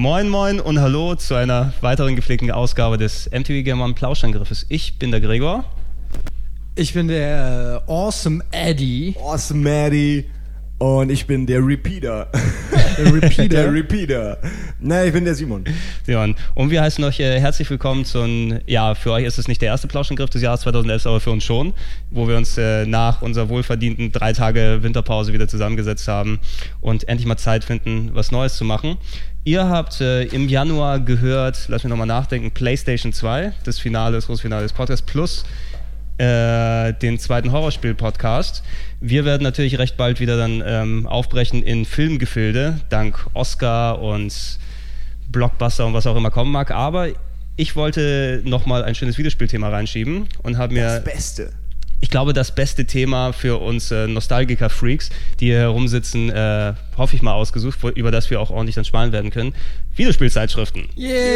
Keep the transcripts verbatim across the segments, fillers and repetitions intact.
Moin Moin und Hallo zu einer weiteren gepflegten Ausgabe des M T V Game On Plauschangriffes. Ich bin der Gregor. Ich bin der äh, Awesome Eddie. Awesome Eddie. Und ich bin der Repeater. Der Repeater? Der Repeater. Nein, ich bin der Simon. Simon. Und wir heißen euch äh, herzlich willkommen zu einem, ja, für euch ist es nicht der erste Plauschangriff des Jahres zweitausendelf, aber für uns schon, wo wir uns äh, nach unserer wohlverdienten drei Tage Winterpause wieder zusammengesetzt haben und endlich mal Zeit finden, was Neues zu machen. Ihr habt äh, im Januar gehört, lass mich nochmal nachdenken, PlayStation zwei, das Finale, das große Finale des Podcasts, plus Äh, den zweiten Horrorspiel-Podcast. Wir werden natürlich recht bald wieder dann ähm, aufbrechen in Filmgefilde, dank Oscar und Blockbuster und was auch immer kommen mag. Aber ich wollte nochmal ein schönes Videospielthema reinschieben und habe mir... Das Beste. Ich glaube, das beste Thema für uns äh, Nostalgiker-Freaks, die hier herumsitzen, äh, hoffe ich mal ausgesucht, über das wir auch ordentlich dann schmalen werden können. Videospielzeitschriften.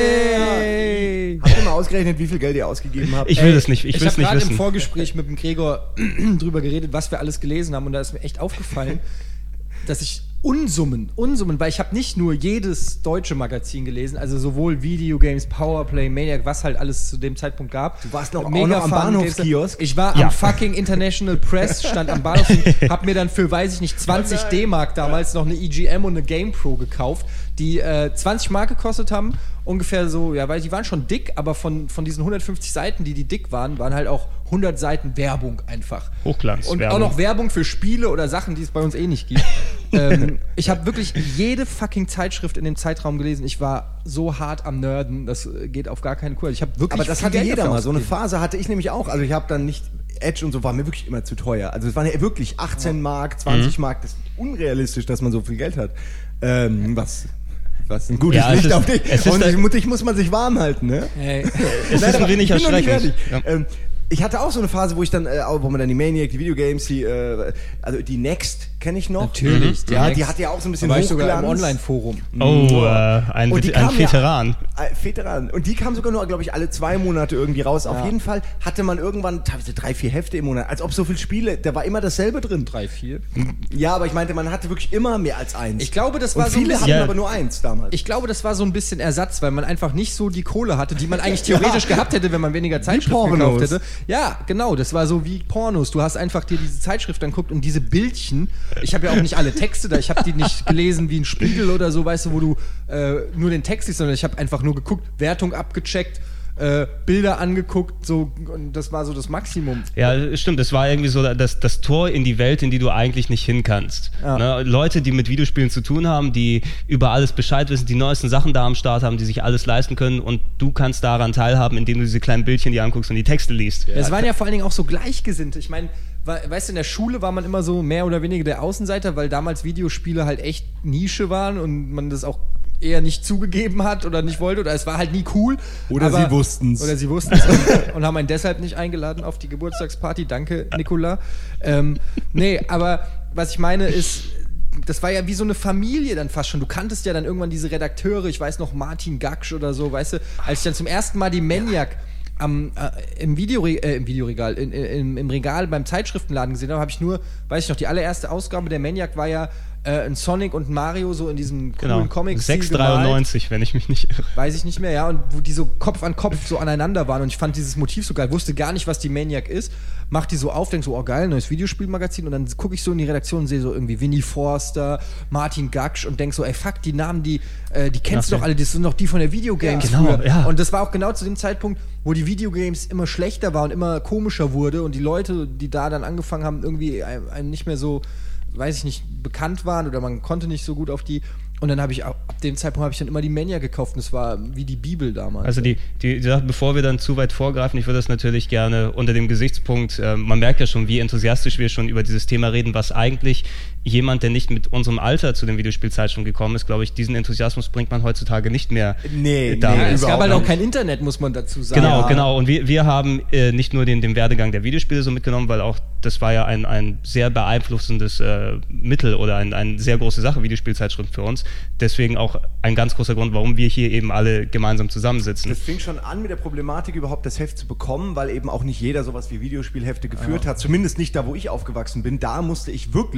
Yay! Habt ihr mal ausgerechnet, wie viel Geld ihr ausgegeben habt? Ich will das nicht, ich, Ich will es habe nicht gerade wissen. im Vorgespräch mit dem Gregor drüber geredet, was wir alles gelesen haben, und da ist mir echt aufgefallen, dass ich Unsummen, Unsummen, weil ich habe nicht nur jedes deutsche Magazin gelesen, also sowohl Videogames, Powerplay, Maniac, was halt alles zu dem Zeitpunkt gab. Du warst noch, auch Mega noch am Fun, Bahnhofskiosk. Ich war Ja. am fucking International Press, stand am Bahnhof und hab mir dann für, weiß ich nicht, zwanzig D-Mark damals noch eine E G M und eine GamePro gekauft, die äh, zwanzig Mark gekostet haben. Ungefähr so, ja, weil die waren schon dick, aber von, von diesen hundertfünfzig Seiten, die die dick waren, waren halt auch hundert Seiten Werbung einfach. Hochglanz. Und Werbung. auch noch Werbung für Spiele oder Sachen, die es bei uns eh nicht gibt. ähm, ich habe wirklich jede fucking Zeitschrift in dem Zeitraum gelesen. Ich war so hart am Nerden, das geht auf gar keinen Kurs. Ich habe wirklich Aber das viel hatte Geld jeder dafür mal. So eine ausgegeben. Phase hatte ich nämlich auch. Also ich habe dann nicht... Edge und so war mir wirklich immer zu teuer. Also es waren ja wirklich achtzehn Mark, zwanzig Mhm. Mark. Das ist unrealistisch, dass man so viel Geld hat. Ähm, was... Was ein gutes Ja, es Licht ist- auf dich. es ist Und ein- ich, muss- ich muss man sich warm halten, ne? Hey. Es ist ein aber wenig ich bin noch nicht erschreckend. fertig. Ja. Ähm, ich hatte auch so eine Phase, wo ich dann, äh, wo man dann die Maniac, die Videogames, die, äh, also die Next kenne ich noch. Natürlich. Mhm. Ja, Next. die hatte ja auch so ein bisschen Da war ich sogar im Hochglanz. Online-Forum. Oh, äh, ein, Und die ein kam ja- Veteran. Äh, Veteran. Und die kam sogar nur, glaube ich, alle zwei Monate irgendwie raus. Ja. Auf jeden Fall hatte man irgendwann teilweise drei, vier Hefte im Monat. Als ob so viele Spiele, da war immer dasselbe drin. Drei, vier. Ja, aber ich meinte, man hatte wirklich immer mehr als eins. Ich glaube, das Und war so ein viele bisschen- hatten Ja. aber nur eins damals. Ich glaube, das war so ein bisschen Ersatz, weil man einfach nicht so die Kohle hatte, die man eigentlich theoretisch Ja. gehabt hätte, wenn man weniger Zeitschriften Pornos. gekauft hätte. Ja, genau, das war so wie Pornos. Du hast einfach dir diese Zeitschrift anguckt und diese Bildchen. Ich habe ja auch nicht alle Texte da, ich habe die nicht gelesen wie ein Spiegel oder so, weißt du, wo du äh, nur den Text siehst, sondern ich habe einfach nur geguckt, Wertung abgecheckt, äh, Bilder angeguckt, so, und das war so das Maximum. Ja, stimmt. Es war irgendwie so das, das Tor in die Welt, in die du eigentlich nicht hin kannst. Ja. Ne? Leute, die mit Videospielen zu tun haben, die über alles Bescheid wissen, die neuesten Sachen da am Start haben, die sich alles leisten können, und du kannst daran teilhaben, indem du diese kleinen Bildchen dir anguckst und die Texte liest. Es waren ja vor allen Dingen auch so Gleichgesinnte. Ich meine, weißt du, in der Schule war man immer so mehr oder weniger der Außenseiter, weil damals Videospiele halt echt Nische waren und man das auch eher nicht zugegeben hat oder nicht wollte, oder es war halt nie cool. Oder aber, sie wussten's. Oder sie wussten es und, und haben einen deshalb nicht eingeladen auf die Geburtstagsparty. Danke, Nicola. Ähm, nee, aber was ich meine ist, das war ja wie so eine Familie dann fast schon. Du kanntest ja dann irgendwann diese Redakteure, ich weiß noch, Martin Gaksch oder so, weißt du, als ich dann zum ersten Mal die Maniac am, äh, im, Videore äh, im Videoregal, in, in, im Regal beim Zeitschriftenladen gesehen habe, habe ich nur, weiß ich noch, die allererste Ausgabe der Maniac war ja äh, ein Sonic und ein Mario so in diesem coolen Genau. Comic. sechs dreiundneunzig, wenn ich mich nicht irre. Weiß ich nicht mehr, ja, und wo die so Kopf an Kopf so aneinander waren, und ich fand dieses Motiv so geil, wusste gar nicht, was die Maniac ist, mach die so auf, denk so, oh geil, neues Videospielmagazin, und dann gucke ich so in die Redaktion und sehe so irgendwie Winnie Forster, Martin Gaksch, und denk so, ey fuck, die Namen, die, äh, die kennst du Okay. doch alle, das sind doch die von der Videogames Ja, genau, früher. ja. Und das war auch genau zu dem Zeitpunkt, wo die Videogames immer schlechter war und immer komischer wurde und die Leute, die da dann angefangen haben, irgendwie einem einem nicht mehr so, weiß ich nicht, bekannt waren, oder man konnte nicht so gut auf die. Und dann habe ich, ab dem Zeitpunkt habe ich dann immer die Maniac gekauft, und es war wie die Bibel damals. Also die, die, die Sache, bevor wir dann zu weit vorgreifen, ich würde das natürlich gerne unter dem Gesichtspunkt, äh, man merkt ja schon, wie enthusiastisch wir schon über dieses Thema reden, was eigentlich jemand, der nicht mit unserem Alter zu den Videospielzeitschriften gekommen ist, glaube ich, diesen Enthusiasmus bringt man heutzutage nicht mehr Nee, äh, da. nee, ja, es gab überhaupt halt auch nicht. kein Internet, muss man dazu sagen. Genau, Ja. genau. Und wir, wir haben äh, nicht nur den, den Werdegang der Videospiele so mitgenommen, weil auch das war ja ein, ein sehr beeinflussendes äh, Mittel oder ein, eine sehr große Sache, Videospielzeitschrift für uns. Deswegen auch ein ganz großer Grund, warum wir hier eben alle gemeinsam zusammensitzen. Das fing schon an mit der Problematik, überhaupt das Heft zu bekommen, weil eben auch nicht jeder sowas wie Videospielhefte geführt Ja. hat. Zumindest nicht da, wo ich aufgewachsen bin. Da musste ich wirklich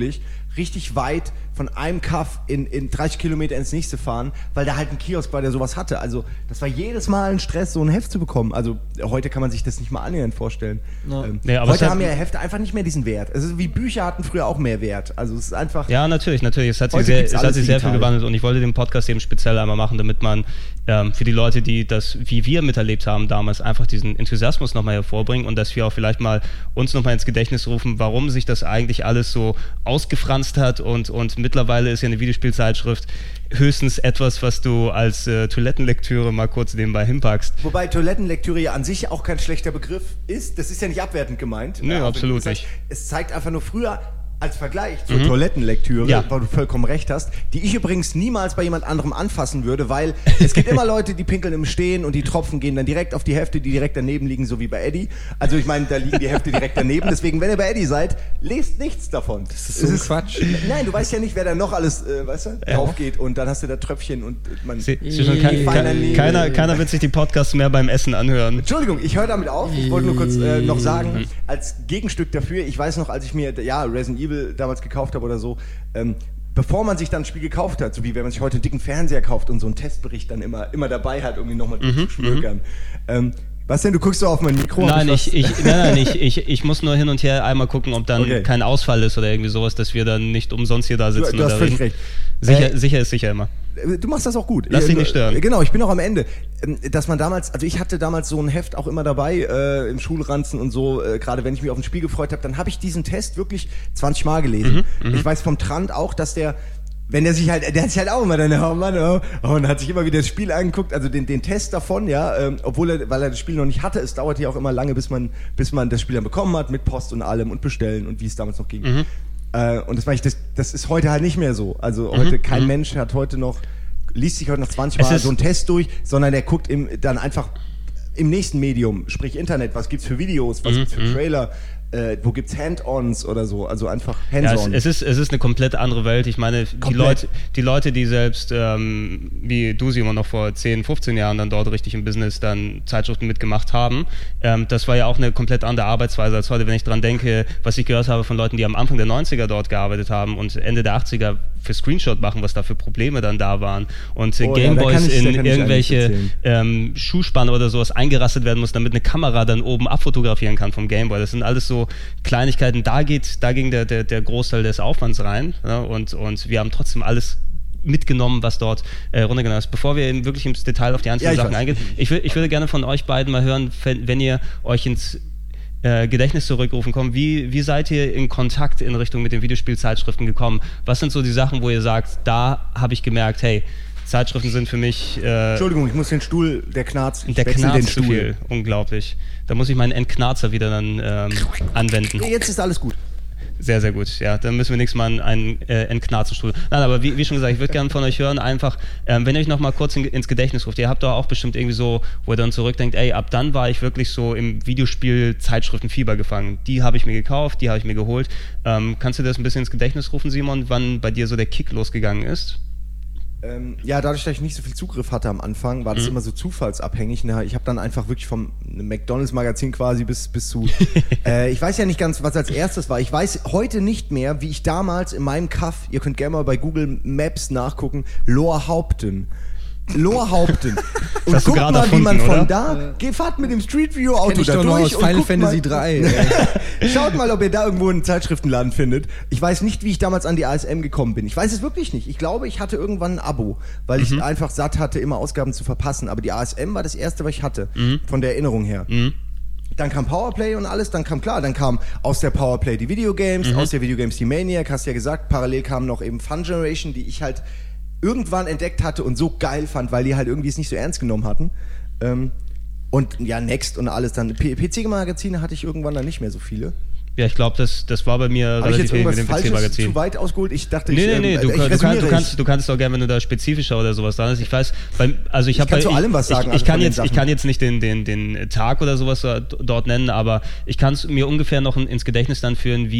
richtig weit von einem Kaff in, in dreißig Kilometer ins nächste fahren, weil da halt ein Kiosk war, der sowas hatte. Also das war jedes Mal ein Stress, so ein Heft zu bekommen. Also heute kann man sich das nicht mal annähernd vorstellen. Ja. Ähm, Nee, aber heute es hat- haben ja Hefte einfach nicht mehr diesen Wert. Also wie Bücher hatten früher auch mehr Wert. Also es ist einfach... Ja, natürlich, natürlich. Es hat sich Heute sehr, gibt's es hat alles sich sehr viel digital. gewandelt und ich wollte den Podcast eben speziell einmal machen, damit man ähm, für die Leute, die das, wie wir miterlebt haben damals, einfach diesen Enthusiasmus nochmal hervorbringen und dass wir auch vielleicht mal uns nochmal ins Gedächtnis rufen, warum sich das eigentlich alles so ausgefranst hat und, und mittlerweile ist ja eine Videospielzeitschrift höchstens etwas, was du als äh, Toilettenlektüre mal kurz nebenbei hinpackst. Wobei Toilettenlektüre ja an sich auch kein schlechter Begriff ist. Das ist ja nicht abwertend gemeint. Nö, Ja, absolut das heißt, nicht. Es zeigt einfach nur früher als Vergleich zur Toilettenlektüre, Ja. weil du vollkommen recht hast, die ich übrigens niemals bei jemand anderem anfassen würde, weil es gibt immer Leute, die pinkeln im Stehen und die Tropfen gehen dann direkt auf die Hefte, die direkt daneben liegen, so wie bei Eddie. Also ich meine, da liegen die Hefte direkt daneben. Deswegen, wenn ihr bei Eddie seid, lest nichts davon. Das ist so ein Quatsch. Nein, du weißt ja nicht, wer da noch alles, äh, weißt du, drauf geht und dann hast du da Tröpfchen und man... Sie, sie schon, kein, kein, keiner, keiner wird sich die Podcasts mehr beim Essen anhören. Entschuldigung, ich höre damit auf. Ich wollte nur kurz äh, noch sagen, als Gegenstück dafür, ich weiß noch, als ich mir ja Resident Evil damals gekauft habe oder so, ähm, bevor man sich dann ein Spiel gekauft hat, so wie wenn man sich heute einen dicken Fernseher kauft und so einen Testbericht dann immer, immer dabei hat, um ihn nochmal Mhm, zu schmökern. Ähm, was denn, du guckst so auf mein Mikro? Nein, Hab ich, was- ich, nein, nein, ich, ich, ich muss nur hin und her einmal gucken, ob dann Okay. kein Ausfall ist oder irgendwie sowas, dass wir dann nicht umsonst hier da sitzen. du hast und da völlig reden. recht. Sicher, Äh, sicher ist sicher immer. Du machst das auch gut. Lass dich nicht stören. Genau, ich bin auch am Ende. Ähm, Dass man damals, also ich hatte damals so ein Heft auch immer dabei äh, im Schulranzen und so, äh, gerade wenn ich mich auf ein Spiel gefreut habe, dann habe ich diesen Test wirklich zwanzig Mal gelesen. Mhm, ich weiß vom Trant auch, dass der, wenn der sich halt, der hat sich halt auch immer dann, oh Mann, oh, und hat sich immer wieder das Spiel angeguckt, also den, den Test davon, ja, ähm, obwohl er, weil er das Spiel noch nicht hatte, es dauerte ja auch immer lange, bis man, bis man das Spiel dann bekommen hat, mit Post und allem und bestellen und wie es damals noch ging. Mhm. Äh, und das, war ich, das, das ist heute halt nicht mehr so. Also heute, kein Mensch hat heute noch, liest sich heute noch zwanzig Es Mal ist- so einen Test durch, sondern der guckt im, dann einfach im nächsten Medium, sprich Internet, was gibt's für Videos, was gibt's für Trailer, äh, wo gibt's Hand-Ons oder so, also einfach Ja, es, Hands-on. es, ist, es ist eine komplett andere Welt. Ich meine, die Komplett. Leute, die Leute, die selbst, ähm, wie du, Simon, noch vor zehn, fünfzehn Jahren dann dort richtig im Business dann Zeitschriften mitgemacht haben, ähm, das war ja auch eine komplett andere Arbeitsweise als heute. Wenn ich dran denke, was ich gehört habe von Leuten, die am Anfang der neunziger dort gearbeitet haben und Ende der achtziger für Screenshot machen, was da für Probleme dann da waren und äh, Oh, ja, da Gameboys kann ich- da in kann ich einiges irgendwelche erzählen. ähm, Schuhspanne oder sowas eingerastet werden muss, damit eine Kamera dann oben abfotografieren kann vom Gameboy. Das sind alles so Kleinigkeiten. Da geht, da ging der, der, der Großteil des Aufwands rein, ja, und, und wir haben trotzdem alles mitgenommen, was dort äh, runtergenommen ist. Bevor wir eben wirklich ins Detail auf die einzelnen Ja, ich Sachen weiß. eingehen, ich, will, ich würde gerne von euch beiden mal hören, wenn, wenn ihr euch ins äh, Gedächtnis zurückrufen kommt, wie, wie seid ihr in Kontakt in Richtung mit den Videospielzeitschriften gekommen? Was sind so die Sachen, wo ihr sagt, da habe ich gemerkt, hey, Zeitschriften sind für mich äh, Entschuldigung, ich muss den Stuhl, der Knarz, ich der wechsel den knarzt zu Stuhl. viel. Unglaublich. Da muss ich meinen Entknarzer wieder dann ähm, anwenden. Jetzt ist alles gut. Sehr, sehr gut. Ja, dann müssen wir nächstes Mal einen äh, Entknarzenstuhl. Nein, aber wie, wie schon gesagt, ich würde gerne von euch hören, einfach, ähm, wenn ihr euch noch mal kurz in, ins Gedächtnis ruft. Ihr habt doch auch bestimmt irgendwie so, wo ihr dann zurückdenkt, ey, ab dann war ich wirklich so im Videospiel-Zeitschriftenfieber gefangen. Die habe ich mir gekauft, die habe ich mir geholt. Ähm, kannst du das ein bisschen ins Gedächtnis rufen, Simon, wann bei dir so der Kick losgegangen ist? Ähm, ja, dadurch, dass ich nicht so viel Zugriff hatte am Anfang, war das immer so zufallsabhängig. Ne? Ich habe dann einfach wirklich vom McDonalds-Magazin quasi bis, bis zu... äh, ich weiß ja nicht ganz, was als erstes war. Ich weiß heute nicht mehr, wie ich damals in meinem Kaff, ihr könnt gerne mal bei Google Maps nachgucken, Lohrhaupten. Lohrhaupten. Und hast du guckt gerade mal, wie man erfunden, von oder? da... Geht, fahrt mit dem Street View Auto Kenn ich da doch noch durch aus und Final guckt Fantasy mal, drei. Schaut mal, ob ihr da irgendwo einen Zeitschriftenladen findet. Ich weiß nicht, wie ich damals an die A S M gekommen bin. Ich weiß es wirklich nicht. Ich glaube, ich hatte irgendwann ein Abo, weil Mhm. ich einfach satt hatte, immer Ausgaben zu verpassen. Aber die A S M war das erste, was ich hatte, Mhm. von der Erinnerung her. Dann kam Powerplay und alles, dann kam klar, dann kam aus der Powerplay die Videogames, Mhm. aus der Videogames die Maniac, hast ja gesagt, parallel kam noch eben Fun Generation, die ich halt irgendwann entdeckt hatte und so geil fand, weil die halt irgendwie es nicht so ernst genommen hatten. Ähm, und ja, Next und alles dann. P C-Magazine hatte ich irgendwann dann nicht mehr so viele. Ja, ich glaube, das, das war bei mir Habe ich relativ jetzt wenig irgendwas mit dem Falsches P C-Magazin. zu weit ausgeholt? Ich dachte, Nee, ich, nee, nee, ähm, du, ich du, kannst, resümiere du, kannst, ich. du kannst doch gerne, wenn du da spezifischer oder sowas dran ist. Ich weiß, beim, also ich habe kann zu allem was sagen, Ich, also ich, kann von den jetzt, ich Sachen. kann jetzt nicht den, den, den Tag oder sowas dort nennen, aber ich kann es mir ungefähr noch ins Gedächtnis dann führen, wie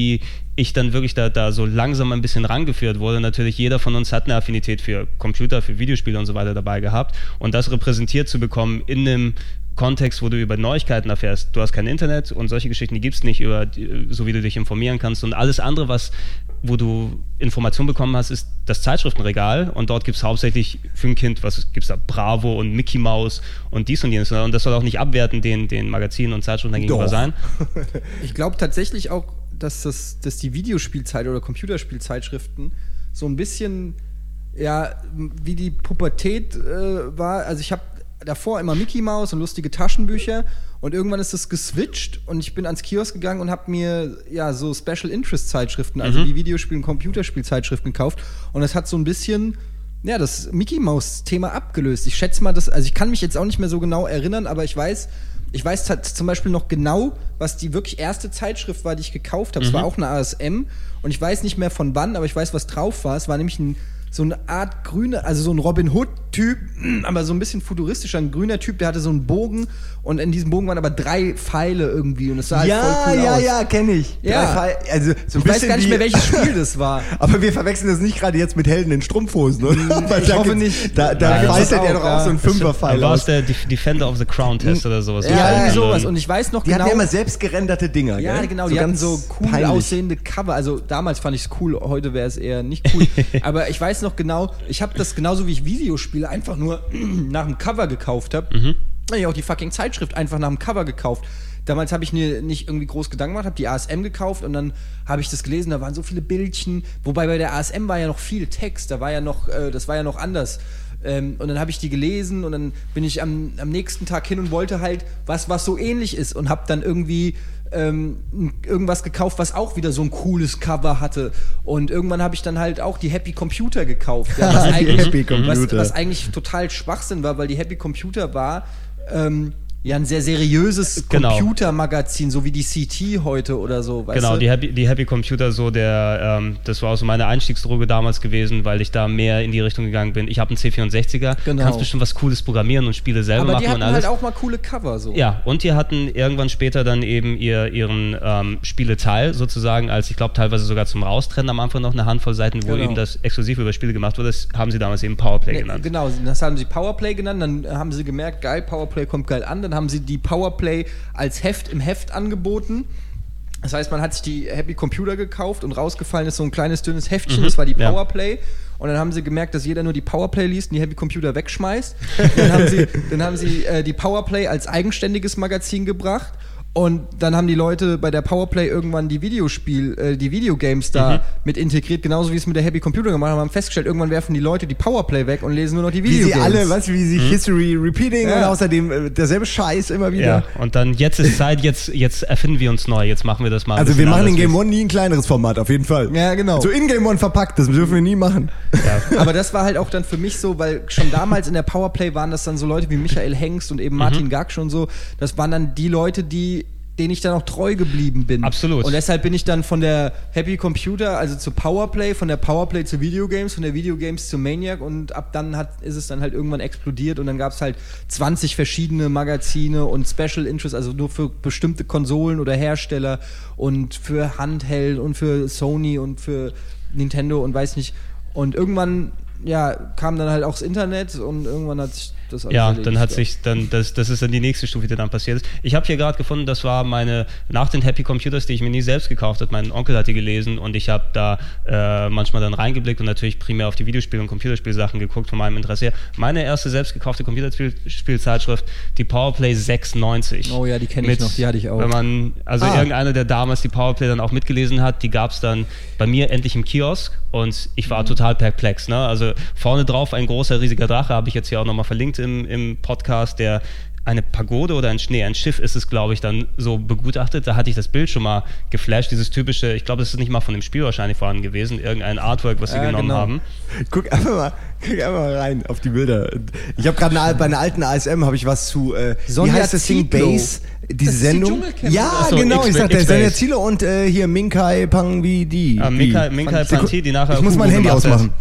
ich dann wirklich da, da so langsam ein bisschen rangeführt wurde. Natürlich, jeder von uns hat eine Affinität für Computer, für Videospiele und so weiter dabei gehabt. Und das repräsentiert zu bekommen in einem Kontext, wo du über Neuigkeiten erfährst. Du hast kein Internet und solche Geschichten, die gibt es nicht, über, so wie du dich informieren kannst. Und alles andere, was wo du Informationen bekommen hast, ist das Zeitschriftenregal und dort gibt es hauptsächlich für ein Kind, was gibt es da, Bravo und Mickey Mouse und dies und jenes. Und das soll auch nicht abwerten den, den Magazinen und Zeitschriften gegenüber sein. Ich glaube tatsächlich auch, dass, das, dass die Videospielzeit oder Computerspielzeitschriften so ein bisschen, ja, wie die Pubertät äh, war. Also ich habe davor immer Mickey Mouse und lustige Taschenbücher und irgendwann ist das geswitcht und ich bin ans Kiosk gegangen und habe mir ja so Special Interest Zeitschriften, also mhm. wie Videospiel- und Computerspielzeitschriften gekauft und das hat so ein bisschen ja das Mickey Mouse Thema abgelöst. Ich schätze mal, dass, also ich kann mich jetzt auch nicht mehr so genau erinnern, aber ich weiß, ich weiß t- zum Beispiel noch genau, was die wirklich erste Zeitschrift war, die ich gekauft habe. Es mhm. war auch eine A S M und ich weiß nicht mehr von wann, aber ich weiß, was drauf war. Es war nämlich ein so eine Art grüne, also so ein Robin Hood-Typ, aber so ein bisschen futuristischer, ein grüner Typ, der hatte so einen Bogen und in diesem Bogen waren aber drei Pfeile irgendwie und es sah halt ja, voll cool ja, aus. Ja, ja, kenne ich. Ja. Drei Pfeile, also so ein ich weiß gar nicht mehr, welches Spiel das war. Aber wir verwechseln das nicht gerade jetzt mit Helden in Strumpfhosen, oder? Weil ich hoffe nicht. Da, da faltet er doch ja. auch so ein Fünferpfeil aus. War es aus. der Defender of the Crown Test oder sowas? Ja, ja irgendwie sowas. Und ich weiß noch die genau... Die hatten ja immer selbst gerenderte Dinger, Ja, gell? genau. So die hatten so cool peinlich aussehende Cover. Also damals fand ich es cool, heute wäre es eher nicht cool. Aber ich weiß noch genau, ich habe das genauso wie ich Videospiele einfach nur nach dem Cover gekauft habe. Mhm. Habe ich auch die fucking Zeitschrift einfach nach dem Cover gekauft. Damals habe ich mir nicht irgendwie groß Gedanken gemacht, habe die A S M gekauft und dann habe ich das gelesen, da waren so viele Bildchen, wobei bei der A S M war ja noch viel Text, da war ja noch, äh, das war ja noch anders. Ähm, und dann habe ich die gelesen und dann bin ich am, am nächsten Tag hin und wollte halt was, was so ähnlich ist und habe dann irgendwie ähm, irgendwas gekauft, was auch wieder so ein cooles Cover hatte. Und irgendwann habe ich dann halt auch die Happy Computer gekauft. Ja, was, eigentlich, Happy Computer. Was, was eigentlich total Schwachsinn war, weil die Happy Computer war ähm, ja ein sehr seriöses genau. Computermagazin, so wie die C T heute oder so. Weißt genau, du? die Happy, die Happy Computer, so der, ähm, das war auch so meine Einstiegsdroge damals gewesen, weil ich da mehr in die Richtung gegangen bin. Ich habe einen C vierundsechziger, genau. kannst bestimmt was Cooles programmieren und Spiele selber Aber machen die hatten und alles. halt auch mal coole Cover so. Ja, und die hatten irgendwann später dann eben ihr, ihren ähm, Spieleteil sozusagen, als ich glaube teilweise sogar zum Raustrennen am Anfang noch eine Handvoll Seiten, wo genau. eben das exklusiv über Spiele gemacht wurde. Das haben sie damals eben Powerplay Ne, genannt. Genau, das haben sie Powerplay genannt, dann haben sie gemerkt, geil, Powerplay kommt geil an, dann haben sie die Powerplay als Heft im Heft angeboten. Das heißt, man hat sich die Happy Computer gekauft und rausgefallen ist so ein kleines, dünnes Heftchen, mhm, das war die Powerplay. Ja. Und dann haben sie gemerkt, dass jeder nur die Powerplay liest und die Happy Computer wegschmeißt. Dann haben sie, dann haben sie äh, die Powerplay als eigenständiges Magazin gebracht. Und dann haben die Leute bei der Powerplay irgendwann die Videospiel, äh, die Videogames da mhm. mit integriert, genauso wie es mit der Happy Computer gemacht haben, haben festgestellt, irgendwann werfen die Leute die Powerplay weg und lesen nur noch die Videogames. Wie sie alle, weißt du, wie sie mhm. History Repeating ja. und außerdem äh, derselbe Scheiß immer wieder. Ja, und dann jetzt ist Zeit, jetzt, jetzt erfinden wir uns neu, jetzt machen wir das mal. Also wir machen in Game One nie ein kleineres Format, auf jeden Fall. Ja, genau. So in Game One verpackt, das dürfen wir nie machen. Ja. Aber das war halt auch dann für mich so, weil schon damals in der Powerplay waren das dann so Leute wie Michael Hengst und eben Martin mhm. Gaksch und so, das waren dann die Leute, die denen ich dann auch treu geblieben bin. Absolut. Und deshalb bin ich dann von der Happy Computer, also zu Powerplay, von der Powerplay zu Videogames, von der Videogames zu Maniac und ab dann hat, ist es dann halt irgendwann explodiert und dann gab es halt zwanzig verschiedene Magazine und Special Interest, also nur für bestimmte Konsolen oder Hersteller und für Handheld und für Sony und für Nintendo und weiß nicht. Und irgendwann ja, kam dann halt auch das Internet und irgendwann hat sich das alles Ja, erledigt. dann hat sich dann, das, das ist dann die nächste Stufe, die dann passiert ist. Ich habe hier gerade gefunden, das war meine, nach den Happy Computers, die ich mir nie selbst gekauft habe, mein Onkel hat die gelesen und ich habe da äh, manchmal dann reingeblickt und natürlich primär auf die Videospiel- und Computerspielsachen geguckt von meinem Interesse her. Meine erste selbst gekaufte Computerspielzeitschrift, die Powerplay sechsundneunzig. Oh ja, die kenne ich noch, die hatte ich auch. Wenn man, also ah. irgendeiner, der damals die Powerplay dann auch mitgelesen hat, die gab es dann bei mir endlich im Kiosk und ich war mhm. total perplex, ne? Also vorne drauf ein großer, riesiger Drache, habe ich jetzt hier auch nochmal verlinkt im, im Podcast, der eine Pagode oder ein Schnee, ein Schiff ist es, glaube ich, dann so begutachtet. Da hatte ich das Bild schon mal geflasht, dieses typische, ich glaube, das ist nicht mal von dem Spiel wahrscheinlich vorhanden gewesen, irgendein Artwork, was sie ja, genommen genau. haben. Guck einfach mal, guck einfach mal rein auf die Bilder. Ich habe gerade bei einer alten A S M habe ich was zu, äh, wie heißt das Ding, Base, diese Sendung? Die ja, so, genau, X- ich sagte, Sonja Zietlow und äh, hier Minkai Pangvidi. Ah, Minkai, Minkai Panti, die nachher Ich muss Hugo mein Handy ausmachen.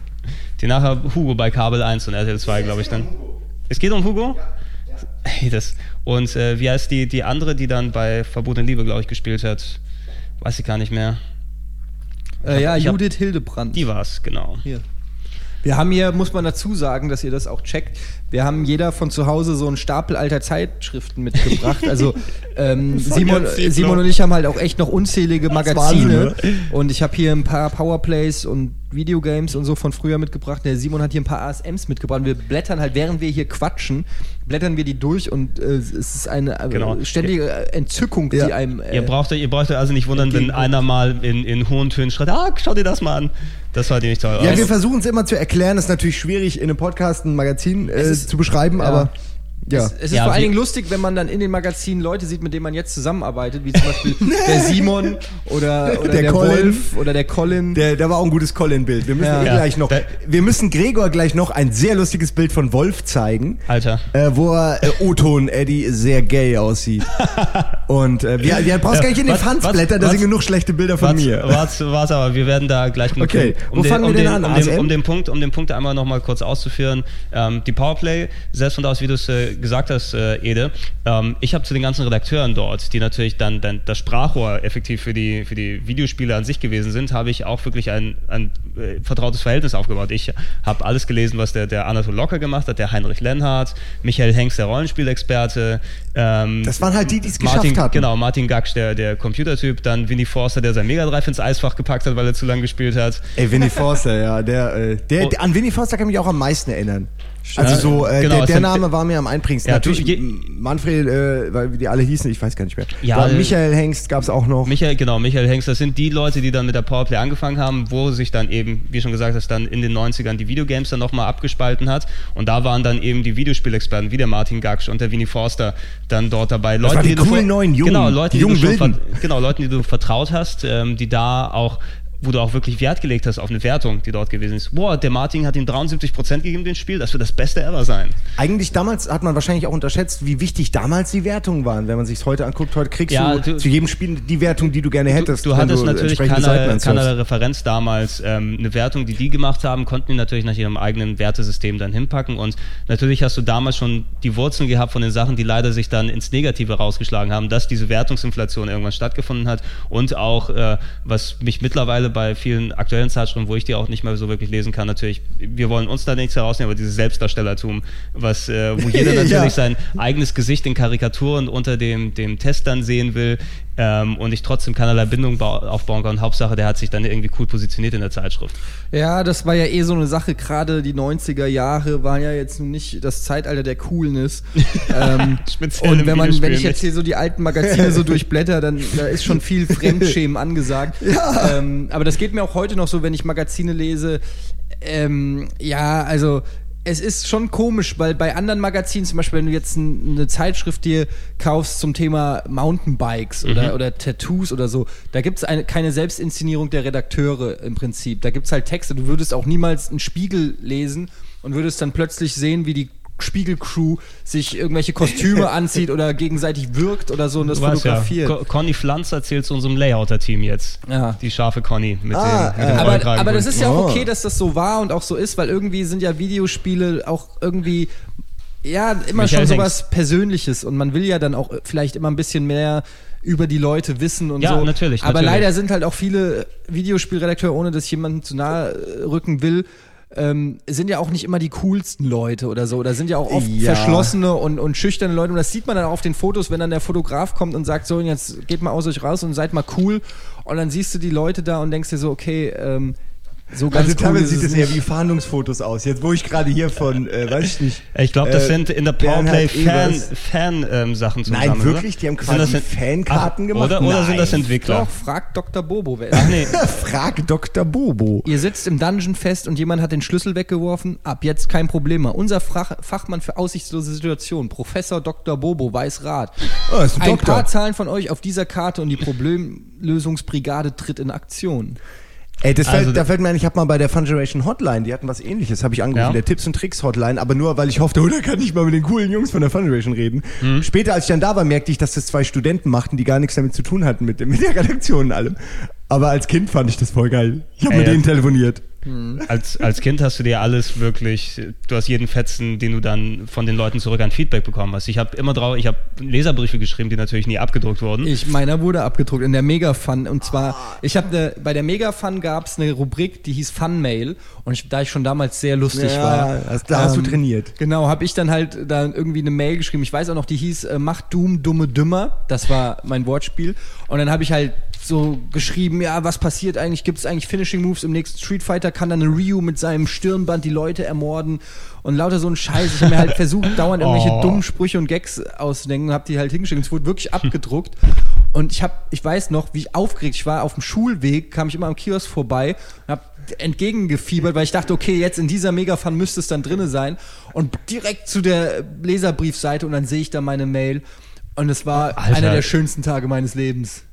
Die nachher Hugo bei Kabel eins und R T L zwei, glaube ich, dann. Es geht um Hugo? Hey, das. Und äh, wie heißt die, die andere, die dann bei Verbotene Liebe, glaube ich, gespielt hat? Weiß ich gar nicht mehr. Äh, ja, ich hab, Judith Hildebrandt. Die war's, genau. Hier. Wir haben hier, muss man dazu sagen, dass ihr das auch checkt, wir haben jeder von zu Hause so einen Stapel alter Zeitschriften mitgebracht. Also ähm, Simon, Simon und ich haben halt auch echt noch unzählige Magazine. Wahnsinn, ne? Und ich habe hier ein paar Powerplays und Videogames und so von früher mitgebracht. Der Simon hat hier ein paar A S Ms mitgebracht. Wir blättern halt, während wir hier quatschen, blättern wir die durch und äh, es ist eine äh, genau. ständige Entzückung, ja. die einem... Äh, ihr, braucht, ihr braucht euch also nicht wundern, wenn einer mal in, in hohen Tönen schreit, ah, schau dir das mal an. Das war nämlich toll. Ja, aus. Wir versuchen es immer zu erklären. Das ist natürlich schwierig, in einem Podcast ein Magazin äh, ist, zu beschreiben, ja. aber... Ja. Es, es ist ja, vor allen Dingen lustig, wenn man dann in den Magazinen Leute sieht, mit denen man jetzt zusammenarbeitet, wie zum Beispiel der Simon oder, oder der, der Wolf oder der Colin. Der, der war auch ein gutes Colin-Bild. Wir müssen ja. eh ja. gleich noch, wir müssen Gregor gleich noch ein sehr lustiges Bild von Wolf zeigen. Alter. Äh, wo er, äh, O-Ton Eddie sehr gay aussieht. Und äh, wir, wir brauchst ja, gar nicht in den Fans blättern, da sind genug schlechte Bilder von was, mir. Warte, warte, aber wir werden da gleich mit Okay, um wo den, fangen um wir denn den, an? Um den, um den Punkt, um den Punkt einmal noch mal kurz auszuführen. Ähm, die Powerplay, selbst von da aus, wie du es äh, gesagt hast, äh, Ede, ähm, ich habe zu den ganzen Redakteuren dort, die natürlich dann, dann das Sprachrohr effektiv für die, für die Videospiele an sich gewesen sind, habe ich auch wirklich ein, ein äh, vertrautes Verhältnis aufgebaut. Ich habe alles gelesen, was der, der Anatol Locker gemacht hat, der Heinrich Lenhardt, Michael Hengst, der Rollenspielexperte. Ähm, das waren halt die, die es geschafft hatten. Genau, Martin Gaksch, der, der Computertyp, dann Winnie Forster, der sein Mega Drive ins Eisfach gepackt hat, weil er zu lange gespielt hat. Ey, Winnie Forster, ja, der, äh, der, der, an Winnie Forster kann ich mich auch am meisten erinnern. Also so, äh, genau, der, der Name war mir am einprägendsten. Ja, natürlich je, Manfred, äh, weil wie die alle hießen, ich weiß gar nicht mehr. Ja, ja, Michael Hengst gab es auch noch. Michael, genau, Michael Hengst, das sind die Leute, die dann mit der Powerplay angefangen haben, wo sich dann eben, wie schon gesagt hast, dann in den neunzigern die Videogames dann nochmal abgespalten hat. Und da waren dann eben die Videospielexperten, wie der Martin Gaksch und der Winnie Forster, dann dort dabei. Das Leute, waren die, die coolen du, neuen Jungen, genau, Leute, die jungen die du schon, Wilden. genau, Leuten, die du vertraut hast, ähm, die da auch wo du auch wirklich Wert gelegt hast auf eine Wertung, die dort gewesen ist. Boah, der Martin hat ihm dreiundsiebzig Prozent gegeben, den Spiel, das wird das Beste ever sein. Eigentlich damals hat man wahrscheinlich auch unterschätzt, wie wichtig damals die Wertungen waren. Wenn man sich heute anguckt, heute kriegst ja, du, du zu jedem Spiel die Wertung, die du gerne hättest. Du, du hattest du natürlich keine, keine Referenz damals. Ähm, eine Wertung, die die gemacht haben, konnten die natürlich nach ihrem eigenen Wertesystem dann hinpacken. Und natürlich hast du damals schon die Wurzeln gehabt von den Sachen, die leider sich dann ins Negative rausgeschlagen haben, dass diese Wertungsinflation irgendwann stattgefunden hat. Und auch, äh, was mich mittlerweile bei vielen aktuellen Zeitschriften, wo ich die auch nicht mehr so wirklich lesen kann, natürlich, wir wollen uns da nichts herausnehmen, aber dieses Selbstdarstellertum, was, äh, wo jeder natürlich ja. sein eigenes Gesicht in Karikaturen unter dem, dem Test dann sehen will, ähm, und ich trotzdem keinerlei Bindung aufbauen kann. Hauptsache, der hat sich dann irgendwie cool positioniert in der Zeitschrift. Ja, das war ja eh so eine Sache, gerade die neunziger Jahre waren ja jetzt nun nicht das Zeitalter der Coolness. ähm, und wenn man, wenn ich jetzt hier so die alten Magazine so durchblätter, dann da ist schon viel Fremdschämen angesagt. Ja. Ähm, aber das geht mir auch heute noch so, wenn ich Magazine lese. Ähm, ja, also es ist schon komisch, weil bei anderen Magazinen, zum Beispiel, wenn du jetzt ein, eine Zeitschrift dir kaufst zum Thema Mountainbikes oder, mhm. oder Tattoos oder so, da gibt es keine Selbstinszenierung der Redakteure im Prinzip. Da gibt es halt Texte. Du würdest auch niemals einen Spiegel lesen und würdest dann plötzlich sehen, wie die Spiegelcrew sich irgendwelche Kostüme anzieht oder gegenseitig wirkt oder so und das fotografiert. Ja. Conny Pflanzer erzählt zu unserem Layouter-Team jetzt. Ja. Die scharfe Conny mit ah, dem, mit dem aber, aber das ist ja auch okay, dass das so war und auch so ist, weil irgendwie sind ja Videospiele auch irgendwie ja immer Michael schon sowas Hengst. Persönliches und man will ja dann auch vielleicht immer ein bisschen mehr über die Leute wissen und ja, so. Natürlich, aber natürlich. leider sind halt auch viele Videospielredakteure, ohne dass ich jemanden zu nahe rücken will, Ähm, sind ja auch nicht immer die coolsten Leute oder so. Oder sind ja auch oft ja. verschlossene und, und schüchterne Leute. Und das sieht man dann auch auf den Fotos, wenn dann der Fotograf kommt und sagt, so, jetzt geht mal aus euch raus und seid mal cool. Und dann siehst du die Leute da und denkst dir so, okay, ähm, so ganz also cool teilweise sieht es eher wie Fahndungsfotos aus. Jetzt, wo ich gerade hier von, äh, weiß ich nicht. Ich glaube, das äh, sind in der Powerplay Fan-Sachen Fan, ähm, Sachen zusammen. Nein, wirklich? Oder? Die haben quasi Fankarten gemacht? Oder, oder sind das Entwickler? Doch, frag Doktor Bobo. Ach nee. Frag Doktor Bobo. Ihr sitzt im Dungeon fest und jemand hat den Schlüssel weggeworfen. Ab jetzt kein Problem mehr. Unser Fach, Fachmann für aussichtslose Situationen, Professor Doktor Bobo, weiß Rat. Oh, ist ein ein Doktor. paar Zahlen von euch auf dieser Karte und die Problemlösungsbrigade tritt in Aktion. Ey, das also fällt, da fällt mir ein, ich habe mal bei der Fun Generation Hotline, die hatten was Ähnliches, habe ich angerufen, ja. der Tipps und Tricks Hotline, aber nur, weil ich hoffte, oh, da kann ich mal mit den coolen Jungs von der Fun Generation reden. Mhm. Später, als ich dann da war, merkte ich, dass das zwei Studenten machten, die gar nichts damit zu tun hatten mit, mit der Redaktion und allem. Aber als Kind fand ich das voll geil. Ich habe mit denen telefoniert. Hm. Als, als Kind hast du dir alles wirklich, du hast jeden Fetzen, den du dann von den Leuten zurück an Feedback bekommen hast. Ich habe immer drauf, ich habe Leserbriefe geschrieben, die natürlich nie abgedruckt wurden. Ich, meiner wurde abgedruckt in der Mega-Fun. Und zwar, ich habe ne, bei der Mega-Fun gab es eine Rubrik, die hieß Fun-Mail. Und ich, da ich schon damals sehr lustig ja, war. Also da hast ähm, du trainiert. Genau, habe ich dann halt da irgendwie eine Mail geschrieben. Ich weiß auch noch, die hieß äh, Mach Doom dumme dümmer. Das war mein Wortspiel. Und dann habe ich halt so geschrieben, ja, was passiert eigentlich? Gibt es eigentlich Finishing Moves im nächsten Street Fighter? Kann dann eine Ryu mit seinem Stirnband die Leute ermorden? Und lauter so ein Scheiß. Ich habe mir halt versucht, dauernd irgendwelche oh. dummen Sprüche und Gags auszudenken und habe die halt hingeschickt. Es wurde wirklich abgedruckt. Und ich habe, ich weiß noch, wie ich aufgeregt, ich war auf dem Schulweg, kam ich immer am Kiosk vorbei und habe entgegengefiebert, weil ich dachte, okay, jetzt in dieser Mega-Fun müsste es dann drinne sein. Und direkt zu der Leserbriefseite und dann sehe ich da meine Mail. Und es war Alter. einer der schönsten Tage meines Lebens.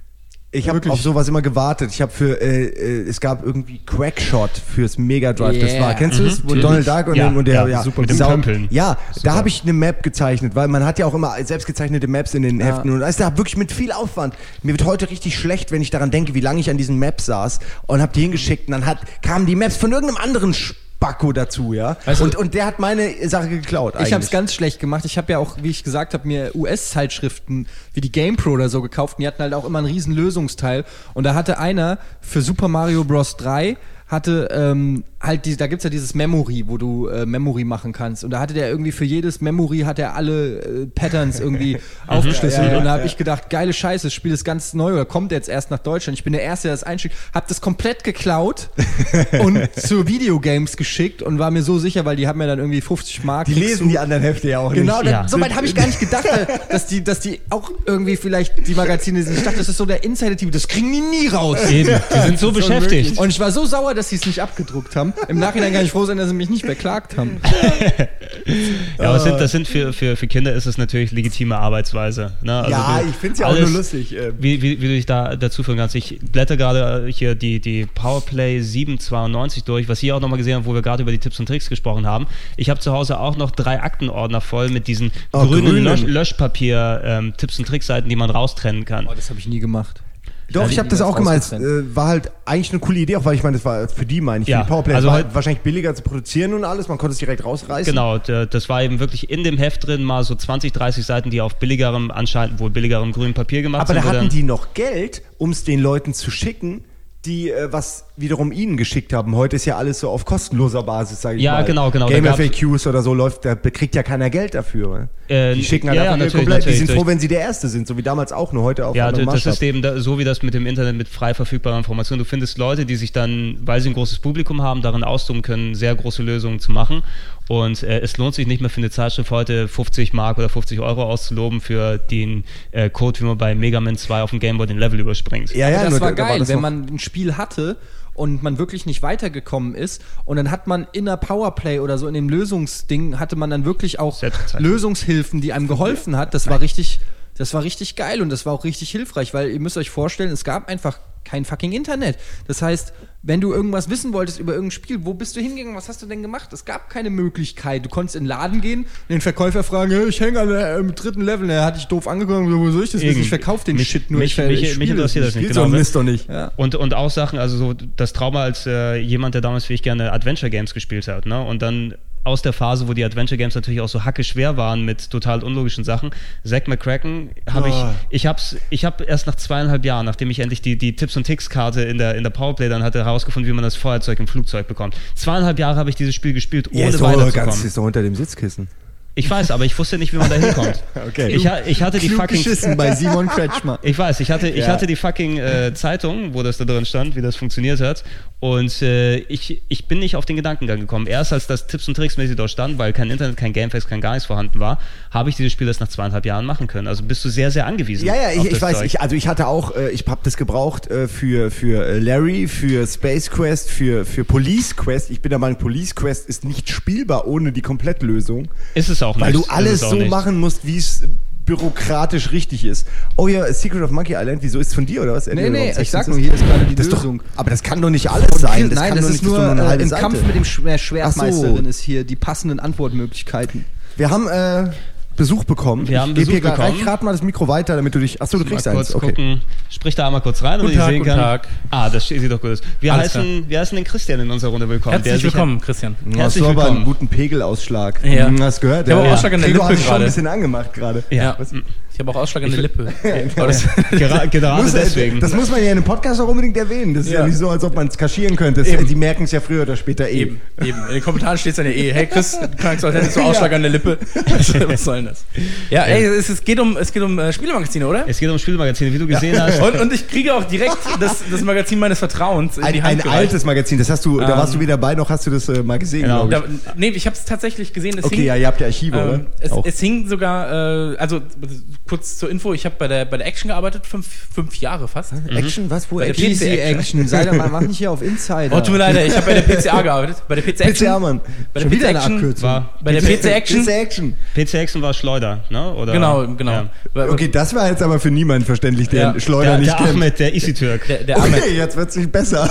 Ich habe auf sowas immer gewartet. Ich habe für, äh, äh, es gab irgendwie Crackshot fürs Mega Drive. Yeah. Das war, kennst du das? Mhm. Wo Donald Duck und, ja, und der, ja, ja, super mit dem Pömpeln. Ja, super. Da habe ich eine Map gezeichnet, weil man hat ja auch immer selbst gezeichnete Maps in den ja. Heften. Und da ist da wirklich mit viel Aufwand. Mir wird heute richtig schlecht, wenn ich daran denke, wie lange ich an diesen Maps saß und habe die hingeschickt und dann hat, kamen die Maps von irgendeinem anderen Sch Backo dazu, ja. Weißt du, und, und der hat meine Sache geklaut eigentlich. Ich habe es ganz schlecht gemacht. Ich habe ja auch, wie ich gesagt habe, mir U S-Zeitschriften wie die GamePro oder so gekauft. Und die hatten halt auch immer einen riesen Lösungsteil. Und da hatte einer für Super Mario Bros. drei hatte ähm, halt, die, da gibt's ja dieses Memory, wo du äh, Memory machen kannst. Und da hatte der irgendwie für jedes Memory hat er alle äh, Patterns irgendwie aufgeschlüsselt. Ja, ja, ja, und da habe ja. ich gedacht, geile Scheiße, das Spiel ist ganz neu oder kommt jetzt erst nach Deutschland. Ich bin der Erste, der das einschickt. Hab das komplett geklaut und zu Videogames geschickt und war mir so sicher, weil die haben mir dann irgendwie fünfzig Mark. Die lesen du. die anderen Hefte ja auch genau, nicht. Genau, ja. so weit habe ich gar nicht gedacht, dass die, dass die auch irgendwie vielleicht die Magazine sind. Ich dachte, das ist so der Insider-T V, das kriegen die nie raus. Eben, die sind so beschäftigt. Und ich war so sauer, dass sie es nicht abgedruckt haben. Im Nachhinein kann ich froh sein, dass sie mich nicht verklagt haben. Ja, aber das sind, das sind für, für, für Kinder ist es natürlich legitime Arbeitsweise. Ne? Also ja, du, ich finde es ja auch nur lustig. Wie, wie, wie du dich da dazu führen kannst. Ich blätter gerade hier die, die Powerplay sieben zweiundneunzig durch, was ihr auch nochmal gesehen habt, wo wir gerade über die Tipps und Tricks gesprochen haben. Ich habe zu Hause auch noch drei Aktenordner voll mit diesen oh, grünen, grünen. Lösch, Löschpapier ähm, Tipps und Tricks-Seiten, die man raustrennen kann. Oh, das habe ich nie gemacht. Doch, ich, ich habe das auch gemeint. Äh, war halt eigentlich eine coole Idee, auch weil ich meine, das war für die, meine ich, ja, für die Powerplay. Also war halt wahrscheinlich billiger zu produzieren und alles, man konnte es direkt rausreißen. Genau, das war eben wirklich in dem Heft drin, mal so zwanzig, dreißig Seiten, die auf billigerem, anscheinend wohl billigerem grünen Papier gemacht Aber sind. Aber da hatten die noch Geld, um es den Leuten zu schicken, die äh, was wiederum ihnen geschickt haben. Heute ist ja alles so auf kostenloser Basis, sage ich ja, mal. Ja, genau, genau. Game F A Qs oder so läuft, da kriegt ja keiner Geld dafür. Äh, die schicken halt ja, einfach ja, komplett. Die sind froh, wenn sie der Erste sind, so wie damals auch, nur heute auf ja, einem das ist eben da, so wie das mit dem Internet mit frei verfügbarer Information. Du findest Leute, die sich dann, weil sie ein großes Publikum haben, darin austoben können, sehr große Lösungen zu machen. Und äh, es lohnt sich nicht mehr für eine Zeitschrift heute fünfzig Mark oder fünfzig Euro auszuloben für den äh, Code, wie man bei Mega Man zwei auf dem Gameboy den Level überspringt. Ja, ja, das nur, war geil, war das wenn man ein Spiel hatte und man wirklich nicht weitergekommen ist und dann hat man in der Powerplay oder so in dem Lösungsding hatte man dann wirklich auch Lösungshilfen, die einem geholfen hat. Das war richtig, das war richtig geil und das war auch richtig hilfreich, weil ihr müsst euch vorstellen, es gab einfach kein fucking Internet. Das heißt, wenn du irgendwas wissen wolltest über irgendein Spiel, wo bist du hingegangen, was hast du denn gemacht? Es gab keine Möglichkeit. Du konntest in den Laden gehen, den Verkäufer fragen, hey, ich hänge am äh, dritten Level, er hat dich doof angeguckt, wo soll ich das wissen? Ich verkaufe den mich, Shit nur. Mich, ich, mich, ich mich interessiert das nicht. Genau, so Mist doch nicht. Ja. Und, und auch Sachen, also so das Trauma als äh, jemand, der damals wie ich gerne Adventure Games gespielt hat, ne? Und dann aus der Phase, wo die Adventure Games natürlich auch so hacke schwer waren mit total unlogischen Sachen. Zack McCracken habe oh. ich, ich hab's, ich habe erst nach zweieinhalb Jahren, nachdem ich endlich die, die Tipps und Ticks Karte in der, in der Powerplay dann hatte, herausgefunden, wie man das Feuerzeug im Flugzeug bekommt. Zweieinhalb Jahre habe ich dieses Spiel gespielt, ohne ja, ist weiterzukommen. Ganz, ist doch unter dem Sitzkissen. Ich weiß, aber ich wusste nicht, wie man da hinkommt. Okay. Ich, ich hatte die Klug fucking... geschissen bei Simon Kretschmer. Ich weiß, ich hatte, ich ja. hatte die fucking äh, Zeitung, wo das da drin stand, wie das funktioniert hat. Und äh, ich, ich bin nicht auf den Gedankengang gekommen. Erst als das Tipps und Tricks mäßig dort stand, weil kein Internet, kein Gamefax, kein gar nichts vorhanden war, habe ich dieses Spiel erst nach zweieinhalb Jahren machen können. Also bist du sehr, sehr angewiesen. Ja, ja, ich, ich weiß. Zeug. Ich, also ich hatte auch, äh, ich habe das gebraucht äh, für, für Larry, für Space Quest, für, für Police Quest. Ich bin der Meinung, Police Quest ist nicht spielbar ohne die Komplettlösung. Ist es auch nicht. Weil du alles so nicht. machen musst, wie es bürokratisch richtig ist. Oh ja, Secret of Monkey Island, wieso ist es von dir oder was? Nee, nee, ich sag nur, hier ist gerade die das Lösung. Doch, aber das kann doch nicht alles sein. Das Nein, kann das doch ist nicht, nur, das ist nur eine äh, im Seite. Kampf mit dem Schwer- Schwertmeisterin so. ist hier die passenden Antwortmöglichkeiten. Wir haben, äh, Besuch bekommen. Wir haben ich Besuch hier bekommen. Ich gerade mal das Mikro weiter, damit du dich... Achso, du kriegst mal kurz eins. Okay. gucken. Sprich da einmal kurz rein, Guten damit ich Tag, sehen guten kann. Tag. Ah, das sieht doch gut aus. Wir Alles heißen, wir heißen den Christian in unserer Runde willkommen. Herzlich der sich- willkommen, Christian. Du hast Herzlich aber willkommen. einen guten Pegelausschlag. Ja. Hm, hast du gehört? Ich habe auch Ausschlag an der Gregor Lippe hat schon ein gerade. bisschen angemacht gerade. Ja. Was? Ich habe auch Ausschlag an der Lippe. Aber das, Gera gerade Muss, deswegen. Das muss man ja in einem Podcast auch unbedingt erwähnen. Das ist ja, Ja. nicht so, als ob man es kaschieren könnte. Das, Eben. die merken es ja früher oder später eh. eben, eben. In den Kommentaren steht es dann ja eh. Hey Chris, krank, so hättest du Ausschlag an der Lippe. Was soll denn das? Ja, ey, es, es geht um, es geht um äh, Spielemagazine, oder? Es geht um Spielmagazine, wie du gesehen hast. Und, und ich kriege auch direkt das, das Magazin meines Vertrauens in die Ein, Hand ein gereicht. altes Magazin, das hast du, da Ähm. warst du wieder dabei, noch hast du das äh, mal gesehen, Genau. glaube ich. Da, nee, ich habe es tatsächlich gesehen. Es Okay, hing, ja, ihr habt ja Archive, ähm, oder? es, Auch. es hing sogar, äh, also kurz zur Info, ich habe bei der, bei der Action gearbeitet, fünf, fünf Jahre fast. Action, was? Wo Bei der Action? P C Action. Sei doch mal, mach nicht hier auf Insider. Oh, tut mir leid, ich habe bei der P C A gearbeitet. Bei der P C P Action. C A, Mann. Bei der Schon P C wieder eine Action Abkürzung. War Bei der P C Action. P C Action. P C Action war Schleuder, ne? Oder? Genau, genau. Ja. Okay, Okay, das war jetzt aber für niemanden verständlich, der Ja. Schleuder Der, nicht der kennt. Ahmed, der Isi-Türk. der, der Ahmed. Okay, jetzt wird's nicht besser.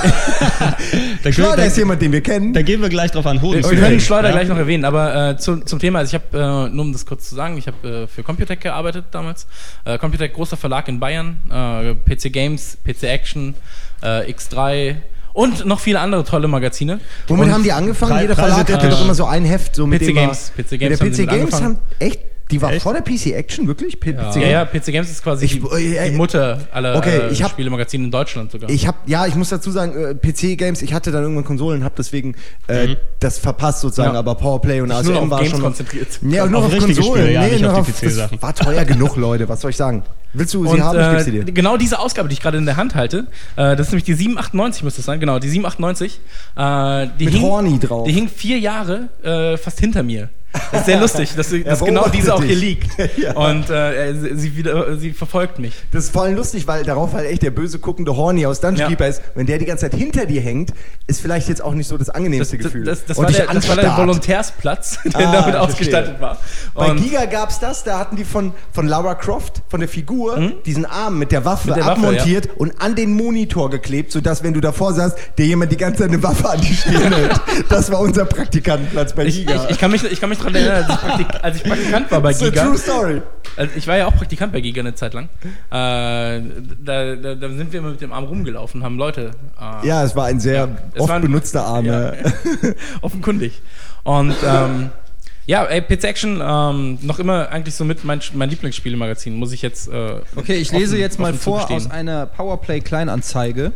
Da, Schleuder da, ist jemand, den wir kennen. da gehen wir gleich drauf an. Hoden Wir zu können bringen, Schleuder ja? gleich noch erwähnen, aber äh, zu, zum Thema, also ich habe, äh, nur um das kurz zu sagen, ich habe äh, für Computec gearbeitet damals. Äh, Computec, großer Verlag in Bayern, äh, P C Games, P C Action, äh, X drei und noch viele andere tolle Magazine. Womit und haben die angefangen? Pre- Jeder Verlag hatte Preise- doch immer so ein Heft. So mit P C dem Games. war- P C mit Games der haben P C sie mit Games haben angefangen. echt, die war Echt? vor der P C Action, wirklich? P- Ja, PC ja, ja, P C Games ist quasi Ich- die, äh, die Mutter aller okay, äh, ich hab- Spielemagazine in Deutschland sogar. Ich habe, ja, ich muss dazu sagen, äh, P C-Games, ich hatte dann irgendwann Konsolen, habe deswegen äh, das verpasst sozusagen, Ja. aber Powerplay und Dich A S nur M auf war Games schon... konzentriert. Nee, auch nur Auf auf, richtige Konsolen. Spiele, ja, nee, nicht nur auf auf die das P C-Sachen. war teuer genug, Leute, was soll ich sagen? Willst du sie Und haben? Ich gebe äh, sie dir. genau diese Ausgabe, die ich gerade in der Hand halte, äh, das ist nämlich die sieben achtundneunzig, müsste es sein, genau, die sieben achtundneunzig. Äh, die Mit hing, Horny drauf. Die hing vier Jahre äh, fast hinter mir. Das ist sehr lustig, dass, dass genau beobachtet diese auch hier dich. liegt. Ja. Und äh, sie, sie, wieder, sie verfolgt mich. Das ist vor allem lustig, weil darauf halt echt der böse guckende Horny aus Dungeon Ja. Keeper ist. Wenn der die ganze Zeit hinter dir hängt, ist vielleicht jetzt auch nicht so das Das, angenehmste das, Gefühl. das, das, Und war dich der, das war der anstarrt. Volontärsplatz, der Ah, damit ich ausgestattet verstehe. war. Bei Und Giga gab's das, da hatten die von, von Lara Croft, von der Figur, diesen Arm mit der Waffe Mit der Waffe, abmontiert und an den Monitor geklebt, sodass, wenn du davor saßt, dir jemand die ganze Zeit eine Waffe an die Stirn hält. Das war unser Praktikantenplatz bei ich, Giga. ich, ich kann mich, ich kann mich daran erinnern, als ich, Praktik, als ich Praktikant war bei That's a Giga. true story. Also ich war ja auch Praktikant bei Giga eine Zeit lang. Äh, da, da, da sind wir immer mit dem Arm rumgelaufen, haben Leute. Äh, Ja, es war ein sehr es oft war ein- benutzter Arm. Ja, Ja. offenkundig. Und ähm, ja, ey, P C Action, ähm, noch immer eigentlich so mit mein, mein Lieblingsspielemagazin, muss ich jetzt. Äh, Okay, ich lese offen- jetzt mal offen vor zugestehen. aus einer Powerplay-Kleinanzeige.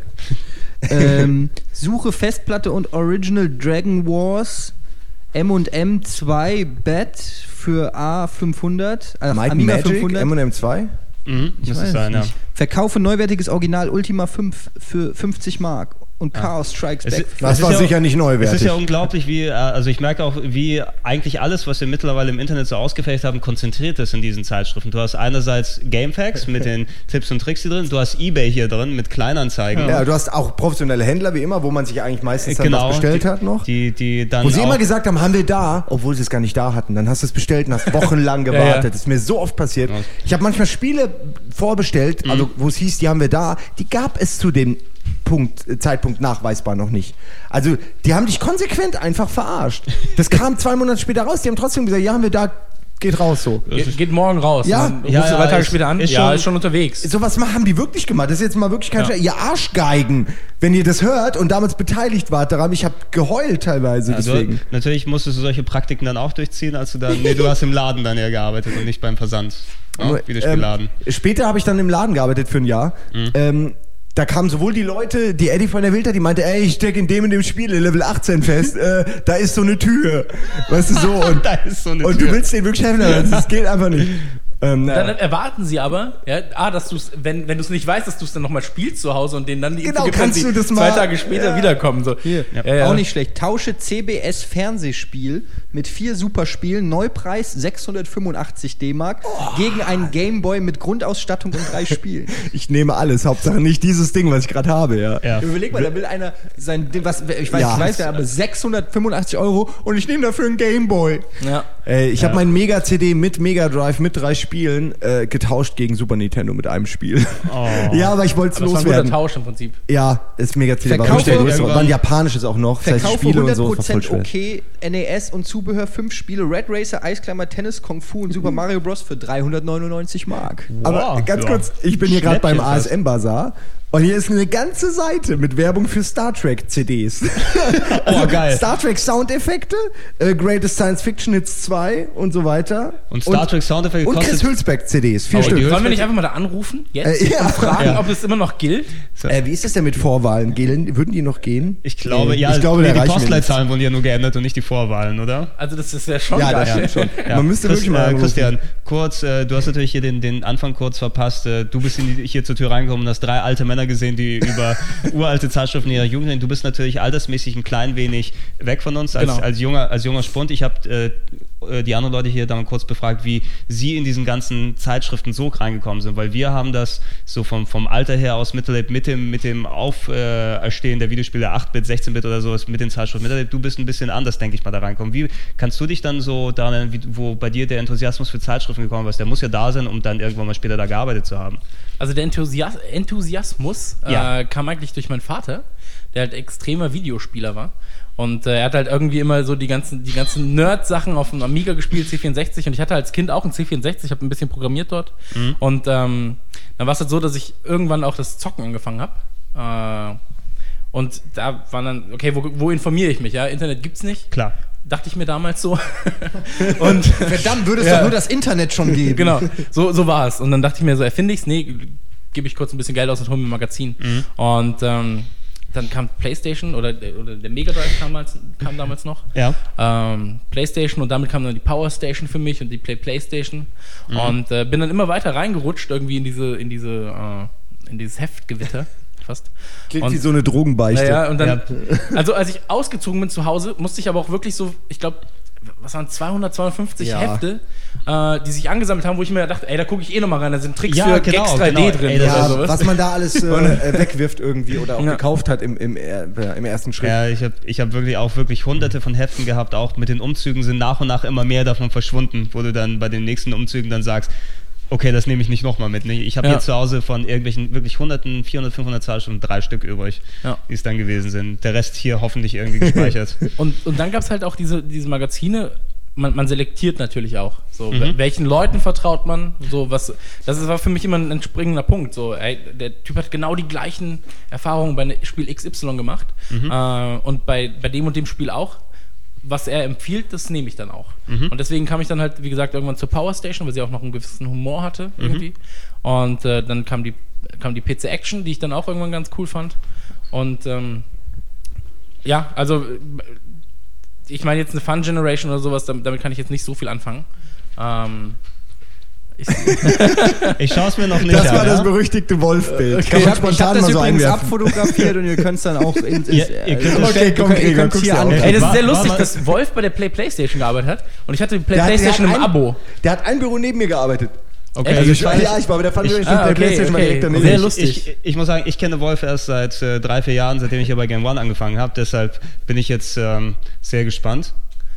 ähm, suche Festplatte und Original Dragon Wars M und M zwei Bat für A fünfhundert, also Might Amiga Magic, fünfhundert. M und M zwei? Mhm, Ich muss weiß es sein, ja. nicht. Verkaufe neuwertiges Original Ultima fünf für fünfzig Mark und Chaos Strikes Es Back. ist- Das Es war ist ja sicher auch- nicht Es neuwertig. ist ja unglaublich, wie, äh, also ich merke auch, wie eigentlich alles, was wir mittlerweile im Internet so ausgefecht haben, konzentriert ist in diesen Zeitschriften. Du hast einerseits Gamefacts mit den Tipps und Tricks hier drin, du hast eBay hier drin mit Kleinanzeigen. Ja, du hast auch professionelle Händler wie immer, wo man sich eigentlich meistens dann Genau, was bestellt die, hat noch. Die, die dann Wo sie auch, immer gesagt haben, haben wir da, obwohl sie es gar nicht da hatten. Dann hast du es bestellt und hast wochenlang ja. gewartet. Das ist mir so oft passiert. Ja. Ich habe manchmal Spiele vorbestellt, also wo es hieß, die haben wir da, die gab es zu dem Punkt, äh, Zeitpunkt nachweisbar noch nicht. Also die haben dich konsequent einfach verarscht. Das kam zwei Monate später raus, die haben trotzdem gesagt, ja, haben wir da, geht raus so. Geht, geht morgen raus. Ja. Und dann Ja, rufst du ja, drei Tage ist- später an. ist ja, schon- ist schon unterwegs. Sowas ma- haben die wirklich gemacht. Das ist jetzt mal wirklich kein Ja. Scherz. Ihr Arschgeigen, wenn ihr das hört und damals beteiligt wart daran. Ich habe geheult teilweise also, deswegen. natürlich musstest du solche Praktiken dann auch durchziehen, als du dann, nee, du hast im Laden dann ja gearbeitet und nicht beim Versand. Ja, Nur, Videospielladen. Ähm, später habe ich dann im Laden gearbeitet für ein Jahr. Ähm, da kamen sowohl die Leute, die Eddie von der Wilter, die meinte, ey, ich stecke in dem in dem Spiel in Level achtzehn fest, äh, da ist so eine Tür. Weißt du, so. Und, Da ist so eine und Tür. du willst den wirklich helfen, aber das geht einfach nicht. Ähm, Dann naja. erwarten sie aber, ja, A, dass du es, wenn, wenn du es nicht weißt, dass du es dann nochmal spielst zu Hause und denen dann die Genau, gibst, kannst die du das zwei mal- Tage später ja. wiederkommen. So. Hier, Ja, ja. auch nicht schlecht. Tausche C B S Fernsehspiel mit vier Superspielen, Neupreis sechshundertfünfundachtzig D-Mark gegen einen Gameboy mit Grundausstattung und drei Spielen. Ich nehme alles, Hauptsache nicht dieses Ding, was ich gerade habe, ja. Ja. Überleg mal, da will einer sein Ding, was ich weiß, Ja. ich weiß ja, aber sechshundertfünfundachtzig Euro und ich nehme dafür einen Gameboy. Ja. Äh, ich Ja. habe meinen Mega-C D mit Mega Drive mit drei Spielen äh, getauscht gegen Super Nintendo mit einem Spiel. Oh. Ja, aber ich wollte es Aber das war ein guter loswerden. Tausch im Prinzip. Ja, das Mega-C D war Verkaufe richtig größer. irgendwann- War ein japanisches auch noch. Das heißt, Verkaufe Spiele und hundert so, das war voll Prozent schwer. okay, N E S und Zubehör, fünf Spiele, Red Racer, Eisklammer, Tennis, Kung Fu und Super Mario Bros. Für dreihundertneunundneunzig Mark. Aber Wow, ganz ja. kurz, ich bin hier gerade beim Schnäppchen A S fast. M-Bazar und hier ist eine ganze Seite mit Werbung für Star Trek-C Ds. Oh, geil. Star Trek Soundeffekte, äh, Greatest Science Fiction Hits zwei und so weiter. Und Star Trek Soundeffekte Und kostet- Chris Hülsbeck-C Ds, vier Oh, Stück. die Sollen wir nicht einfach mal da anrufen? Jetzt? Äh, ja. Und fragen, Ja. ob es immer noch gilt? Äh, wie ist das denn mit Vorwahlen? Gehen, würden die noch gehen? Ich glaube, Nee. ja, ich glaube, nee, der die reicht mir Postleitzahlen wurden ja nur geändert und nicht die Vorwahlen, oder? Also das ist ja schon Ja, das geil. stimmt schon. Ja. Man müsste Chris, wirklich mal äh, anrufen. Christian, kurz, äh, du hast natürlich hier den, den Anfang kurz verpasst. Äh, du bist in die, hier zur Tür reingekommen und hast drei alte Männer gesehen, die über uralte Zeitschriften ihrer Jugend reden. Du bist natürlich altersmäßig ein klein wenig weg von uns als, Genau. als, junger, als junger Spund. Ich habe äh, die anderen Leute hier dann kurz befragt, wie sie in diesen ganzen Zeitschriften so reingekommen sind, weil wir haben das so vom, vom Alter her aus miterlebt, mit dem, mit dem Auferstehen der Videospiele acht Bit, sechzehn Bit oder so, mit den Zeitschriften miterlebt. Du bist ein bisschen anders, denke ich mal, da reinkommen. Wie kannst du dich dann so daran erinnern, wie, wo bei dir der Enthusiasmus für Zeitschriften gekommen ist? Der muss ja da sein, um dann irgendwann mal später da gearbeitet zu haben. Also der Enthusias Enthusiasmus Ja. äh, kam eigentlich durch meinen Vater, der halt extremer Videospieler war. Und äh, er hat halt irgendwie immer so die ganzen, die ganzen Nerd-Sachen auf dem Amiga gespielt, C vierundsechzig. Und ich hatte als Kind auch einen C vierundsechzig, ich habe ein bisschen programmiert dort. Mhm. Und ähm, dann war es halt so, dass ich irgendwann auch das Zocken angefangen habe. Äh, und da war dann, okay, wo, wo informiere ich mich? Ja, Internet gibt's nicht. Klar. Dachte ich mir damals so. Und Verdammt, würde es Ja. doch nur das Internet schon geben. genau, so, so war es. Und dann dachte ich mir so, erfinde ich's? Nee, gebe ich kurz ein bisschen Geld aus und hole mir ein Magazin. Mhm. Und ähm, dann kam PlayStation oder, oder der Mega Drive kam, als, kam damals noch. Ja. Ähm, PlayStation und damit kam dann die Power Station für mich und die Play PlayStation. Mhm. Und äh, bin dann immer weiter reingerutscht irgendwie in diese, in diese, äh, in dieses Heftgewitter. Fast. Klingt Und- wie so eine Drogenbeichte. Naja, und dann, Ja. also als ich ausgezogen bin zu Hause, musste ich aber auch wirklich so, ich glaube, was waren zweihundert, zweihundertfünfzig Ja. Hefte, äh, die sich angesammelt haben, wo ich mir dachte, ey, da gucke ich eh nochmal rein, da sind Tricks Ja, für genau, Gex drei D genau. drin Ey, das oder Ja, sowas. was man da alles äh, äh, wegwirft irgendwie oder auch Ja. gekauft hat im, im, äh, im ersten Schritt. Ja, ich habe ich hab wirklich auch wirklich hunderte von Heften gehabt, auch mit den Umzügen sind nach und nach immer mehr davon verschwunden, wo du dann bei den nächsten Umzügen dann sagst, okay, das nehme ich nicht nochmal mit. Ich habe Ja. hier zu Hause von irgendwelchen wirklich hunderten, vierhundert, fünfhundert Zeitschriften drei Stück übrig, Ja. die es dann gewesen sind. Der Rest hier hoffentlich irgendwie gespeichert. Und, und dann gab es halt auch diese, diese Magazine, man, man selektiert natürlich auch. So, Mhm. wel- welchen Leuten vertraut man? So, was, das ist- war für mich immer ein entspringender Punkt. So, ey, der Typ hat genau die gleichen Erfahrungen bei ne- Spiel X Y gemacht Mhm. äh, und bei, bei dem und dem Spiel auch. Was er empfiehlt, das nehme ich dann auch. Mhm. Und deswegen kam ich dann halt, wie gesagt, irgendwann zur Power Station, weil sie auch noch einen gewissen Humor hatte irgendwie. Und äh, dann kam die, kam die P C Action, die ich dann auch irgendwann ganz cool fand. Und ähm, ja, also ich meine jetzt eine Fun Generation oder sowas, damit, damit kann ich jetzt nicht so viel anfangen. Ähm, ich, Ich schaue es mir noch nicht Das an. war das ja? berüchtigte Wolf-Bild. Ich Kann man habe hab spontan das mal so übrigens einwerfen. abfotografiert und ihr könnt es dann auch in, ins, Ihr- ihr könnt äh, es- Okay, komm, ihr könnt- ihr Gregor, könnt guck's hier dir an. angucken. ey, das ist War- sehr war lustig, mal- dass Wolf bei der Play PlayStation gearbeitet hat und ich hatte die Play Der hat- der PlayStation hat im ein- Abo. Der hat ein Büro neben mir gearbeitet. Okay, Also ich, ich weiß- ja, ich war bei der Fun ich- Generation ah, der okay, PlayStation mal okay. direkt daneben. Sehr Ich, lustig. ich, ich muss sagen, ich kenne Wolf erst seit äh, drei, vier Jahren, seitdem ich hier bei Game One angefangen habe. Deshalb bin ich jetzt ähm, sehr gespannt.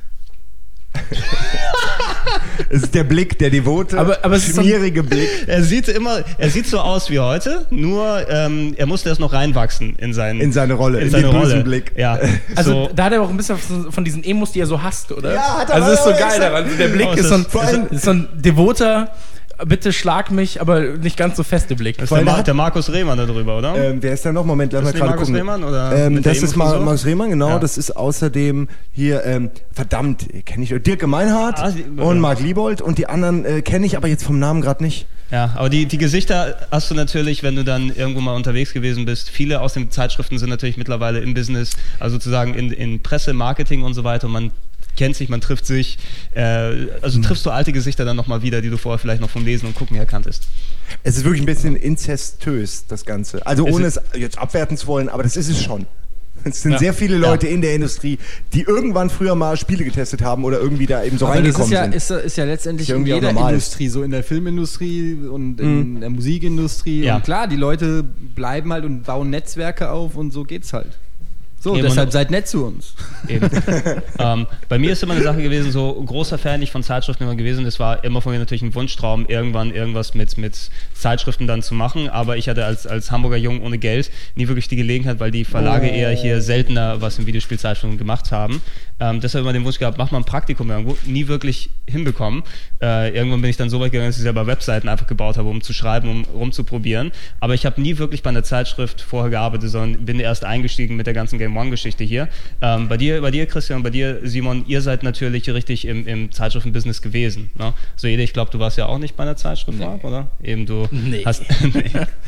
Es ist der Blick, der devote, Aber- aber es ist so ein- schmierige Blick. Er sieht immer, er sieht so aus wie heute, nur ähm, er musste erst noch reinwachsen in seinen In seine Rolle, in in seine den bösen Rolle. Blick. Ja, Also so, da hat er auch ein bisschen von- von diesen Emos, die er so hasst, oder? Ja, hat er Also das ist so aber geil exakt. daran. Der Blick Oh, ist, ist so ein, das- vor allem- ist so ein devoter, bitte schlag mich, aber nicht ganz so feste Blick. das ist Weil der, der Mar hat- der Markus Rehmann da drüber, oder? Ähm, wer ist da noch? Moment, lass Ist mal das gerade Markus gucken. Rehmann oder Ähm, mit der das ist Emo-Frisur? Ma Markus Rehmann, genau. Ja. Das ist außerdem hier, ähm, verdammt, kenne ich Dirk Gemeinhardt Ah, die- und Marc Liebold und die anderen äh, kenne ich aber jetzt vom Namen gerade nicht. Ja, aber die, die Gesichter hast du natürlich, wenn du dann irgendwo mal unterwegs gewesen bist. Viele aus den Zeitschriften sind natürlich mittlerweile im Business, also sozusagen in, in Presse, Marketing und so weiter. Und man kennt sich, man trifft sich. Äh, also triffst du alte Gesichter dann nochmal wieder, die du vorher vielleicht noch vom Lesen und Gucken her kanntest. Es ist wirklich ein bisschen inzestös, das Ganze. Also Ist ohne es- es jetzt abwerten zu wollen, aber das ist es schon. Es sind Ja. sehr viele Leute in der Industrie, die irgendwann früher mal Spiele getestet haben oder irgendwie da eben so Aber das ist reingekommen ja, sind. ist, ist ja letztendlich Ist in irgendwie auch jeder normal. Industrie, so in der Filmindustrie und in der Musikindustrie. Ja. Und klar, die Leute bleiben halt und bauen Netzwerke auf und so geht's halt. So, Eben deshalb und- seid nett zu uns. Eben. ähm, bei mir ist immer eine Sache gewesen, so großer Fan ich von Zeitschriften immer gewesen. Das war immer von mir natürlich ein Wunschtraum, irgendwann irgendwas mit, mit Zeitschriften dann zu machen. Aber ich hatte als, als Hamburger Jung ohne Geld nie wirklich die Gelegenheit, weil die Verlage Oh. eher hier seltener was in Videospielzeitschriften gemacht haben. Ähm, deshalb immer den Wunsch gehabt, mach mal ein Praktikum irgendwo. Nie wirklich hinbekommen. Äh, irgendwann bin ich dann so weit gegangen, dass ich selber Webseiten einfach gebaut habe, um zu schreiben, um rumzuprobieren. Aber ich habe nie wirklich bei einer Zeitschrift vorher gearbeitet, sondern bin erst eingestiegen mit der ganzen Game One-Geschichte hier. Ähm, bei dir, bei dir, Christian, bei dir, Simon, ihr seid natürlich richtig im, im Zeitschriften-Business gewesen. Ne? So, Ede, ich glaube, du warst ja auch nicht bei einer Zeitschrift, Nee. Marc, oder? Eben, du Nee. hast. Nee.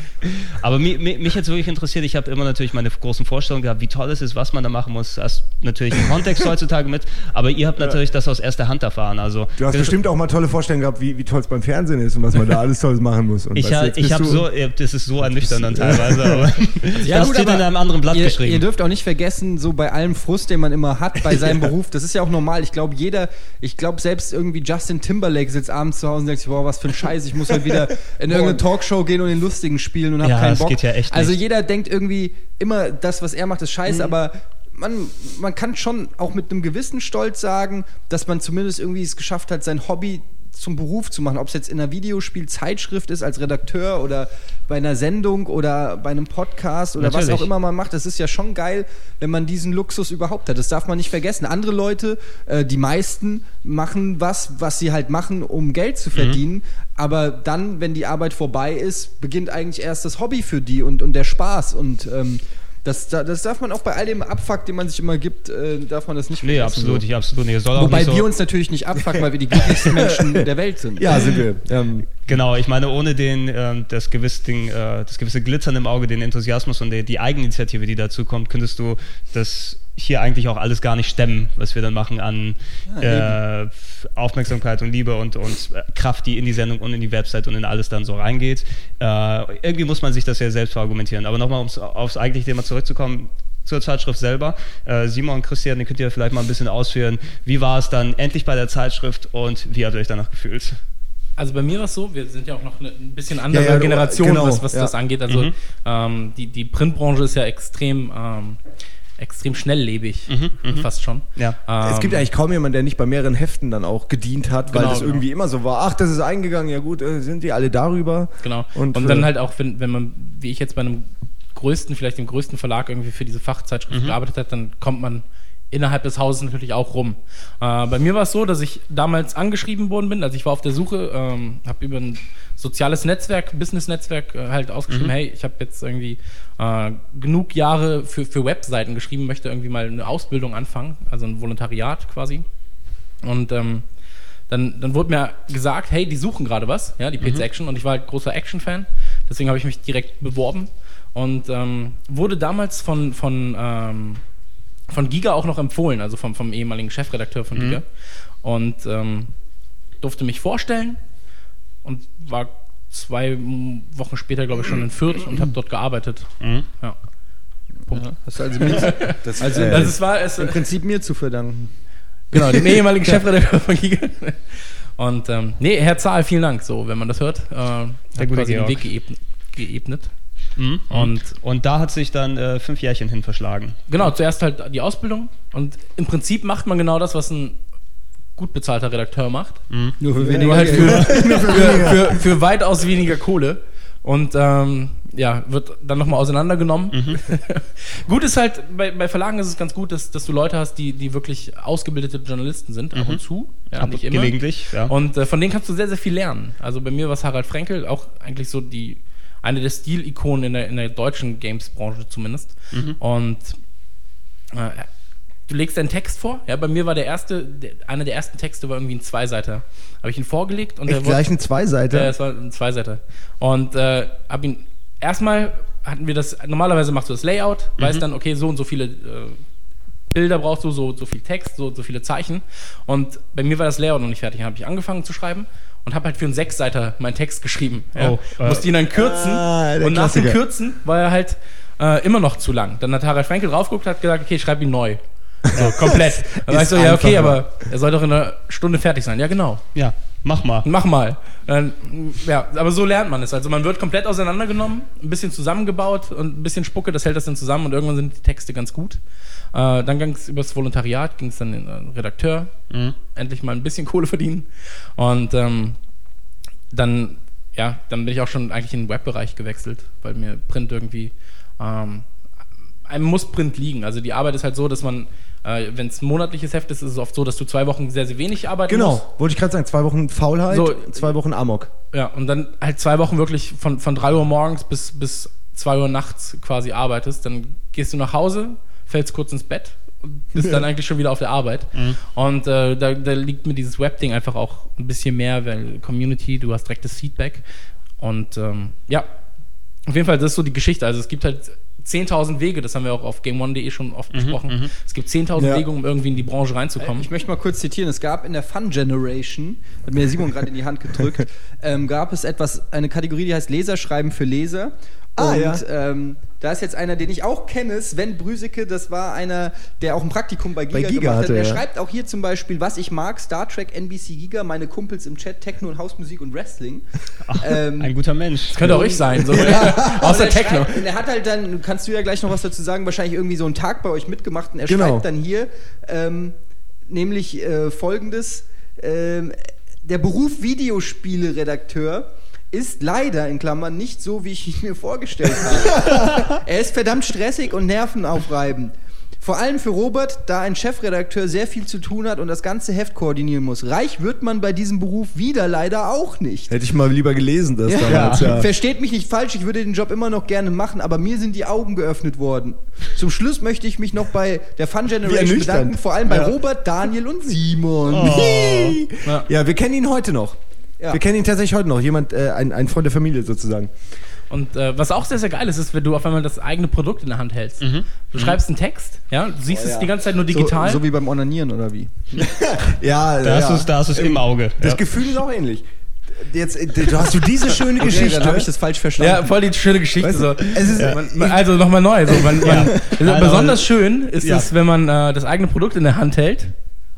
Aber mi, mi, mich jetzt wirklich interessiert, ich habe immer natürlich meine großen Vorstellungen gehabt, wie toll es ist, was man da machen muss. Hast natürlich einen Kontext heutzutage mit, aber ihr habt natürlich das aus erster Hand erfahren. Also, Du hast das, bestimmt auch mal tolle Vorstellungen gehabt, wie, wie toll es beim Fernsehen ist und was man da alles Tolles machen muss. Und Ich, weißt du, ha, jetzt ich bist habe du- so, ja, das ist so ernüchternd dann teilweise, aber Ja, das gut, steht aber in einem anderen Blatt ihr, geschrieben. Ihr dürft auch nicht vergessen, so bei allem Frust, den man immer hat bei seinem Beruf, das ist ja auch normal. Ich glaube, jeder, ich glaube, selbst irgendwie Justin Timberlake sitzt abends zu Hause und denkt sich, boah, was für ein Scheiß, ich muss halt wieder in irgendeine Talkshow gehen und den Lustigen spielen und hab Ja, keinen das Bock. geht ja echt also nicht. jeder denkt irgendwie immer, das, was er macht, ist scheiße, aber man, man kann schon auch mit einem gewissen Stolz sagen, dass man zumindest irgendwie es geschafft hat, sein Hobby zum Beruf zu machen, ob es jetzt in einer Videospielzeitschrift ist als Redakteur oder bei einer Sendung oder bei einem Podcast oder was Natürlich. auch immer man macht. Das ist ja schon geil, wenn man diesen Luxus überhaupt hat. Das darf man nicht vergessen. Andere Leute, äh, die meisten, machen was, was sie halt machen, um Geld zu verdienen. Aber dann, wenn die Arbeit vorbei ist, beginnt eigentlich erst das Hobby für die und, und der Spaß. Und ähm, das, das darf man auch bei all dem Abfuck, den man sich immer gibt, äh, darf man das nicht Nee, vergessen. absolut, so. ich absolut nicht. Es soll auch Wobei nicht so, wir uns natürlich nicht abfucken, weil wir die glücklichsten Menschen der Welt sind. Ja, sind wir. Ähm, Genau, ich meine, ohne den, ähm, das, gewisse Ding, äh, das gewisse Glitzern im Auge, den Enthusiasmus und die, die Eigeninitiative, die dazu kommt, könntest du das hier eigentlich auch alles gar nicht stemmen, was wir dann machen an äh, Aufmerksamkeit und Liebe und, und äh, Kraft, die in die Sendung und in die Website und in alles dann so reingeht. Äh, irgendwie muss man sich das ja selbst verargumentieren. Aber nochmal, um aufs eigentliche Thema zurückzukommen, zur Zeitschrift selber. Äh, Simon und Christian, den könnt ihr vielleicht mal ein bisschen ausführen. Wie war es dann endlich bei der Zeitschrift und wie habt ihr euch danach gefühlt? Also bei mir war es so, wir sind ja auch noch eine ein bisschen andere Ja, ja, Generation, genau, was, was ja. das angeht. Also Mhm. ähm, die, die Printbranche ist ja extrem, ähm, extrem schnelllebig, Mhm, fast schon. Ja. Ähm, es gibt eigentlich kaum jemanden, der nicht bei mehreren Heften dann auch gedient hat, weil Genau, das genau. irgendwie immer so war. Ach, das ist eingegangen, ja gut, äh, sind die alle darüber? Genau. Und, Und, äh, dann halt auch, wenn, wenn man, wie ich jetzt bei einem größten, vielleicht dem größten Verlag irgendwie für diese Fachzeitschrift Mhm. gearbeitet hat, dann kommt man innerhalb des Hauses natürlich auch rum. Äh, bei mir war es so, dass ich damals angeschrieben worden bin, also ich war auf der Suche, ähm, habe über ein soziales Netzwerk, Business-Netzwerk äh, halt ausgeschrieben, Mhm. hey, ich habe jetzt irgendwie äh, genug Jahre für, für Webseiten geschrieben, möchte irgendwie mal eine Ausbildung anfangen, also ein Volontariat quasi. Und ähm, dann, dann wurde mir gesagt, hey, die suchen gerade was, ja, die P C Action, und ich war halt großer Action-Fan, deswegen habe ich mich direkt beworben und ähm, wurde damals von, von, ähm, von Giga auch noch empfohlen, also vom, vom ehemaligen Chefredakteur von Giga, und ähm, durfte mich vorstellen und war zwei Wochen später, glaube ich, schon in Fürth und habe dort gearbeitet. Mhm. Ja. Punkt. Hast du also, mir, das, also äh, Also es war es, im Prinzip mir zu verdanken. genau, dem ehemaligen Chefredakteur von Giga. Und ähm, nee, Herr Zahl, vielen Dank, so, wenn man das hört. Äh, hat gute quasi den Georg. Weg geebnet. geebnet. Mhm. Und Und da hat sich dann äh, fünf Jährchen hin verschlagen. genau, zuerst halt die Ausbildung und im Prinzip macht man genau das, was ein gut bezahlter Redakteur macht. Nur für Nur halt für, für, für, für weitaus weniger Kohle. Und ähm, ja, wird dann nochmal auseinandergenommen. Mhm. Gut ist halt, bei, bei Verlagen ist es ganz gut, dass, dass du Leute hast, die, die wirklich ausgebildete Journalisten sind, ab und zu. Ja, Ab- nicht immer. gelegentlich, ja. Und äh, von denen kannst du sehr, sehr viel lernen. Also bei mir war es Harald Frenkel, auch eigentlich so die eine der Stilikonen in der, in der deutschen Games-Branche zumindest. Mhm. Und äh, du legst deinen Text vor. Ja, bei mir war der erste, der, einer der ersten Texte war irgendwie ein Zweiseiter. Habe ich ihn vorgelegt und echt der wurde, gleich ein Zweiseiter. ja, es war ein Zweiseiter. Und äh, hab ihn erstmal hatten wir das, normalerweise machst du das Layout, Mhm. weißt dann, okay, so und so viele äh, Bilder brauchst du, so, so viel Text, so und so viele Zeichen. Und bei mir war das Layout noch nicht fertig. Dann habe ich angefangen zu schreiben und habe halt für einen Sechsseiter meinen Text geschrieben. Ja. Oh, äh. Musste ihn dann kürzen. Ah, der und nach dem Klassiker. Kürzen war er halt äh, immer noch zu lang. Dann hat Harald Frenkel draufgeguckt und hat gesagt, okay, schreib ihn neu. So, komplett. Dann war ich Ist so, ja, okay, einfacher. aber er soll doch in einer Stunde fertig sein. Ja, genau. Ja. Mach mal. Mach mal. Dann, ja, aber so lernt man es. Also man wird komplett auseinandergenommen, ein bisschen zusammengebaut und ein bisschen Spucke, das hält das dann zusammen und irgendwann sind die Texte ganz gut. Äh, dann ging es über das Volontariat, ging es dann in den Redakteur, mhm. endlich mal ein bisschen Kohle verdienen. Und ähm, dann, ja, dann bin ich auch schon eigentlich in den Webbereich gewechselt, weil mir Print irgendwie, ähm, einem muss Print liegen. Also die Arbeit ist halt so, dass man wenn es ein monatliches Heft ist, ist es oft so, dass du zwei Wochen sehr, sehr wenig arbeiten genau, musst. Genau, wollte ich gerade sagen, zwei Wochen Faulheit, so, zwei Wochen Amok. Ja, und dann halt zwei Wochen wirklich von, von drei Uhr morgens bis, bis zwei Uhr nachts quasi arbeitest. Dann gehst du nach Hause, fällst kurz ins Bett und bist ja. dann eigentlich schon wieder auf der Arbeit. Mhm. Und äh, da, da liegt mir dieses Web-Ding einfach auch ein bisschen mehr, weil Community, du hast direktes Feedback. Und ähm, ja, auf jeden Fall, das ist so die Geschichte. Also es gibt halt zehntausend Wege, das haben wir auch auf game one punkt de schon oft mhm, besprochen. Mhm. Es gibt zehntausend ja. Wege, um irgendwie in die Branche reinzukommen. Ich möchte mal kurz zitieren. Es gab in der Fun Generation, hat mir der Simon gerade in die Hand gedrückt, ähm, gab es etwas, eine Kategorie, die heißt Leserschreiben für Leser. Ah, und ja. ähm, da ist jetzt einer, den ich auch kenne, Sven Brüseke, das war einer, der auch ein Praktikum bei Giga, bei Giga gemacht hat. Der ja. schreibt auch hier zum Beispiel, was ich mag, Star Trek, N B C Giga, meine Kumpels im Chat, Techno und Hausmusik und Wrestling. Ach, ähm, ein guter Mensch. Das könnte auch ich sein. So. Ja. Außer Techno. Schreibt, und er hat halt dann, kannst du ja gleich noch was dazu sagen, wahrscheinlich irgendwie so einen Tag bei euch mitgemacht und er genau. schreibt dann hier, ähm, nämlich äh, folgendes, ähm, der Beruf Videospiele-Redakteur ist leider, in Klammern, nicht so, wie ich ihn mir vorgestellt habe. Er ist verdammt stressig und nervenaufreibend. Vor allem für Robert, da ein Chefredakteur sehr viel zu tun hat und das ganze Heft koordinieren muss. Reich wird man bei diesem Beruf wieder leider auch nicht. Hätte ich mal lieber gelesen, das ja. damals, ja. Versteht mich nicht falsch, ich würde den Job immer noch gerne machen, aber mir sind die Augen geöffnet worden. Zum Schluss möchte ich mich noch bei der Fun Generation bedanken, vor allem bei ja. Robert, Daniel und Simon. Oh. ja. ja, wir kennen ihn heute noch. Ja. Wir kennen ihn tatsächlich heute noch. Jemand, äh, ein, ein Freund der Familie sozusagen. Und äh, was auch sehr, sehr geil ist, ist, wenn du auf einmal das eigene Produkt in der Hand hältst. Mhm. Du mhm. schreibst einen Text, ja, du siehst oh, ja. es die ganze Zeit nur digital. So, so wie beim Onanieren, oder wie? ja, da ja. hast du es im Auge. Das ja. Gefühl ist auch ähnlich. Jetzt, du hast du diese schöne okay, Geschichte. Dann habe ich das falsch verstanden. Ja, voll die schöne Geschichte. Weißt du, so. es ist, ja. man, also nochmal neu. So, man, man, ja. Besonders schön ist es, ja. wenn man äh, das eigene Produkt in der Hand hält.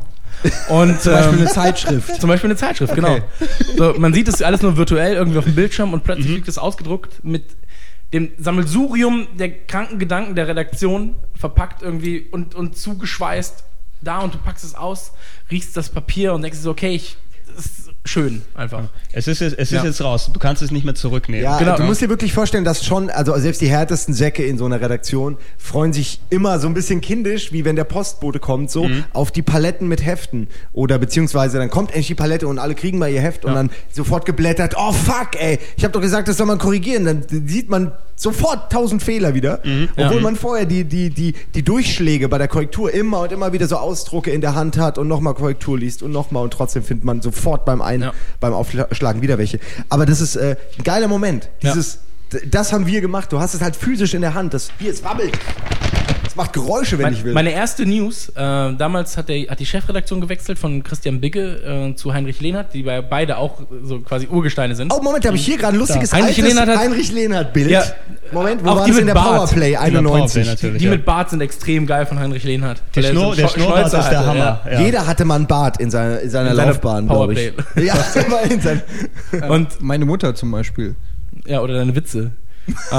Und, zum Beispiel ähm, eine Zeitschrift. Zum Beispiel eine Zeitschrift, okay. genau. So, man sieht das alles nur virtuell irgendwie auf dem Bildschirm und plötzlich mhm. liegt das ausgedruckt mit dem Sammelsurium der kranken Gedanken der Redaktion verpackt irgendwie und, und zugeschweißt da und du packst es aus, riechst das Papier und denkst so, okay, ich, das ist schön einfach. Es ist, jetzt, es ist ja. jetzt raus, du kannst es nicht mehr zurücknehmen. Ja, genau. Du musst dir wirklich vorstellen, dass schon, also selbst die härtesten Säcke in so einer Redaktion freuen sich immer so ein bisschen kindisch, wie wenn der Postbote kommt, so mhm. auf die Paletten mit Heften. Oder beziehungsweise dann kommt endlich die Palette und alle kriegen mal ihr Heft ja. und dann sofort geblättert, oh fuck ey, ich hab doch gesagt, das soll man korrigieren. Dann sieht man sofort tausend Fehler wieder, mhm. obwohl ja. man vorher die, die, die, die Durchschläge bei der Korrektur immer und immer wieder so Ausdrucke in der Hand hat und nochmal Korrektur liest und nochmal und trotzdem findet man sofort beim Ein ja. beim Aufschlagen wieder welche. Aber das ist äh, ein geiler Moment. Dieses, ja. d- das haben wir gemacht. Du hast es halt physisch in der Hand. Das Bier, es wabbelt. Es macht Geräusche, wenn mein, ich will. Meine erste News, äh, damals hat, der, hat die Chefredaktion gewechselt von Christian Bigge äh, zu Heinrich Lehnhardt, die beide auch so quasi Urgesteine sind. Oh, Moment, da habe ich hier gerade ein lustiges Heinrich Lehnhardt hat, Heinrich Lehnhardt-Bild. Ja, Moment, wo war das in der Bart. Powerplay einundneunzig? Die, die, die ja. mit Bart sind extrem geil von Heinrich Lehnhardt. Der, Schnur, so der Schnurrbart ist der Hammer. Ja. Ja. Jeder hatte mal einen Bart in seiner, in seiner in Laufbahn, glaube ich. Ja, in sein und meine Mutter zum Beispiel. Ja, oder deine Witze. äh,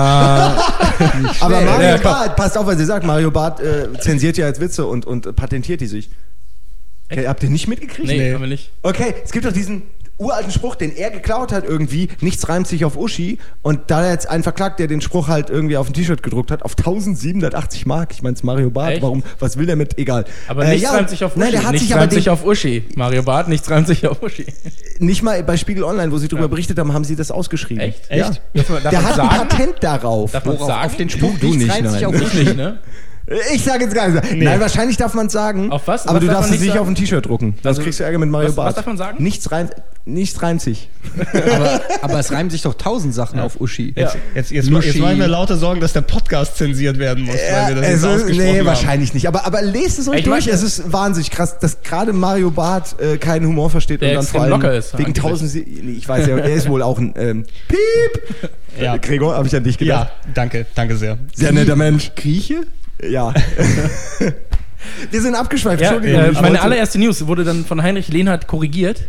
aber Mario ja, Barth, passt auf, was ihr sagt, Mario Barth äh, zensiert ja als Witze und, und patentiert die sich. Okay, habt ihr nicht mitgekriegt? Nee, nee, haben wir nicht. Okay, es gibt doch diesen uralten Spruch, den er geklaut hat irgendwie, nichts reimt sich auf Uschi, und da er jetzt einen verklagt, der den Spruch halt irgendwie auf ein T-Shirt gedruckt hat, auf tausendsiebenhundertachtzig Mark. Ich meine, es ist Mario Barth, Echt? Warum, was will der mit? Egal. Aber äh, nichts ja, reimt sich auf Uschi. Nein, der hat nichts sich reimt aber sich den, auf Uschi. Mario Barth, nichts reimt sich auf Uschi. Nicht mal bei Spiegel Online, wo sie darüber ja. berichtet haben, haben sie das ausgeschrieben. Echt? Ja. Echt? Darf man, darf der man hat sagen? ein Patent darauf. Darf man Worauf, sagen? Auf den Spruch, du nicht, reimt sich nein. auf Ich nicht, ne? Ich sage jetzt gar nicht. Nee. Nein, wahrscheinlich darf man es sagen. Auf was? Aber was du darfst es nicht sagen? auf ein T-Shirt drucken. Sonst also, kriegst du Ärger mit Mario was, Barth. Was darf man sagen? Nichts reimt, nichts reimt sich. aber, aber es reimen sich doch tausend Sachen ja. auf Uschi. Jetzt, ja. jetzt, jetzt, jetzt, jetzt mache ich mir lauter Sorgen, dass der Podcast zensiert werden muss. Ja, weil wir das also, nicht nee, haben. wahrscheinlich nicht. Aber, aber lest es euch durch. Es ist wahnsinnig krass, dass gerade Mario Barth äh, keinen Humor versteht. Der und dann vor allem locker ist. Wegen tausend... Ich weiß ja, er ist wohl auch ein... Ähm, Piep! Ja. Gregor, habe ich an dich gedacht. Ja, danke, danke sehr. Sehr netter Mensch. Grieche? Ja. Wir sind abgeschweift, Ja, Entschuldigung. äh, Ich meine wollte- allererste News wurde dann von Heinrich Lehnhardt korrigiert.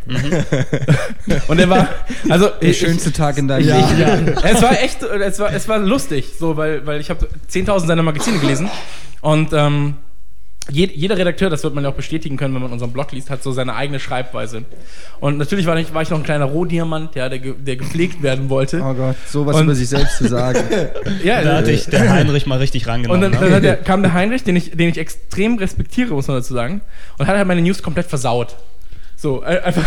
Und er war, also Der ich, schönste Tag in deinem Ja. Leben. ja, es war echt, es war, es war lustig, so, weil, weil ich habe zehntausend seiner Magazine gelesen und ähm, jed, jeder Redakteur, das wird man ja auch bestätigen können, wenn man unseren Blog liest, hat so seine eigene Schreibweise. Und natürlich war ich, war ich noch ein kleiner Rohdiamant, ja, der, ge- der gepflegt werden wollte. Oh Gott, sowas Und- über sich selbst zu sagen. Ja, Da äh, hatte ich der Heinrich mal richtig Und rangenommen. dann, ne? dann hat der, kam der Heinrich, den ich, den ich extrem respektiere, muss man dazu sagen, und hat halt meine News komplett versaut. So, äh, einfach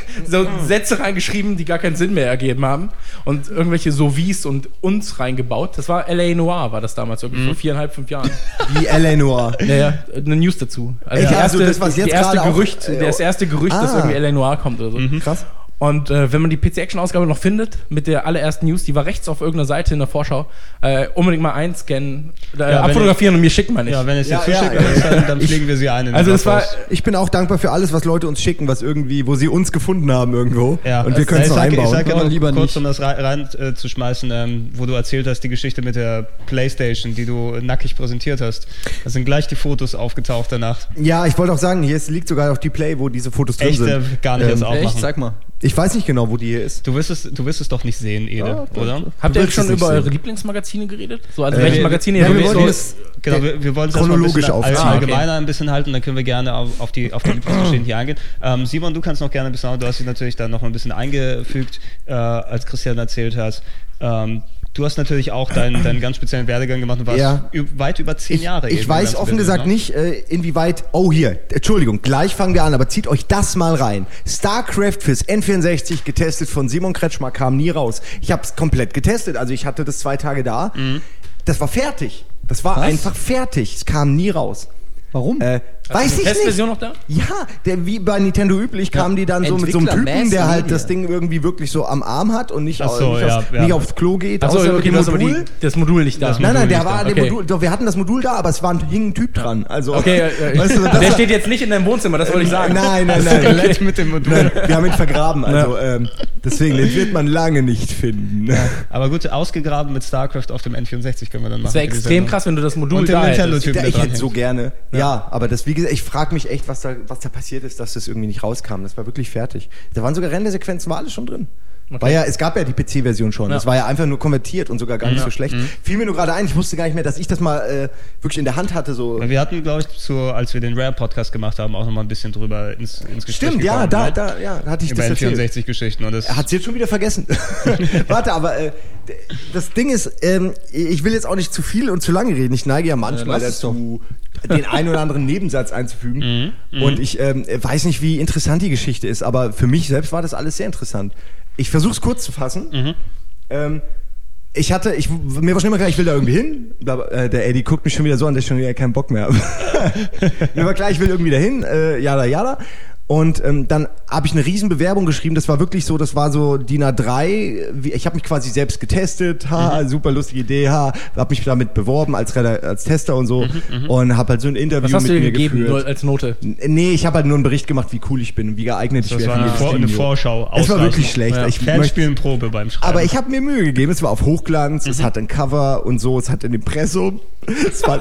so Sätze reingeschrieben, die gar keinen Sinn mehr ergeben haben. Und irgendwelche Sovies und uns reingebaut. Das war L A Noir, war das damals, irgendwie vor viereinhalb, fünf Jahren. Wie Eleanor. Naja, eine News dazu. Also, Echt? die Also das, was die jetzt erste gerade auch- Gerücht, äh, das erste Gerücht, dass Ah. irgendwie L A Noir kommt oder so. Krass. Und äh, wenn man die P C-Action-Ausgabe noch findet, mit der allerersten News, die war rechts auf irgendeiner Seite in der Vorschau, äh, unbedingt mal einscannen, äh, wenn abfotografieren und mir schicken, meine ich. Ja, wenn es dir Ja, zuschicken ja, willst, ja. dann, dann pflegen wir sie ein. In Also den es war, Blogpost. Ich bin auch dankbar für alles, was Leute uns schicken, was irgendwie, wo sie uns gefunden haben irgendwo. Ja, und wir können es ich noch sag, ich einbauen. sag ja Oh, noch lieber kurz, nicht. um das rein, rein äh, zu schmeißen, ähm, wo du erzählt hast, die Geschichte mit der Playstation, die du nackig präsentiert hast. Da sind gleich die Fotos aufgetaucht danach. Ja, ich wollte auch sagen, hier ist, liegt sogar auf die Play, wo diese Fotos drin Echt, äh, sind. gar nicht Ähm, erst aufmachen. Echt? Sag mal. Ich weiß nicht genau, wo die hier ist. Du wirst es, du wirst es doch nicht sehen, Ede, Ja, doch, oder? doch. habt Du ihr willst schon es nicht über eure sehen. Lieblingsmagazine geredet? So, also Äh, welche wir- Magazine ja, ihr wir wirklich wollten so- es Genau, wir, wir wollen es erstmal ein chronologisch bisschen als aufziehen. Ah, okay. allgemeiner ein bisschen halten, dann können wir gerne auf, auf die, auf die Lieblingsgeschichten hier eingehen. Ähm, Simon, du kannst noch gerne ein bisschen, du hast dich natürlich da noch mal ein bisschen eingefügt, äh, als Christian erzählt hat. Ähm, du hast natürlich auch deinen, deinen ganz speziellen Werdegang gemacht und warst Ja. ü- weit über zehn Ich, Jahre. ich eben im weiß ganzen offen Business, gesagt ne? nicht, äh, inwieweit. Oh, hier, Entschuldigung, gleich fangen wir an, aber zieht euch das mal rein. StarCraft fürs N vierundsechzig, getestet von Simon Kretschmer, kam nie raus. Ich habe es komplett getestet, also ich hatte das zwei Tage da. Mhm. Das war fertig. Das war Was? einfach fertig. Es kam nie raus. Warum? Äh, Hast weiß du ich die nicht. Testversion noch da? Ja, der, wie bei Nintendo üblich, kamen die dann so mit so einem Typen, Entwicklermäßig, der halt ja. das Ding irgendwie wirklich so am Arm hat und nicht, Ach so, nicht, ja, aufs, ja. nicht aufs Klo geht. Achso, außer okay, dem du hast aber die, Modul. das Modul nicht da. Das Nein, nein, Modul der nicht war da. dem Okay. Modul, doch, wir hatten das Modul da, aber es war ein, hing ein Typ dran. Also, Okay, äh, äh, weißt du, das der steht jetzt nicht in deinem Wohnzimmer, das wollte ich sagen. Nein, nein, Das nein. Skelett mit dem Modul. Nein, wir haben ihn vergraben, also ähm, deswegen, den wird man lange nicht finden. Aber gut, ausgegraben mit StarCraft auf dem N vierundsechzig können wir dann machen. Das wäre für die extrem Sendung. krass, wenn du das Modul Und den da hättest. Nintendo-Typen, Ja, der ich dran hätte so hängt. gerne. Ja, aber das, wie gesagt, ich frage mich echt, was da, was da passiert ist, dass das irgendwie nicht rauskam. Das war wirklich fertig. Da waren sogar Rendersequenzen, war alles schon drin. Okay. War ja, es gab ja die P C-Version schon. Ja. Das war ja einfach nur konvertiert und sogar gar nicht Ja. so schlecht. Fiel mir nur gerade ein, ich wusste gar nicht mehr, dass ich das mal äh, wirklich in der Hand hatte. So. Wir hatten, glaube ich, zu, als wir den Rare-Podcast gemacht haben, auch noch mal ein bisschen drüber ins, ins Gespräch Stimmt, ja, gekommen, da, ne? da, ja, da hatte ich Über das N erzählt. vierundsechzig-Geschichten. Und das Er hat es jetzt schon wieder vergessen. Warte, aber äh, d- das Ding ist, ähm, ich will jetzt auch nicht zu viel und zu lange reden. Ich neige ja manchmal lass es dazu, den einen oder anderen Nebensatz einzufügen. Und ich ähm, weiß nicht, wie interessant die Geschichte ist, aber für mich selbst war das alles sehr interessant. Ich versuche es kurz zu fassen. Ähm, ich hatte, ich, mir war schon immer klar, ich will da irgendwie hin. Bla- äh, Der Eddie guckt mich schon wieder so an, dass ich schon wieder keinen Bock mehr habe. Mir war klar, ich will irgendwie dahin, äh, jada, jada. Und ähm, dann habe ich eine riesen Bewerbung geschrieben. Das war wirklich so, das war so D I N A drei. Wie, ich habe mich quasi selbst getestet. Ha, Mhm. super lustige Idee. Ha, habe mich damit beworben als, Reda- als Tester und so. Und habe halt so ein Interview Was hast mit du dir mir gegeben, nur geführt. als Note? Nee, ich habe halt nur einen Bericht gemacht, wie cool ich bin und wie geeignet ich das wäre war für eine, jedes Vor eine Studio. Vorschau. Es war ausreichend. wirklich schlecht. Ja. Ich Fans möchte- spielen Probe beim Schreiben. Aber ich habe mir Mühe gegeben. Es war auf Hochglanz, es hat ein Cover und so, es hat ein Impressum. Es war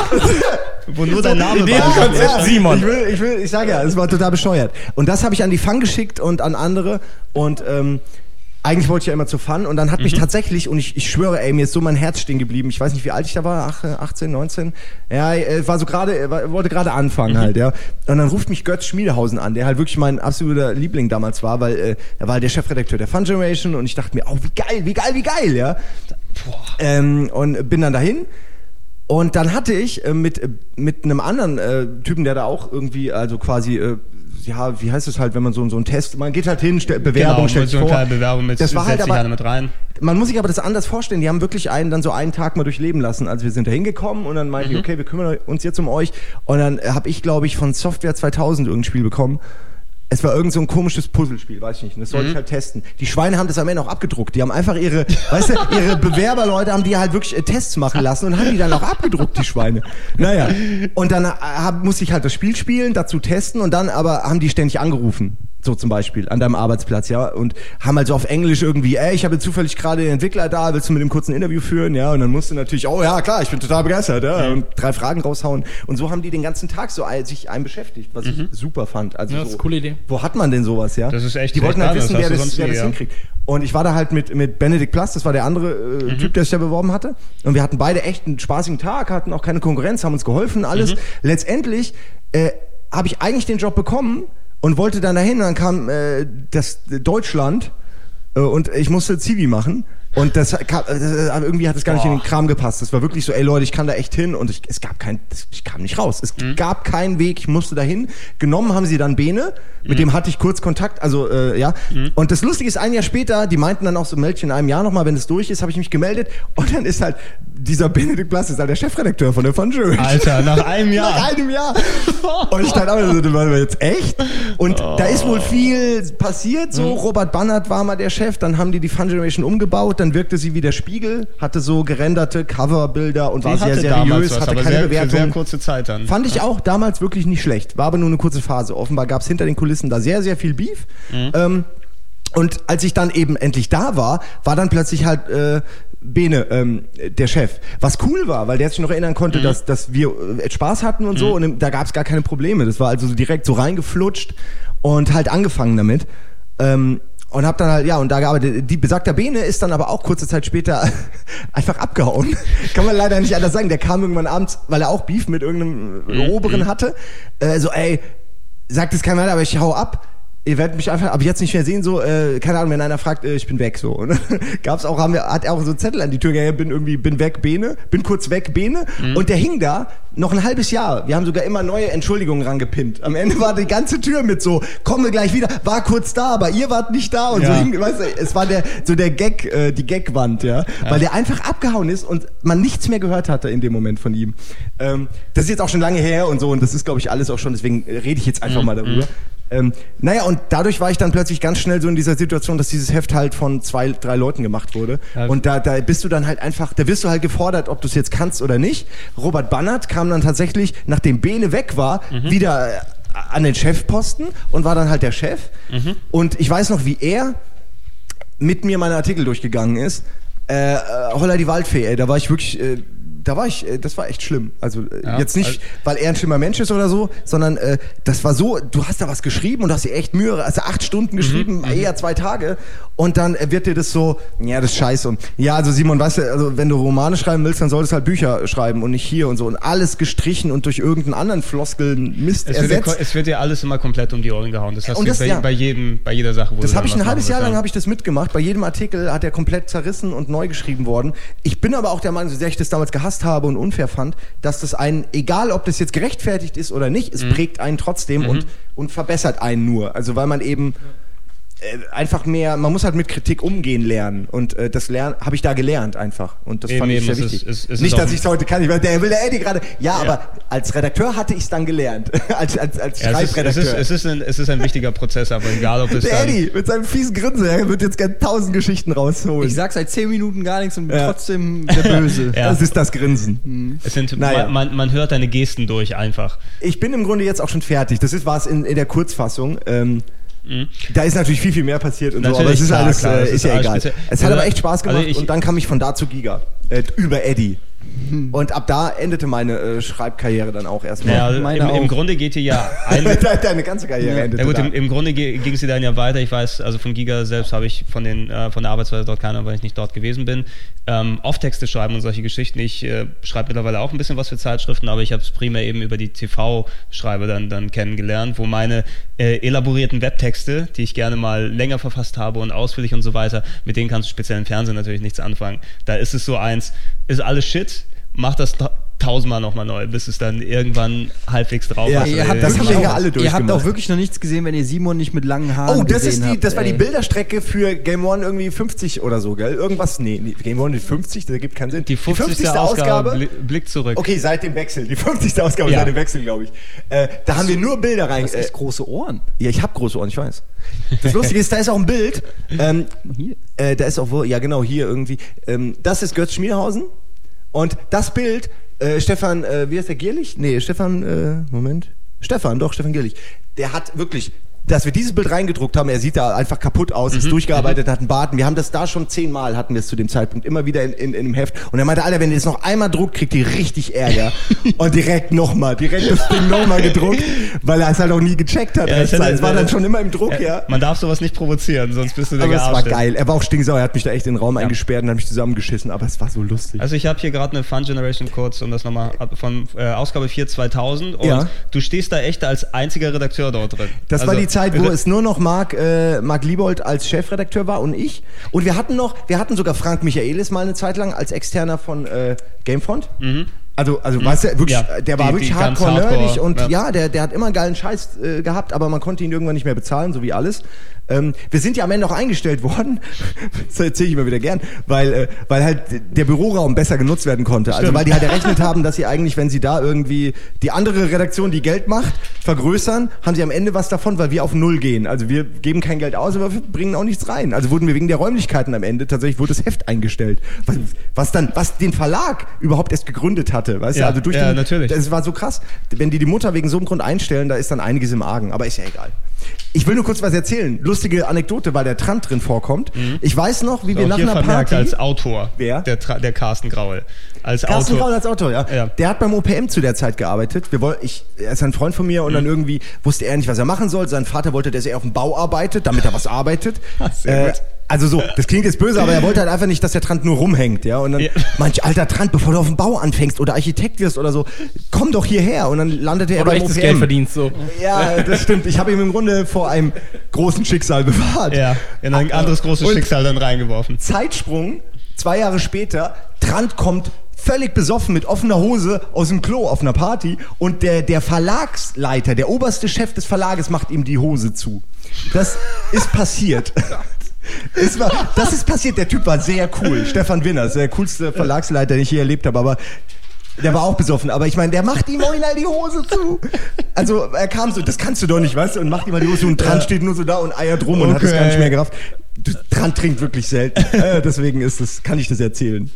Wo nur dein Name Idee- war. Konzept ja, Simon. Ich will, ich will, ich sage ja, es war total bescheuert. Und das habe ich an die Fun geschickt und an andere und ähm, eigentlich wollte ich ja immer zu Fun und dann hat mich tatsächlich, und ich, ich schwöre, ey, mir ist so mein Herz stehen geblieben. Ich weiß nicht, wie alt ich da war, ach, achtzehn, neunzehn. Ja, äh, war so gerade, äh, war- wollte gerade anfangen halt, ja. Und dann ruft mich Götz Schmiedehausen an, der halt wirklich mein absoluter Liebling damals war, weil äh, er war der Chefredakteur der Fun Generation und ich dachte mir, oh, wie geil, wie geil, wie geil, ja. Ähm, und bin dann dahin. Und dann hatte ich äh, mit, äh, mit einem anderen äh, Typen, der da auch irgendwie, also quasi, äh, ja, wie heißt es halt, wenn man so, so einen Test, man geht halt hin, stell, Bewerbung, genau, stellt mit sich so einer vor. kleinen Bewerbung mit, Das war halt setz dich aber- alle mit rein. Man muss sich aber das anders vorstellen. Die haben wirklich einen dann so einen Tag mal durchleben lassen. Also wir sind da hingekommen und dann meinten die, okay, wir kümmern uns jetzt um euch. Und dann habe ich, glaube ich, von Software zweitausend irgendein Spiel bekommen. Es war irgend so ein komisches Puzzlespiel, weiß ich nicht. Und das sollte ich halt testen. Die Schweine haben das am Ende auch abgedruckt. Die haben einfach ihre, weißt du, ihre Bewerberleute haben die halt wirklich äh, Tests machen lassen und haben die dann auch abgedruckt, die Schweine. Naja. Und dann äh, hab, musste ich halt das Spiel spielen, dazu testen und dann aber haben die ständig angerufen. So zum Beispiel, an deinem Arbeitsplatz, ja, und haben halt so auf Englisch irgendwie, ey, ich habe zufällig gerade den Entwickler da, willst du mit dem kurz ein Interview führen, ja, und dann musst du natürlich, oh ja, klar, ich bin total begeistert, ja, und drei Fragen raushauen und so haben die den ganzen Tag so sich einem beschäftigt, was ich super fand. Also Ja, das so, ist eine coole Idee. Wo hat man denn sowas, ja? Das ist echt Die wollten halt recht wissen, anders, wer hast du das, sonst wer nie, das ja. hinkriegt. Und ich war da halt mit, mit Benedikt Plass, das war der andere äh, Typ, der sich da beworben hatte. Und wir hatten beide echt einen spaßigen Tag, hatten auch keine Konkurrenz, haben uns geholfen, alles. Letztendlich äh, habe ich eigentlich den Job bekommen und wollte dann dahin. Und dann kam äh, das Deutschland äh, und ich musste Zivi machen. Und das kam, äh, irgendwie hat es gar nicht Boah. in den Kram gepasst. Das war wirklich so, ey Leute, ich kann da echt hin. Und ich, es gab kein, ich kam nicht raus. Es Mhm. gab keinen Weg, ich musste dahin. Genommen haben sie dann Bene, mit Mhm. dem hatte ich kurz Kontakt, also äh, ja. Mhm. Und das Lustige ist, ein Jahr später, die meinten dann auch so, meld dich in einem Jahr nochmal, wenn es durch ist, habe ich mich gemeldet. Und dann ist halt dieser Benedikt Plass, ist halt der Chefredakteur von der Fun Jewish. Alter, nach einem Jahr. Nach einem Jahr. Und ich dachte auch so, das war jetzt echt? Und Oh. da ist wohl viel passiert, so. Robert Bannert war mal der Chef, dann haben die die Fun Generation umgebaut, dann wirkte sie wie der Spiegel, hatte so gerenderte Coverbilder und Die war sehr hatte seriös, damals was, hatte aber keine sehr, für Bewertung. sehr kurze Zeit dann. Fand ich auch damals wirklich nicht schlecht. War aber nur eine kurze Phase. Offenbar gab es hinter den Kulissen da sehr, sehr viel Beef. Mhm. Ähm, und als ich dann eben endlich da war, war dann plötzlich halt äh, Bene, ähm, der Chef. Was cool war, weil der sich noch erinnern konnte, Mhm. dass, dass wir äh, Spaß hatten und so. Und da gab es gar keine Probleme. Das war also so direkt so reingeflutscht und halt angefangen damit. Ähm, Und hab dann halt, ja, und da gearbeitet. Die besagte Bene ist dann aber auch kurze Zeit später einfach abgehauen. Kann man leider nicht anders sagen. Der kam irgendwann abends, weil er auch Beef mit irgendeinem Mhm. Oberen hatte. Äh, so, ey, sagt es keiner weiter, aber ich hau ab. Ihr werdet mich einfach ab jetzt nicht mehr sehen, so, äh, keine Ahnung, wenn einer fragt, äh, ich bin weg, so. Und dann gab's auch, haben wir, hat er auch so einen Zettel an die Tür gehangen, bin irgendwie, bin weg, Bene, bin kurz weg, Bene. Mhm. Und der hing da noch ein halbes Jahr. Wir haben sogar immer neue Entschuldigungen rangepinnt. Am Ende war die ganze Tür mit so, kommen wir gleich wieder, war kurz da, aber ihr wart nicht da. Und Ja. so hing, weißt du, es war der, so der Gag, äh, die Gagwand, ja? ja. Weil der einfach abgehauen ist und man nichts mehr gehört hatte in dem Moment von ihm. Ähm, das ist jetzt auch schon lange her und so und das ist, glaube ich, alles auch schon, deswegen rede ich jetzt einfach Mhm. mal darüber. Ähm, naja, und dadurch war ich dann plötzlich ganz schnell so in dieser Situation, dass dieses Heft halt von zwei, drei Leuten gemacht wurde. Ja. Und da, da bist du dann halt einfach, da wirst du halt gefordert, ob du es jetzt kannst oder nicht. Robert Bannert kam dann tatsächlich, nachdem Bene weg war, Mhm. wieder äh, an den Chefposten und war dann halt der Chef. Mhm. Und ich weiß noch, wie er mit mir meine Artikel durchgegangen ist. Äh, äh, Holla die Waldfee, ey, da war ich wirklich... Äh, Da war ich, äh, das war echt schlimm. Also äh, Ja, jetzt nicht, also- weil er ein schlimmer Mensch ist oder so, sondern äh, das war so, du hast da was geschrieben und du hast dir echt Mühe, also acht Stunden geschrieben, eher zwei Tage und dann äh, wird dir das so, ja, das ist scheiße und ja, also Simon, weißt du, also wenn du Romane schreiben willst, dann solltest du halt Bücher schreiben und nicht hier und so und alles gestrichen und durch irgendeinen anderen Floskeln Mist Es wird, dir, ersetzt. es wird dir alles immer komplett um die Ohren gehauen. Das hast Und du das- bei, ja. bei, jedem, bei jeder Sache, wo Das du habe ich dann ein was halbes machen Jahr lang willst, habe ich das mitgemacht. Bei jedem Artikel hat er komplett zerrissen und neu geschrieben worden. Ich bin aber auch der Meinung, so sehr ich das damals gehasst habe und unfair fand, dass das einen, egal ob das jetzt gerechtfertigt ist oder nicht, es prägt einen trotzdem und, und verbessert einen nur. Also weil man eben äh, einfach mehr, man muss halt mit Kritik umgehen lernen und äh, das lernen habe ich da gelernt einfach und das Eben, fand ich eben, sehr es ist- wichtig. es- es ist nicht, auch dass ein- ich es heute kann, ich weiß, der will der Eddie gerade, ja, aber als Redakteur hatte ich es dann gelernt, als, als, als Ja, es, ist, es, Schreibredakteur. ist, es, ist ein, es ist ein wichtiger Prozess, aber egal ob es Der dann... Eddie mit seinem fiesen Grinsen, er wird jetzt gerne tausend Geschichten rausholen. Ich sag seit zehn Minuten gar nichts und bin Ja. trotzdem der Böse. Ja. Das ist das Grinsen. Es sind, Naja. man, man, man hört deine Gesten durch einfach. Ich bin im Grunde jetzt auch schon fertig. Das ist war es in, in der Kurzfassung. Ähm, Mhm. Da ist natürlich viel, viel mehr passiert und so, Natürlich, aber es ist klar, alles, klar, äh, es ist, ist ja alles egal. speziell. Es hat Also, aber echt Spaß gemacht also ich- und dann kam ich von da zu Giga. Äh, über Eddie. Und ab da endete meine äh, Schreibkarriere dann auch erstmal. Ja, also meine im, Im auch. Grunde geht hier ja eine... Deine ganze Karriere endete Ja gut, da. im, im Grunde ge- ging es dir dann ja weiter. Ich weiß, also von Giga selbst habe ich von, den, äh, von der Arbeitsweise dort keine, weil ich nicht dort gewesen bin. Ähm, Off-Texte schreiben und solche Geschichten. Ich äh, schreibe mittlerweile auch ein bisschen was für Zeitschriften, aber ich habe es primär eben über die T V-Schreibe dann, dann kennengelernt, wo meine äh, elaborierten Webtexte, die ich gerne mal länger verfasst habe und ausführlich und so weiter, mit denen kannst du speziell im Fernsehen natürlich nichts anfangen. Da ist es so eins, ist alles Shit, mach das ta- tausendmal nochmal neu, bis es dann irgendwann halbwegs drauf Ja, hast. Ihr habt, das wirklich haben wir ja auch, alle ihr habt durchgemacht. auch wirklich noch nichts gesehen, wenn ihr Simon nicht mit langen Haaren Oh, das gesehen ist die, habt, das war die ey. Bilderstrecke für Game One irgendwie fünfzig oder so, gell? Irgendwas, nee, nee Game One die fünfzig, das gibt keinen Sinn. Die fünfzigste Ausgabe, Bli- Blick zurück. Okay, seit dem Wechsel. Die fünfzigste Ausgabe Ja. seit dem Wechsel, glaube ich. Äh, da haben wir nur Bilder rein. Du hast Äh, echt große Ohren. ja, ich habe große Ohren, ich weiß. Das Lustige ist, da ist auch ein Bild. Ähm, Hier. äh, da ist auch, wo, ja genau, hier irgendwie. Ähm, das ist Götz Schmierhausen. Und das Bild, äh, Stefan, äh, wie heißt der, Gierlich? Nee, Stefan, äh, Moment. Stefan, doch, Stefan Gierlich. Der hat wirklich dass wir dieses Bild reingedruckt haben, er sieht da einfach kaputt aus, ist mhm. durchgearbeitet, hat einen Bart. Wir haben das da schon zehnmal, hatten wir es zu dem Zeitpunkt, immer wieder in, in, in einem Heft. Und er meinte, Alter, wenn ihr das noch einmal druckt, kriegt ihr richtig Ärger. Und direkt nochmal, direkt das Ding nochmal gedruckt, weil er es halt auch nie gecheckt hat. Ja, es hätte, war dann schon immer im Druck, ja. ja. Man darf sowas nicht provozieren, sonst bist du der Aber es war Gearschte. geil. Er war auch stinksauer, er hat mich da echt in den Raum ja. eingesperrt und hat mich zusammengeschissen, aber es war so lustig. Also ich habe hier gerade eine Fun Generation kurz, um das nochmal von äh, Ausgabe vier zweitausend und ja. du stehst da echt als einziger Redakteur dort drin. Das also, war die Zeit, wo es nur noch Marc, äh, Marc Liebold als Chefredakteur war und ich. Und wir hatten noch, wir hatten sogar Frank Michaelis mal eine Zeit lang als Externer von äh, Gamefront. Mhm. Also, also mhm. weißt du, wirklich, ja, der war die, wirklich hardcore-nerdig und ja, ja der, der hat immer geilen Scheiß äh, gehabt, aber man konnte ihn irgendwann nicht mehr bezahlen, so wie alles. Ähm, wir sind ja am Ende auch eingestellt worden, das erzähle ich immer wieder gern, weil, äh, weil halt der Büroraum besser genutzt werden konnte. Also Stimmt. weil die halt errechnet haben, dass sie eigentlich, wenn sie da irgendwie die andere Redaktion, die Geld macht, vergrößern, haben sie am Ende was davon, weil wir auf Null gehen. Also wir geben kein Geld aus, aber wir bringen auch nichts rein. Also wurden wir wegen der Räumlichkeiten am Ende, tatsächlich wurde das Heft eingestellt. Was, was dann, was den Verlag überhaupt erst gegründet hatte, weißt ja, du? Also durch ja, den, natürlich. Das war so krass. Wenn die die Mutter wegen so einem Grund einstellen, da ist dann einiges im Argen. Aber ist ja egal. Ich will nur kurz was erzählen. Lustige Anekdote, weil der Trant drin vorkommt. Mhm. Ich weiß noch, wie so, wir nach einer Party... als Autor. Wer? Der, der Carsten Graul. Als Carsten Autor. Graul als Autor, ja. ja. Der hat beim O P M zu der Zeit gearbeitet. Wir woll, ich, er ist ein Freund von mir und mhm. dann irgendwie wusste er nicht, was er machen soll. Sein Vater wollte, dass er auf dem Bau arbeitet, damit er was arbeitet. Ach, sehr äh, gut. Also so, das klingt jetzt böse, aber er wollte halt einfach nicht, dass der Trant nur rumhängt, ja. Und dann ja. manch alter Trant, bevor du auf dem Bau anfängst oder Architekt wirst oder so, komm doch hierher. Und dann landete er oder beim O P M. echtes Geld verdienst so. Ja, das stimmt. Ich habe ihn im Grunde vor einem großen Schicksal bewahrt. Ja, in ein anderes großes und Schicksal dann reingeworfen. Zeitsprung, zwei Jahre später, Trant kommt völlig besoffen mit offener Hose aus dem Klo auf einer Party und der, der Verlagsleiter, der oberste Chef des Verlages macht ihm die Hose zu. Das ist passiert. Es war, das ist passiert, der Typ war sehr cool. Stefan Winners, der coolste Verlagsleiter, den ich je erlebt habe, aber der war auch besoffen. Aber ich meine, der macht ihm original die Hose zu. Also er kam so, das kannst du doch nicht, weißt du, und macht ihm mal die Hose zu und Trant steht nur so da und eiert rum okay. und hat es gar nicht mehr gerafft. Trant trinkt wirklich selten. äh, deswegen ist das, kann ich das erzählen.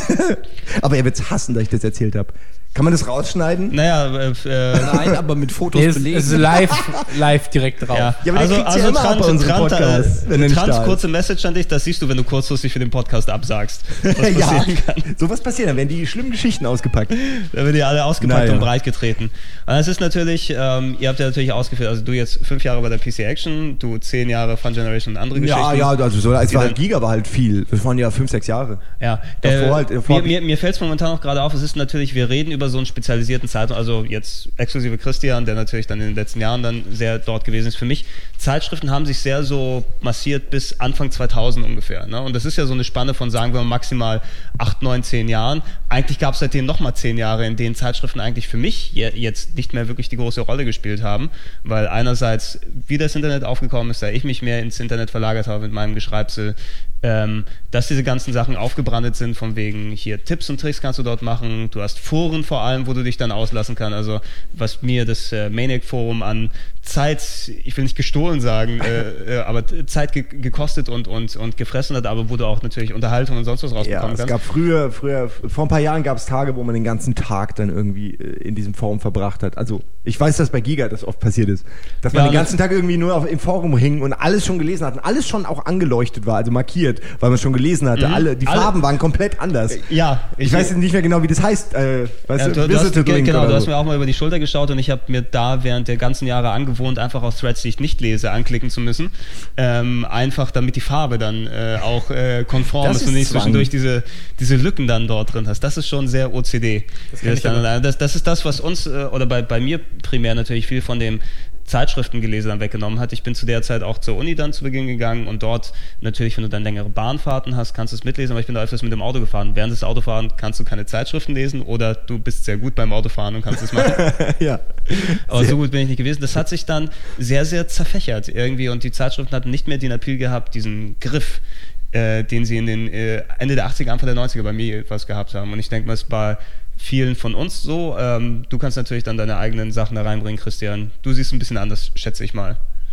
Aber er wird es hassen, dass ich das erzählt habe. Kann man das rausschneiden? Naja, äh, nein, aber mit Fotos nee, belegen. Es ist live, live direkt drauf. Ja, ja aber also, der also ja Trant, Trant, Trant, Podcast, äh, Trant kurze Message an dich, das siehst du, wenn du kurzfristig für den Podcast absagst. Was passieren ja, kann. Sowas passiert, dann werden die schlimmen Geschichten ausgepackt. Da werden die alle ausgepackt naja. und breit getreten. Und es ist natürlich, ähm, ihr habt ja natürlich ausgeführt, also du jetzt fünf Jahre bei der P C Action, du zehn Jahre Fun Generation und andere ja, Geschichten. Ja, ja, also so, es war halt Giga, war halt viel. Das waren ja fünf, sechs Jahre. Ja, davor äh, halt, davor mir, mir, mir fällt es momentan auch gerade auf, es ist natürlich, wir reden über so einen spezialisierten Zeitung, also jetzt exklusive Christian, der natürlich dann in den letzten Jahren dann sehr dort gewesen ist. Für mich, Zeitschriften haben sich sehr so massiert bis Anfang zweitausend ungefähr. Ne? Und das ist ja so eine Spanne von, sagen wir mal, maximal acht, neun, zehn Jahren. Eigentlich gab es seitdem nochmal zehn Jahre, in denen Zeitschriften eigentlich für mich je, jetzt nicht mehr wirklich die große Rolle gespielt haben, weil einerseits, wie das Internet aufgekommen ist, da ich mich mehr ins Internet verlagert habe mit meinem Geschreibsel, Ähm, dass diese ganzen Sachen aufgebrandet sind, von wegen hier Tipps und Tricks kannst du dort machen, du hast Foren vor allem, wo du dich dann auslassen kannst, also was mir das äh, Maniac-Forum an Zeit, ich will nicht gestohlen sagen, äh, äh, aber Zeit ge gekostet und, und, und gefressen hat, aber wo du auch natürlich Unterhaltung und sonst was rausbekommen kannst. Ja, es kannst. gab früher, früher, vor ein paar Jahren gab es Tage, wo man den ganzen Tag dann irgendwie äh, in diesem Forum verbracht hat. Also ich weiß, dass bei Giga das oft passiert ist, dass man ja, den ganzen Tag irgendwie nur auf, im Forum hing und alles schon gelesen hat und alles schon auch angeleuchtet war, also markiert, weil man schon gelesen hatte. Mhm. Alle, die Alle. Farben waren komplett anders. Ja. Ich, ich weiß nicht mehr genau, wie das heißt. Äh, weißt ja, du, du, du hast, genau, du hast so. mir auch mal über die Schulter geschaut und ich habe mir da während der ganzen Jahre angewohnt, einfach auf Threads, die ich nicht lese, anklicken zu müssen. Ähm, einfach damit die Farbe dann äh, auch äh, konform das ist und nicht zwischendurch diese, diese Lücken dann dort drin hast. Das ist schon sehr O C D. Das, das, dann, das, das ist das, was uns, äh, oder bei, bei mir primär natürlich viel von dem Zeitschriftengelese dann weggenommen hat. Ich bin zu der Zeit auch zur Uni dann zu Beginn gegangen und dort natürlich, wenn du dann längere Bahnfahrten hast, kannst du es mitlesen, aber ich bin da öfters mit dem Auto gefahren. Während des Autofahren kannst du keine Zeitschriften lesen oder du bist sehr gut beim Autofahren und kannst es machen. Ja. Aber so gut bin ich nicht gewesen. Das hat sich dann sehr, sehr zerfächert irgendwie und die Zeitschriften hatten nicht mehr den Appeal gehabt, diesen Griff, äh, den sie in den äh, Ende der achtziger, Anfang der neunziger bei mir etwas gehabt haben. Und ich denke mal, es war vielen von uns so. Ähm, du kannst natürlich dann deine eigenen Sachen da reinbringen, Christian. Du siehst ein bisschen anders, schätze ich mal.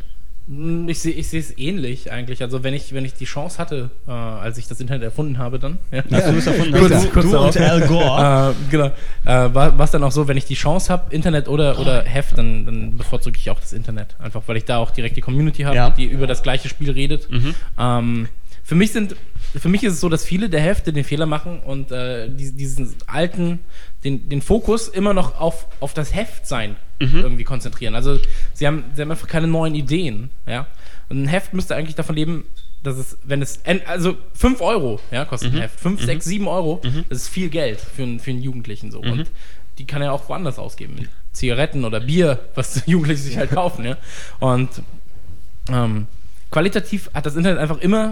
Ich sehe ich sehe es ähnlich eigentlich. Also wenn ich, wenn ich die Chance hatte, äh, als ich das Internet erfunden habe dann. Ja. Hast du es erfunden? Kurz, du kurz du und Al Gore. Äh, genau. Äh, war es dann auch so, wenn ich die Chance habe, Internet oder, oder Heft, dann, dann bevorzuge ich auch das Internet. Einfach weil ich da auch direkt die Community habe, Ja. die über das gleiche Spiel redet. Mhm. Ähm, für mich sind, für mich ist es so, dass viele der Hefte den Fehler machen und äh, die, diesen alten, den, den Fokus immer noch auf, auf das Heftsein Mhm. irgendwie konzentrieren. Also sie haben, sie haben einfach keine neuen Ideen. Ja? Und ein Heft müsste eigentlich davon leben, dass es, wenn es, also fünf Euro ja, kostet Mhm. ein Heft, fünf, Mhm. sechs, sieben Euro, Mhm. das ist viel Geld für, einen- für einen Jugendlichen so. Mhm. Und die kann er auch woanders ausgeben. Mit Zigaretten oder Bier, was Jugendliche sich halt kaufen. Ja? Und ähm, qualitativ hat das Internet einfach immer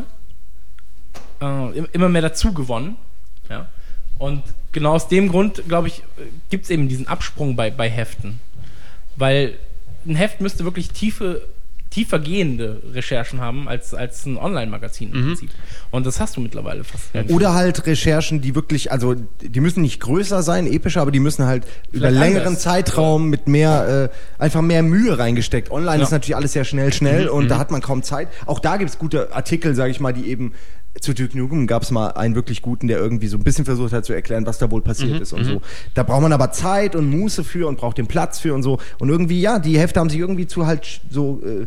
äh, immer mehr dazu gewonnen. Ja? Und genau aus dem Grund, glaube ich, gibt es eben diesen Absprung bei, bei Heften. Weil ein Heft müsste wirklich tiefe, tiefer gehende Recherchen haben als, als ein Online-Magazin im Mhm. Prinzip. Und das hast du mittlerweile fast. Oder halt Recherchen, die wirklich, also die müssen nicht größer sein, epischer, aber die müssen halt über Vielleicht längeren anders. Zeitraum mit mehr, äh, einfach mehr Mühe reingesteckt. Online Ja. ist natürlich alles sehr schnell, schnell Mhm, und mhm. da hat man kaum Zeit. Auch da gibt's gute Artikel, sage ich mal, die eben zu Duke Nukem gab es mal einen wirklich guten, der irgendwie so ein bisschen versucht hat zu erklären, was da wohl passiert Mhm, ist und mhm. so. Da braucht man aber Zeit und Muße für und braucht den Platz für und so. Und irgendwie, ja, die Hefte haben sich irgendwie zu halt sch- so äh,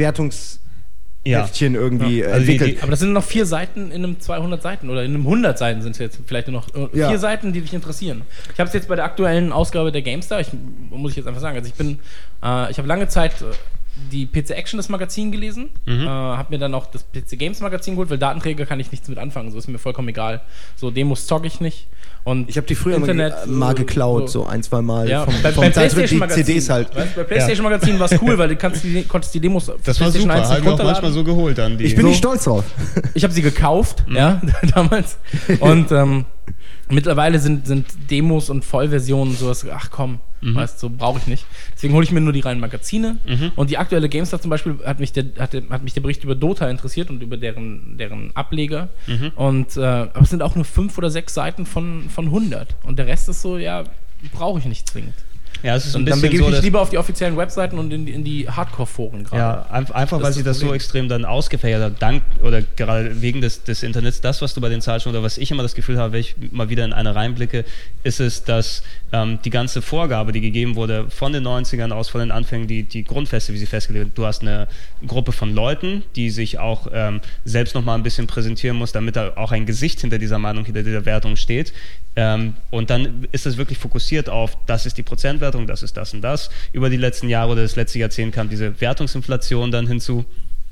Wertungsheftchen Ja. irgendwie äh, Also die- entwickelt. Aber das sind noch vier Seiten in einem zweihundert Seiten oder in einem hundert Seiten sind es jetzt vielleicht nur noch äh, Ja. vier Seiten, die dich interessieren. Ich habe es jetzt bei der aktuellen Ausgabe der GameStar, ich, muss ich jetzt einfach sagen, also ich bin, äh, ich habe lange Zeit äh, die P C Action, das Magazin gelesen, Mhm. äh, habe mir dann auch das P C Games Magazin geholt, weil Datenträger kann ich nichts mit anfangen, so ist mir vollkommen egal. So Demos zocke ich nicht. Und Ich habe die früher Internet, mal, mal geklaut, so, ein, zwei Mal Ja, vom, bei, vom beim Zeitschrift, PlayStation die Magazin, C Ds halt. Weißt, bei PlayStation Magazin war es cool, weil du kannst die, konntest die Demos auf Das war PlayStation super, eins habe ich auch runterladen. manchmal so geholt dann. Die Ich bin So. nicht stolz drauf. Ich habe sie gekauft, Mhm. ja, damals. Und ähm, mittlerweile sind, sind Demos und Vollversionen sowas, ach komm, Mhm. weißt du, so brauche ich nicht. Deswegen hole ich mir nur die reinen Magazine. Mhm. Und die aktuelle GameStar zum Beispiel hat mich der, hat, der- hat mich der Bericht über Dota interessiert und über deren, deren Ableger. Mhm. Und, äh, aber es sind auch nur fünf oder sechs Seiten von, von hundert. Und der Rest ist so, ja, brauche ich nicht zwingend. Ja, es ist ein Und dann bisschen begebe so, ich mich dass lieber auf die offiziellen Webseiten und in die, in die Hardcore-Foren gerade. Ja, ein- einfach Das weil ist sich das das so Problem. extrem dann ausgefächert hat, dank oder gerade wegen des, des Internets. Das, was du bei den Zeitschriften oder was ich immer das Gefühl habe, wenn ich mal wieder in eine reinblicke, ist es, dass ähm, die ganze Vorgabe, die gegeben wurde von den neunzigern aus, von den Anfängen, die, die Grundfeste, wie sie festgelegt sind. Du hast eine Gruppe von Leuten, die sich auch ähm, selbst nochmal ein bisschen präsentieren muss, damit da auch ein Gesicht hinter dieser Meinung, hinter dieser Wertung steht. Ähm, und dann ist es wirklich fokussiert auf, das ist die Prozentwertung, das ist das und das. Über die letzten Jahre oder das letzte Jahrzehnt kam diese Wertungsinflation dann hinzu,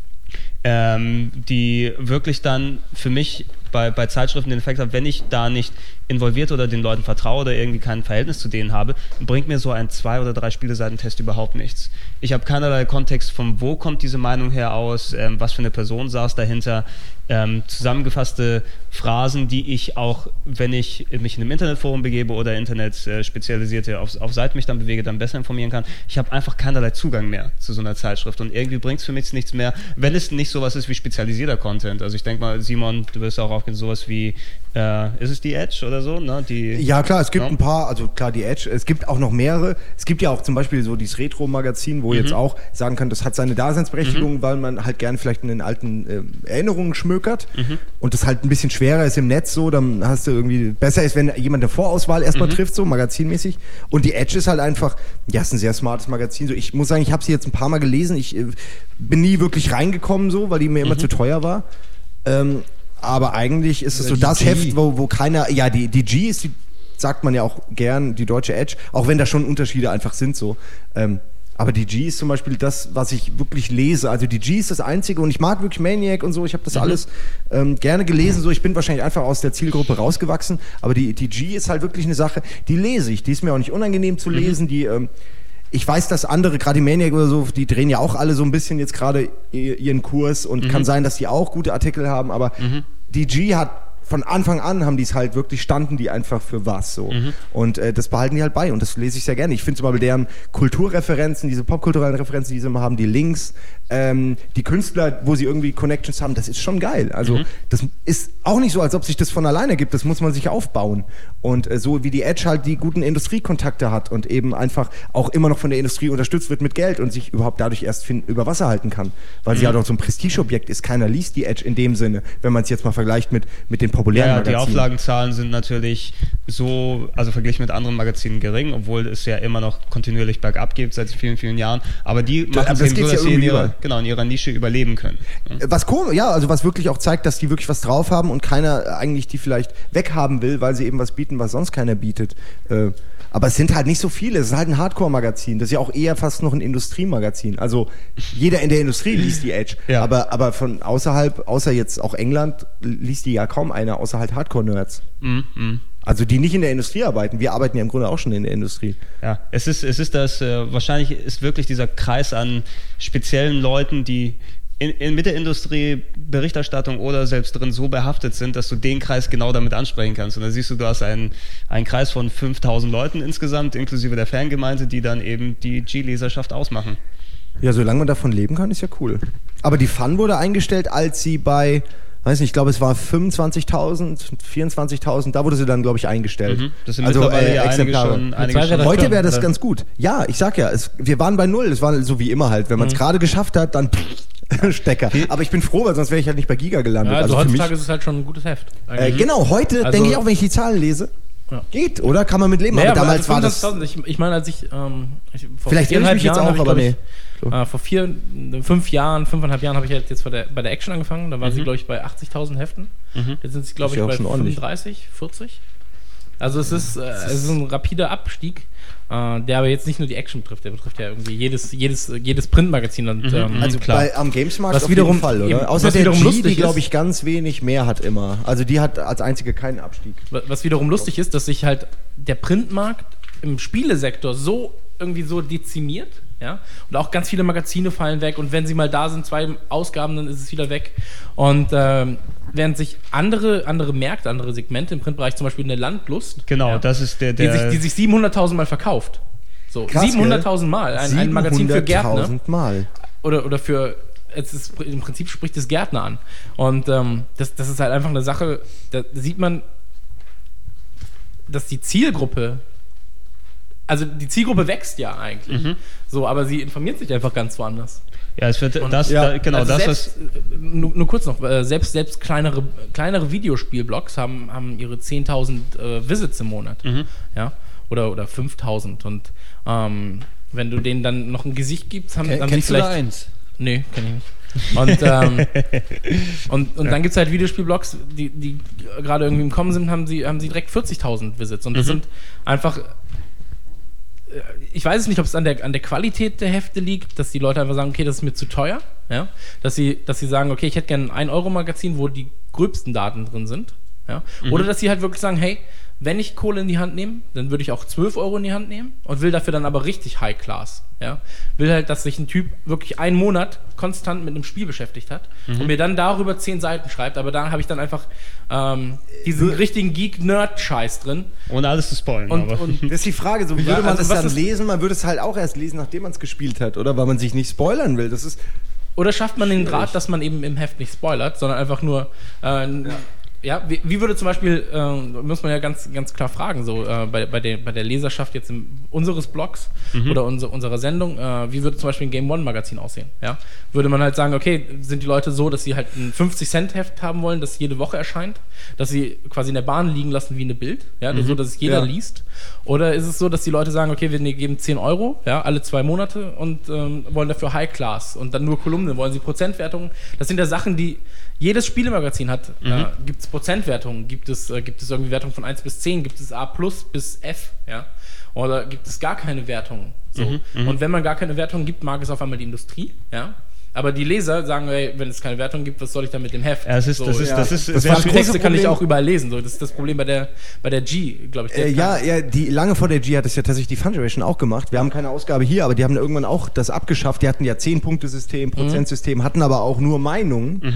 ähm, die wirklich dann für mich bei, bei Zeitschriften den Effekt hat, wenn ich da nicht involviert oder den Leuten vertraue oder irgendwie kein Verhältnis zu denen habe, bringt mir so ein zwei- oder drei Spieleseiten-Test überhaupt nichts. Ich habe keinerlei Kontext, von wo kommt diese Meinung her aus, ähm, was für eine Person saß dahinter, ähm, zusammengefasste Phrasen, die ich auch, wenn ich mich in einem Internetforum begebe oder Internet äh, spezialisierte auf, auf Seiten mich dann bewege, dann besser informieren kann. Ich habe einfach keinerlei Zugang mehr zu so einer Zeitschrift und irgendwie bringt es für mich nichts mehr, wenn es nicht sowas ist wie spezialisierter Content. Also ich denke mal, Simon, du wirst auch aufgehen, sowas wie, äh, ist es die Edge oder so? Ne? Die, Ja, klar, es gibt Ja. ein paar, also klar, die Edge, es gibt auch noch mehrere. Es gibt ja auch zum Beispiel so dieses Retro-Magazin, wo Mhm. jetzt auch sagen kann, das hat seine Daseinsberechtigung, weil man halt gerne vielleicht in den alten äh, Erinnerungen schmökert Mhm. und das halt ein bisschen schwerer ist im Netz so, dann hast du irgendwie, besser ist, wenn jemand eine Vorauswahl erstmal Mhm. trifft, so magazinmäßig. Und die Edge ist halt einfach, ja, ist ein sehr smartes Magazin. So, ich muss sagen, ich habe sie jetzt ein paar Mal gelesen, ich äh, bin nie wirklich reingekommen so, weil die mir immer Mhm. zu teuer war. Ähm, aber eigentlich ist es so Die das G. Heft, wo, wo keiner, ja, die, die G ist die, sagt man ja auch gern, die deutsche Edge, auch wenn da schon Unterschiede einfach sind so. Ähm, aber die G ist zum Beispiel das, was ich wirklich lese. Also die G ist das Einzige und ich mag wirklich Maniac und so, ich habe das Mhm. alles ähm, gerne gelesen, so ich bin wahrscheinlich einfach aus der Zielgruppe rausgewachsen, aber die, die G ist halt wirklich eine Sache, die lese ich, die ist mir auch nicht unangenehm zu lesen, die, ähm, ich weiß, dass andere, gerade die Maniac oder so, die drehen ja auch alle so ein bisschen jetzt gerade i- ihren Kurs und Mhm. kann sein, dass die auch gute Artikel haben, aber Mhm. die G hat von Anfang an haben die es halt wirklich, standen die einfach für was so. Mhm. Und äh, das behalten die halt bei und das lese ich sehr gerne. Ich finde zum Beispiel deren Kulturreferenzen, diese popkulturellen Referenzen, die sie immer haben, die Links, ähm, die Künstler, wo sie irgendwie Connections haben, das ist schon geil. Also mhm. das ist auch nicht so, als ob sich das von alleine gibt, das muss man sich aufbauen. Und äh, so wie die Edge halt die guten Industriekontakte hat und eben einfach auch immer noch von der Industrie unterstützt wird mit Geld und sich überhaupt dadurch erst fin- über Wasser halten kann. Weil mhm. sie halt auch so ein Prestigeobjekt ist. Keiner liest die Edge in dem Sinne, wenn man es jetzt mal vergleicht mit, mit den populären ja, Magazinen. Die Auflagenzahlen sind natürlich so, also verglichen mit anderen Magazinen gering, obwohl es ja immer noch kontinuierlich bergab geht seit vielen, vielen Jahren. Aber die machen es eben so, dass ja sie in ihrer, genau, in ihrer Nische überleben können. Was komisch, ja, also was wirklich auch zeigt, dass die wirklich was drauf haben und keiner eigentlich die vielleicht weghaben will, weil sie eben was bieten, was sonst keiner bietet. Äh, aber es sind halt nicht so viele. Es ist halt ein Hardcore-Magazin. Das ist ja auch eher fast noch ein Industriemagazin. Also jeder in der Industrie liest die Edge. Ja. Aber, aber von außerhalb, außer jetzt auch England, liest die ja kaum einer, außer halt Hardcore-Nerds. Mhm. Also die nicht in der Industrie arbeiten. Wir arbeiten ja im Grunde auch schon in der Industrie. Ja, es ist, es ist das, äh, wahrscheinlich ist wirklich dieser Kreis an speziellen Leuten, die In, in, mit der Industrie, Berichterstattung oder selbst drin so behaftet sind, dass du den Kreis genau damit ansprechen kannst. Und da siehst du, du hast einen, einen Kreis von fünftausend Leuten insgesamt, inklusive der Fangemeinde, die dann eben die G-Leserschaft ausmachen. Ja, solange man davon leben kann, ist ja cool. Aber die Fun wurde eingestellt, als sie bei, weiß nicht, ich glaube, es war fünfundzwanzigtausend, vierundzwanzigtausend, da wurde sie dann, glaube ich, eingestellt. Mhm. Das sind also mittlerweile äh, ja einige schon, einige schon. Heute wäre das oder? ganz gut. Ja, ich sag ja, es, wir waren bei null. Es war so wie immer halt. Wenn man es mhm. gerade geschafft hat, dann Stecker. Aber ich bin froh, weil sonst wäre ich halt nicht bei Giga gelandet. Ja, also, also heutzutage ist es halt schon ein gutes Heft. Äh, genau, heute also, denke ich auch, wenn ich die Zahlen lese, ja. geht, oder? Kann man mit leben. Naja, aber damals aber war das... Ich, ich meine, als ich... Ähm, ich vor Vielleicht irre ich mich jetzt auch, aber nee. Ich, äh, vor vier, fünf Jahren, fünfeinhalb Jahren habe ich jetzt bei der, bei der Action angefangen. Da waren mhm. sie, glaube ich, bei achtzigtausend Heften. Mhm. Jetzt sind sie, glaube ich, bei fünfunddreißig, vierzig. Also es ist, äh, es ist ein rapider Abstieg, äh, der aber jetzt nicht nur die Action betrifft, der betrifft ja irgendwie jedes, jedes, jedes Printmagazin. Und, mhm. ähm, also klar. Bei, am Gamesmarkt was auf wiederum, jeden Fall, oder? Eben, Außer was der wiederum G, lustig die, glaube ich, ganz wenig mehr hat immer. Also die hat als einzige keinen Abstieg. Was wiederum lustig ist, dass sich halt der Printmarkt im Spielesektor so irgendwie so dezimiert, ja, und auch ganz viele Magazine fallen weg und wenn sie mal da sind, zwei Ausgaben, dann ist es wieder weg. Und ähm, während sich andere, andere Märkte, andere Segmente im Printbereich, zum Beispiel eine Landlust, genau, ja, das ist der, der die sich, die sich siebenhunderttausend Mal verkauft. So, siebenhunderttausend Mal. Ein, ein Magazin für Gärtner. Mal. Oder, oder für, es ist, im Prinzip spricht es Gärtner an. Und ähm, das, das ist halt einfach eine Sache, da sieht man, dass die Zielgruppe, also die Zielgruppe wächst ja eigentlich, mhm. so, aber sie informiert sich einfach ganz woanders. Ja, es wird und, das, ja, da, genau, also das, selbst, was nur, nur kurz noch, selbst, selbst kleinere, kleinere Videospielblogs haben, haben ihre zehntausend äh, Visits im Monat, mhm. ja, oder, oder fünftausend und ähm, wenn du denen dann noch ein Gesicht gibst, haben, Ken, haben kennst sie vielleicht... du da eins? Nee, kenn ich nicht. Und, ähm, und, und dann gibt es halt Videospielblogs, die, die gerade irgendwie im Kommen sind, haben sie, haben sie direkt vierzigtausend Visits. Und das mhm. sind einfach, ich weiß es nicht, ob es an der, an der Qualität der Hefte liegt, dass die Leute einfach sagen, okay, das ist mir zu teuer. Ja? Dass sie, dass sie sagen, okay, ich hätte gerne ein ein Euro Magazin, wo die gröbsten Daten drin sind. Ja? Mhm. Oder dass sie halt wirklich sagen, hey, wenn ich Kohle in die Hand nehme, dann würde ich auch zwölf Euro in die Hand nehmen und will dafür dann aber richtig High Class. Ja? Will halt, dass sich ein Typ wirklich einen Monat konstant mit einem Spiel beschäftigt hat mhm. und mir dann darüber zehn Seiten schreibt, aber da habe ich dann einfach ähm, diesen richtigen Geek-Nerd-Scheiß drin. Ohne alles zu spoilern. Und, und das ist die Frage, so wie ja, würde man also das dann lesen? Man würde es halt auch erst lesen, nachdem man es gespielt hat, oder? Weil man sich nicht spoilern will. Das ist oder schafft man den Grad, dass man eben im Heft nicht spoilert, sondern einfach nur äh, ja. Ja, wie, wie würde zum Beispiel, äh, muss man ja ganz, ganz klar fragen, so äh, bei, bei, der, bei der Leserschaft jetzt im, unseres Blogs mhm. oder unser, unserer Sendung, äh, wie würde zum Beispiel ein Game One Magazin aussehen? Ja? Würde man halt sagen, okay, sind die Leute so, dass sie halt ein fünfzig Cent Heft haben wollen, das jede Woche erscheint, dass sie quasi in der Bahn liegen lassen wie eine Bild, ja, mhm. so, dass es jeder ja. liest? Oder ist es so, dass die Leute sagen, okay, wir geben zehn Euro, ja, alle zwei Monate und ähm, wollen dafür High Class und dann nur Kolumnen, wollen sie Prozentwertungen? Das sind ja Sachen, die jedes Spielemagazin hat. Mhm. Äh, gibt es Prozentwertungen? Gibt es, äh, gibt es irgendwie Wertungen von eins bis zehn? Gibt es A plus bis F? Ja? Oder gibt es gar keine Wertungen? So. Mhm. Und wenn man gar keine Wertungen gibt, mag es auf einmal die Industrie. Ja? Aber die Leser sagen, ey, wenn es keine Wertung gibt, was soll ich dann mit dem Heft? Ja, das ist, so, das ist, ja. das ist, das das Texte kann ich auch überall lesen. So. Das ist das Problem bei der, bei der G, glaube ich. Äh, ja, ja, die lange vor der G hat es ja tatsächlich die Fun Generation auch gemacht. Wir haben keine Ausgabe hier, aber die haben irgendwann auch das abgeschafft. Die hatten ja zehn-Punkte-System, Prozentsystem, mhm. hatten aber auch nur Meinungen. Mhm.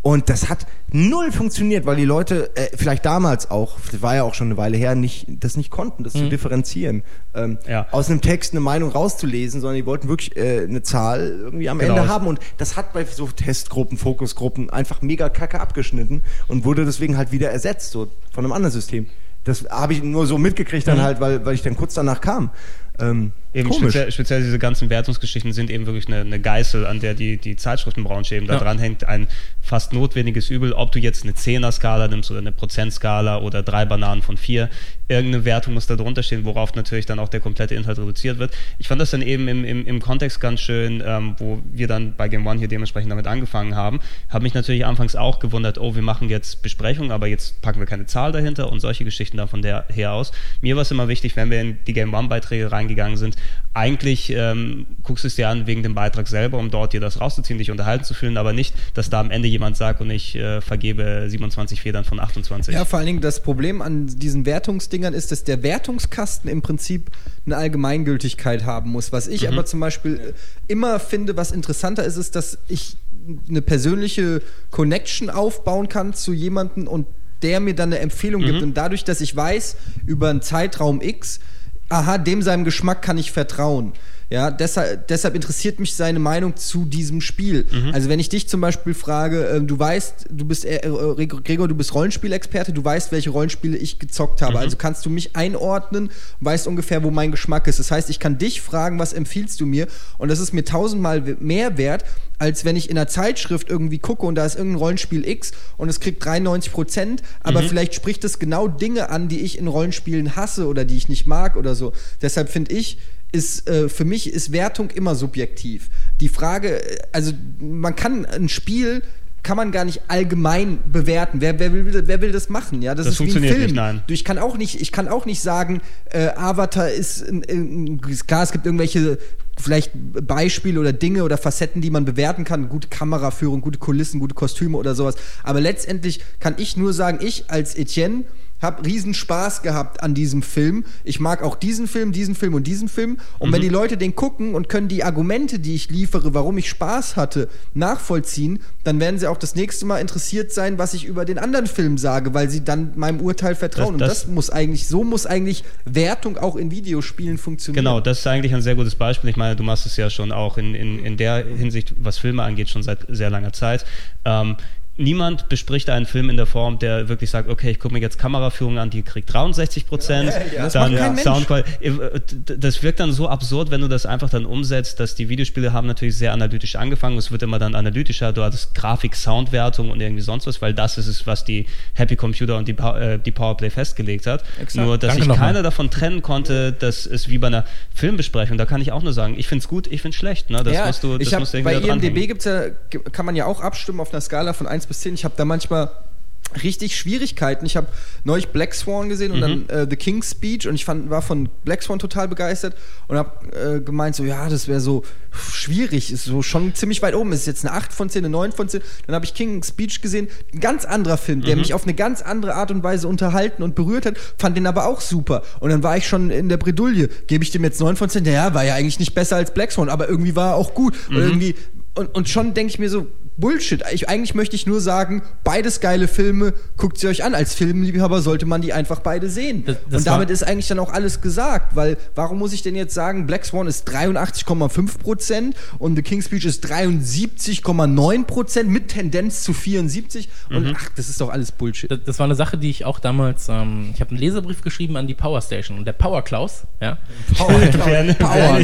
Und das hat null funktioniert, weil die Leute, äh, vielleicht damals auch, das war ja auch schon eine Weile her, nicht, das nicht konnten, das mhm. zu differenzieren. Ähm, ja. Aus einem Text eine Meinung rauszulesen, sondern die wollten wirklich äh, eine Zahl irgendwie am genau. Ende haben. Und das hat bei so Testgruppen, Fokusgruppen einfach mega kacke abgeschnitten und wurde deswegen halt wieder ersetzt, so von einem anderen System. Das habe ich nur so mitgekriegt dann mhm. halt, weil, weil ich dann kurz danach kam. Ähm, eben speziell, speziell diese ganzen Wertungsgeschichten sind eben wirklich eine, eine Geißel, an der die, die Zeitschriftenbranche eben ja. da dran hängt. Ein fast notwendiges Übel, ob du jetzt eine Zehner-Skala nimmst oder eine Prozentskala oder drei Bananen von vier. Irgendeine Wertung muss da drunter stehen, worauf natürlich dann auch der komplette Inhalt reduziert wird. Ich fand das dann eben im, im, im Kontext ganz schön, ähm, wo wir dann bei Game One hier dementsprechend damit angefangen haben. Habe mich natürlich anfangs auch gewundert, oh, wir machen jetzt Besprechungen, aber jetzt packen wir keine Zahl dahinter und solche Geschichten da von der her aus. Mir war es immer wichtig, wenn wir in die Game One-Beiträge reingegangen sind, eigentlich ähm, guckst du es dir an wegen dem Beitrag selber, um dort dir das rauszuziehen, dich unterhalten zu fühlen, aber nicht, dass da am Ende jemand sagt und ich äh, vergebe siebenundzwanzig Federn von achtundzwanzig. Ja, vor allen Dingen das Problem an diesen Wertungsdingern ist, dass der Wertungskasten im Prinzip eine Allgemeingültigkeit haben muss. Was ich mhm. aber zum Beispiel immer finde, was interessanter ist, ist, dass ich eine persönliche Connection aufbauen kann zu jemandem und der mir dann eine Empfehlung mhm. gibt. Und dadurch, dass ich weiß, über einen Zeitraum X, aha, dem seinem Geschmack kann ich vertrauen. Ja, deshalb, deshalb interessiert mich seine Meinung zu diesem Spiel. Mhm. Also wenn ich dich zum Beispiel frage, äh, du weißt, du bist äh, äh, Gregor, du bist Rollenspielexperte, du weißt, welche Rollenspiele ich gezockt habe. Mhm. Also kannst du mich einordnen, weißt ungefähr, wo mein Geschmack ist. Das heißt, ich kann dich fragen, was empfiehlst du mir? Und das ist mir tausendmal mehr wert, als wenn ich in einer Zeitschrift irgendwie gucke und da ist irgendein Rollenspiel X und es kriegt dreiundneunzig Prozent, aber mhm. vielleicht spricht es genau Dinge an, die ich in Rollenspielen hasse oder die ich nicht mag oder so. Deshalb finde ich, ist äh, für mich ist Wertung immer subjektiv. Die Frage, also man kann ein Spiel kann man gar nicht allgemein bewerten. Wer, wer, will, wer will das machen? Ja, das, das ist funktioniert wie ein Film. Nicht, nein. Ich kann auch nicht, ich kann auch nicht sagen, äh, Avatar ist, äh, klar, es gibt irgendwelche vielleicht Beispiele oder Dinge oder Facetten, die man bewerten kann, gute Kameraführung, gute Kulissen, gute Kostüme oder sowas. Aber letztendlich kann ich nur sagen, ich als Etienne habe riesen Spaß gehabt an diesem Film. Ich mag auch diesen Film, diesen Film und diesen Film. Und mhm. wenn die Leute den gucken und können die Argumente, die ich liefere, warum ich Spaß hatte, nachvollziehen, dann werden sie auch das nächste Mal interessiert sein, was ich über den anderen Film sage, weil sie dann meinem Urteil vertrauen. Das, das und das muss eigentlich, so muss eigentlich Wertung auch in Videospielen funktionieren. Genau, das ist eigentlich ein sehr gutes Beispiel. Ich meine, du machst es ja schon auch in, in, in der Hinsicht, was Filme angeht, schon seit sehr langer Zeit. Ähm, Niemand bespricht einen Film in der Form, der wirklich sagt, okay, ich gucke mir jetzt Kameraführung an, die kriegt dreiundsechzig Prozent, ja, ja, ja. dann ja. Soundqualität. Das wirkt dann so absurd, wenn du das einfach dann umsetzt, dass die Videospiele haben natürlich sehr analytisch angefangen, es wird immer dann analytischer, du hattest Grafik, Soundwertung und irgendwie sonst was, weil das ist es, was die Happy Computer und die, äh, die Powerplay festgelegt hat. Exakt. Nur, dass Danke sich keiner davon trennen konnte, das ist wie bei einer Filmbesprechung, da kann ich auch nur sagen, ich finde es gut, ich finde es schlecht. Ne? Das ja, musst du, das ich hab, musst du irgendwie bei I M D B gibt's ja, kann man ja auch abstimmen auf einer Skala von eins bis zehn. Ich habe da manchmal richtig Schwierigkeiten. Ich habe neulich Black Swan gesehen und mhm. dann äh, The King's Speech und ich fand, war von Black Swan total begeistert und habe äh, gemeint, so ja, das wäre so schwierig, ist so schon ziemlich weit oben, ist jetzt eine acht von zehn, eine neun von zehn. Dann habe ich King's Speech gesehen, ein ganz anderer Film, der mhm. mich auf eine ganz andere Art und Weise unterhalten und berührt hat, fand den aber auch super. Und dann war ich schon in der Bredouille, gebe ich dem jetzt neun von zehn? Ja, war ja eigentlich nicht besser als Black Swan, aber irgendwie war er auch gut. Mhm. Und irgendwie und, und schon denke ich mir so, Bullshit. Ich, eigentlich möchte ich nur sagen, beides geile Filme, guckt sie euch an. Als Filmliebhaber sollte man die einfach beide sehen. Das, das und damit ist eigentlich dann auch alles gesagt, weil warum muss ich denn jetzt sagen, Black Swan ist dreiundachtzig Komma fünf Prozent und The King's Speech ist dreiundsiebzig Komma neun Prozent mit Tendenz zu vierundsiebzig und mhm. ach, das ist doch alles Bullshit. Das, das war eine Sache, die ich auch damals, ähm, ich habe einen Leserbrief geschrieben an die Power Station und der Power Klaus, ja. Power Klaus. Power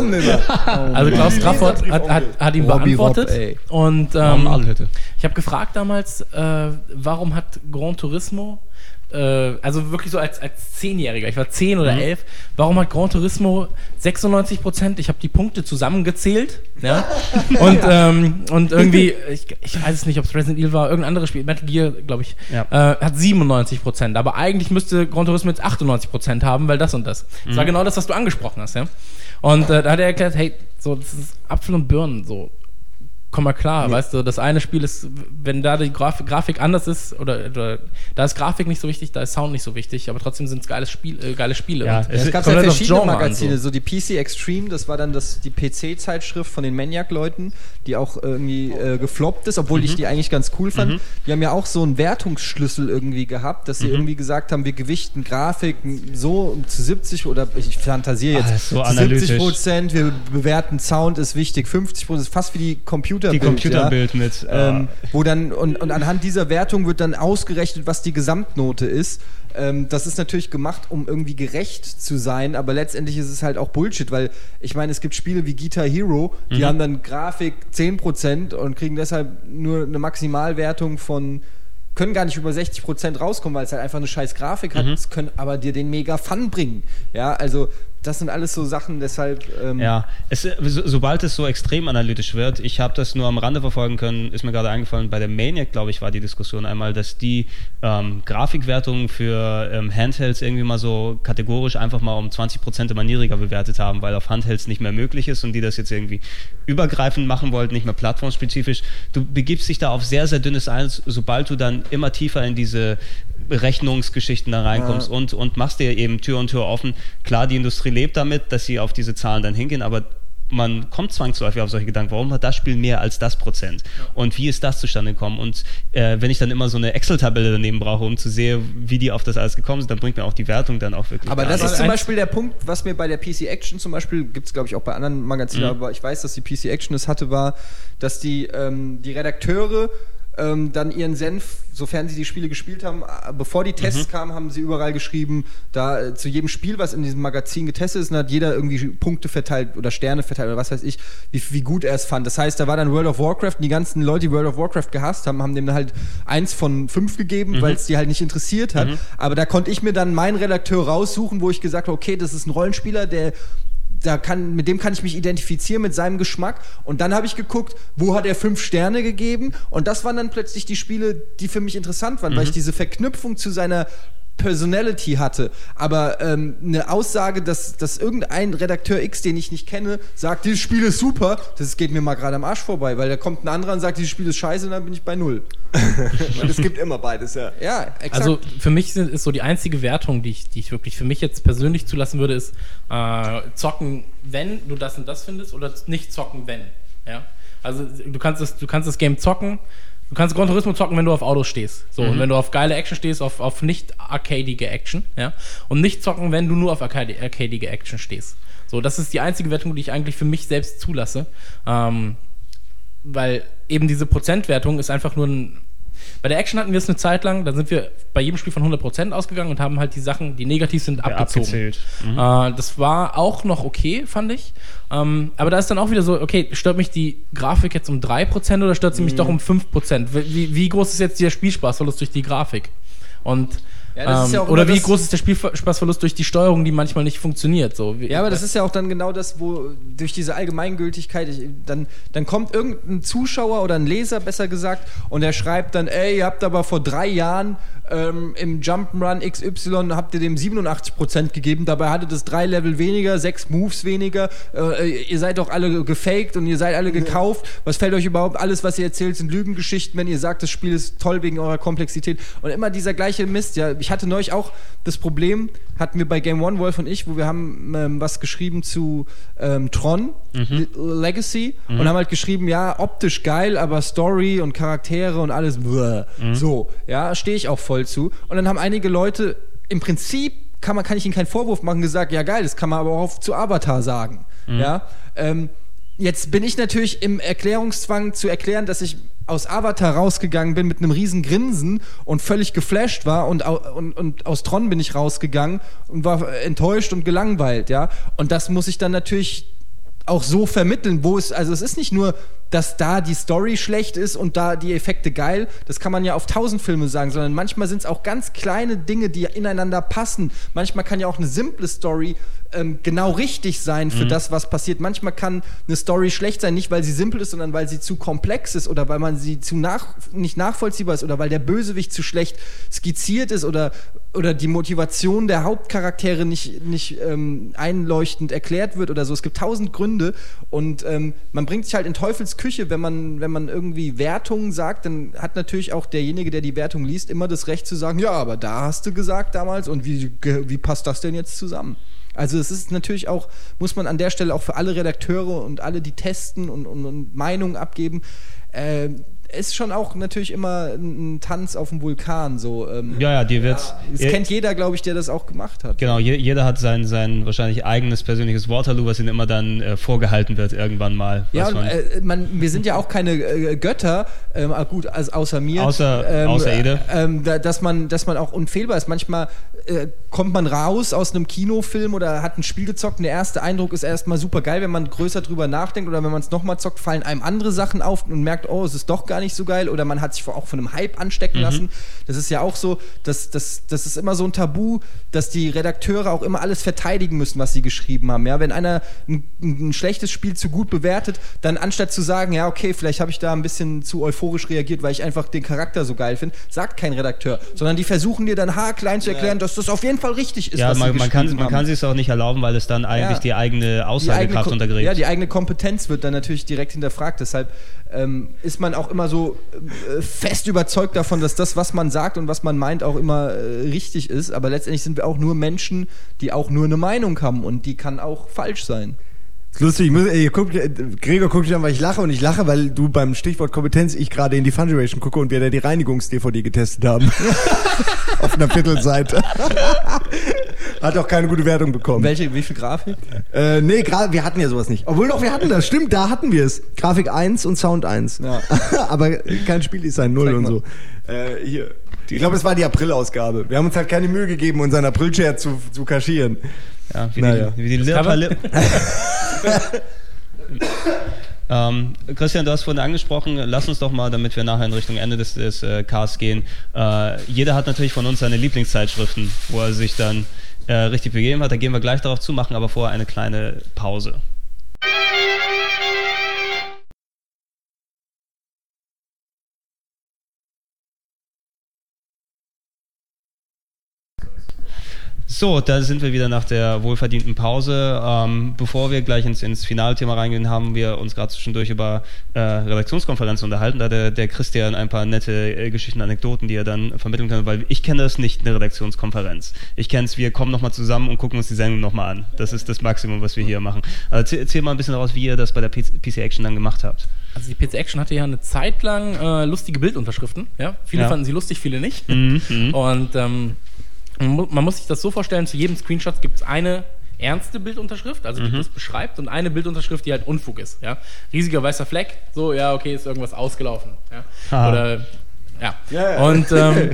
Klaus. Also Klaus Rafford hat, hat, hat ihn Robby beantwortet Rob, und Ähm, ich habe gefragt damals, äh, warum hat Gran Turismo, äh, also wirklich so als, als Zehnjähriger, ich war zehn oder elf, warum hat Gran Turismo sechsundneunzig Prozent, ich habe die Punkte zusammengezählt, ja, und, ähm, und irgendwie, ich, ich weiß es nicht, ob es Resident Evil war, irgendein anderes Spiel, Metal Gear, glaube ich, ja. äh, hat siebenundneunzig Prozent, aber eigentlich müsste Gran Turismo jetzt achtundneunzig Prozent haben, weil das und das. Mhm. Das war genau das, was du angesprochen hast, ja. Und äh, da hat er erklärt, hey, so, das ist Apfel und Birnen, so. komm mal klar, nee. weißt du, das eine Spiel ist, wenn da die Graf- Grafik anders ist, oder, oder da ist Grafik nicht so wichtig, da ist Sound nicht so wichtig, aber trotzdem sind es geile, Spiel, äh, geile Spiele. Ja, und es, es gab ja verschiedene Magazine, so. so die P C Extreme, das war dann das, die P C-Zeitschrift von den Maniac-Leuten, die auch irgendwie äh, gefloppt ist, obwohl mhm. ich die eigentlich ganz cool fand. Mhm. Die haben ja auch so einen Wertungsschlüssel irgendwie gehabt, dass sie mhm. irgendwie gesagt haben, wir gewichten Grafiken so zu siebzig oder ich fantasiere jetzt, ah, so zu siebzig Prozent, wir bewerten Sound ist wichtig, fünfzig Prozent, fast wie die Computerbild. Die Computerbild ja, mit. Ähm, wo dann, und, und anhand dieser Wertung wird dann ausgerechnet, was die Gesamtnote ist. Ähm, das ist natürlich gemacht, um irgendwie gerecht zu sein, aber letztendlich ist es halt auch Bullshit, weil ich meine, es gibt Spiele wie Guitar Hero, die mhm. haben dann Grafik zehn Prozent und kriegen deshalb nur eine Maximalwertung von, können gar nicht über sechzig Prozent rauskommen, weil es halt einfach eine scheiß Grafik hat, mhm. können aber dir den mega Fun bringen. Ja, also das sind alles so Sachen, deshalb... Ähm ja, es, so, sobald es so extrem analytisch wird, ich habe das nur am Rande verfolgen können, ist mir gerade eingefallen, bei der Maniac, glaube ich, war die Diskussion einmal, dass die ähm, Grafikwertungen für ähm, Handhelds irgendwie mal so kategorisch einfach mal um zwanzig Prozent immer niedriger bewertet haben, weil auf Handhelds nicht mehr möglich ist und die das jetzt irgendwie übergreifend machen wollten, nicht mehr plattformspezifisch. Du begibst dich da auf sehr, sehr dünnes Eis, sobald du dann immer tiefer in diese Rechnungsgeschichten da reinkommst ja. und, und machst dir eben Tür und Tür offen. Klar, die Industrie lebt damit, dass sie auf diese Zahlen dann hingehen, aber man kommt zwangsläufig auf solche Gedanken, warum hat das Spiel mehr als das Prozent? Ja. Und wie ist das zustande gekommen? Und äh, wenn ich dann immer so eine Excel-Tabelle daneben brauche, um zu sehen, wie die auf das alles gekommen sind, dann bringt mir auch die Wertung dann auch wirklich. Aber das ist zum Beispiel der Punkt, was mir bei der P C Action zum Beispiel, gibt es glaube ich auch bei anderen Magazinen, mhm. aber ich weiß, dass die P C Action es hatte, war, dass die, ähm, die Redakteure Ähm, dann ihren Senf, sofern sie die Spiele gespielt haben, bevor die Tests mhm. kamen, haben sie überall geschrieben, da äh, zu jedem Spiel, was in diesem Magazin getestet ist, hat jeder irgendwie Punkte verteilt oder Sterne verteilt oder was weiß ich, wie, wie gut er es fand. Das heißt, da war dann World of Warcraft und die ganzen Leute, die World of Warcraft gehasst haben, haben dem dann halt eins von fünf gegeben, mhm. weil es die halt nicht interessiert hat. Mhm. Aber da konnte ich mir dann meinen Redakteur raussuchen, wo ich gesagt habe, okay, das ist ein Rollenspieler, der Da kann, mit dem kann ich mich identifizieren, mit seinem Geschmack. Und dann habe ich geguckt, wo hat er fünf Sterne gegeben? Und das waren dann plötzlich die Spiele, die für mich interessant waren, mhm. weil ich diese Verknüpfung zu seiner Personality hatte. Aber ähm, eine Aussage, dass, dass irgendein Redakteur X, den ich nicht kenne, sagt, dieses Spiel ist super, das geht mir mal gerade am Arsch vorbei, weil da kommt ein anderer und sagt, dieses Spiel ist scheiße und dann bin ich bei null. Es gibt immer beides, ja. Ja, exakt. Also für mich sind, ist so die einzige Wertung, die ich, die ich wirklich für mich jetzt persönlich zulassen würde, ist äh, zocken, wenn du das und das findest, oder nicht zocken, wenn. Ja? Also du kannst das, du kannst das Game zocken. Du kannst Gran Turismo zocken, wenn du auf Autos stehst. So, mhm. und wenn du auf geile Action stehst, auf, auf nicht arcadige Action, ja. Und nicht zocken, wenn du nur auf arcade, arcadige Action stehst. So, das ist die einzige Wertung, die ich eigentlich für mich selbst zulasse. Ähm, weil eben diese Prozentwertung ist einfach nur ein. Bei der Action hatten wir es eine Zeit lang, da sind wir bei jedem Spiel von hundert Prozent ausgegangen und haben halt die Sachen, die negativ sind, ja, abgezogen. Mhm. Äh, das war auch noch okay, fand ich. Ähm, aber da ist dann auch wieder so, okay, stört mich die Grafik jetzt um drei Prozent oder stört sie mich mhm. doch um fünf Prozent? Wie, wie groß ist jetzt der Spielspaßverlust durch die Grafik? Und Ja, das ähm, ist ja auch oder wie groß ist der Spielspaßverlust durch die Steuerung, die manchmal nicht funktioniert? So, wie, ja, aber das ist ja auch dann genau das, wo durch diese Allgemeingültigkeit, ich, dann, dann kommt irgendein Zuschauer oder ein Leser, besser gesagt, und der schreibt dann, ey, ihr habt aber vor drei Jahren ähm, im Jump'n'Run X Y habt ihr dem siebenundachtzig Prozent gegeben, dabei hattet es drei Level weniger, sechs Moves weniger, äh, ihr seid doch alle gefaked und ihr seid alle gekauft, was fällt euch überhaupt, alles, was ihr erzählt, sind Lügengeschichten, wenn ihr sagt, das Spiel ist toll wegen eurer Komplexität und immer dieser gleiche Mist, ja, ich hatte neulich auch das Problem, hatten wir bei Game One, Wolf und ich, wo wir haben ähm, was geschrieben zu ähm, Tron mhm. Legacy mhm. und haben halt geschrieben, ja, optisch geil, aber Story und Charaktere und alles, bläh. Mhm. So, ja, stehe ich auch voll zu. Und dann haben einige Leute, im Prinzip kann, man, kann ich ihnen keinen Vorwurf machen, gesagt, ja geil, das kann man aber auch auf, zu Avatar sagen. Mhm. Ja, ähm, jetzt bin ich natürlich im Erklärungszwang zu erklären, dass ich aus Avatar rausgegangen bin mit einem riesen Grinsen und völlig geflasht war und, und, und aus Tron bin ich rausgegangen und war enttäuscht und gelangweilt, ja. Und das muss ich dann natürlich auch so vermitteln, wo es, also es ist nicht nur, dass da die Story schlecht ist und da die Effekte geil, das kann man ja auf tausend Filme sagen, sondern manchmal sind es auch ganz kleine Dinge, die ineinander passen. Manchmal kann ja auch eine simple Story ähm, genau richtig sein für mhm. das, was passiert. Manchmal kann eine Story schlecht sein, nicht weil sie simpel ist, sondern weil sie zu komplex ist oder weil man sie zu nach, nicht nachvollziehbar ist oder weil der Bösewicht zu schlecht skizziert ist oder, oder die Motivation der Hauptcharaktere nicht, nicht ähm, einleuchtend erklärt wird oder so. Es gibt tausend Gründe und ähm, man bringt sich halt in Teufels Küche, wenn man, wenn man irgendwie Wertungen sagt, dann hat natürlich auch derjenige, der die Wertung liest, immer das Recht zu sagen, ja, aber da hast du gesagt damals und wie, wie passt das denn jetzt zusammen? Also es ist natürlich auch, muss man an der Stelle auch für alle Redakteure und alle, die testen und, und, und Meinungen abgeben, äh, ist schon auch natürlich immer ein Tanz auf dem Vulkan. So, ähm, ja, ja, die wird. Das ja, kennt jeder, glaube ich, der das auch gemacht hat. Genau, je, jeder hat sein, sein wahrscheinlich eigenes persönliches Waterloo, was ihm immer dann äh, vorgehalten wird, irgendwann mal. Ja, und, äh, man, wir sind ja auch keine äh, Götter, ähm, gut, also außer mir. Außer, ähm, außer Ede. Ähm, da, dass, man, dass man auch unfehlbar ist. Manchmal äh, kommt man raus aus einem Kinofilm oder hat ein Spiel gezockt und der erste Eindruck ist erstmal super geil, wenn man größer drüber nachdenkt oder wenn man es nochmal zockt, fallen einem andere Sachen auf und merkt, oh, es ist doch gar nicht so geil oder man hat sich auch von einem Hype anstecken mhm. lassen. Das ist ja auch so, dass, dass, das ist immer so ein Tabu, dass die Redakteure auch immer alles verteidigen müssen, was sie geschrieben haben. Ja? Wenn einer ein, ein schlechtes Spiel zu gut bewertet, dann anstatt zu sagen, ja okay, vielleicht habe ich da ein bisschen zu euphorisch reagiert, weil ich einfach den Charakter so geil finde, sagt kein Redakteur, sondern die versuchen dir dann haarklein zu erklären, ja. dass das auf jeden Fall richtig ist, ja, was man, sie man kann, haben. Man kann sich es auch nicht erlauben, weil es dann eigentlich ja. die eigene Aussagekraft die eigene, untergräbt. Ja, die eigene Kompetenz wird dann natürlich direkt hinterfragt. Deshalb ähm, ist man auch immer so äh, fest überzeugt davon, dass das, was man sagt und was man meint, auch immer äh, richtig ist. Aber letztendlich sind wir auch nur Menschen, die auch nur eine Meinung haben und die kann auch falsch sein. Das ist lustig, ich muss, ey, guck, Gregor guckt dich an, weil ich lache und ich lache, weil du beim Stichwort Kompetenz ich gerade in die Funduration gucke und wir da die Reinigungs-D V D getestet haben. Auf einer Viertelseite. Hat auch keine gute Wertung bekommen. Welche, wie viel Grafik? Äh, nee, gra- wir hatten ja sowas nicht. Obwohl doch, wir hatten das. Stimmt, da hatten wir es. Grafik eins und Sound eins. Ja. Aber kein Spieldesign null und so. Äh, hier. Ich glaube, es war die April-Ausgabe. Wir haben uns halt keine Mühe gegeben, unseren April-Share zu, zu kaschieren. Ja, wie naja. die, wie die Lipperle. ähm, Christian, du hast vorhin angesprochen, lass uns doch mal, damit wir nachher in Richtung Ende des, des äh, Casts gehen. Äh, jeder hat natürlich von uns seine Lieblingszeitschriften, wo er sich dann äh, richtig begeben hat. Da gehen wir gleich darauf zu, machen aber vorher eine kleine Pause. So, da sind wir wieder nach der wohlverdienten Pause. Ähm, bevor wir gleich ins, ins Finalthema reingehen, haben wir uns gerade zwischendurch über äh, Redaktionskonferenzen unterhalten. Da hat der, der Christian ein paar nette äh, Geschichten, Anekdoten, die er dann vermitteln kann, weil ich kenne das nicht, eine Redaktionskonferenz. Ich kenne es, wir kommen nochmal zusammen und gucken uns die Sendung nochmal an. Das ist das Maximum, was wir hier machen. Also erzähl mal ein bisschen daraus, wie ihr das bei der P C Action dann gemacht habt. Also die P C Action hatte ja eine Zeit lang äh, lustige Bildunterschriften. Ja? Viele ja. fanden sie lustig, viele nicht. Mhm, und ähm, man muss sich das so vorstellen, zu jedem Screenshot gibt es eine ernste Bildunterschrift, also die mhm. das beschreibt, und eine Bildunterschrift, die halt Unfug ist. Ja? Riesiger weißer Fleck, so, ja, okay, ist irgendwas ausgelaufen. Ja? Oder, ja. ja, ja. Und ähm,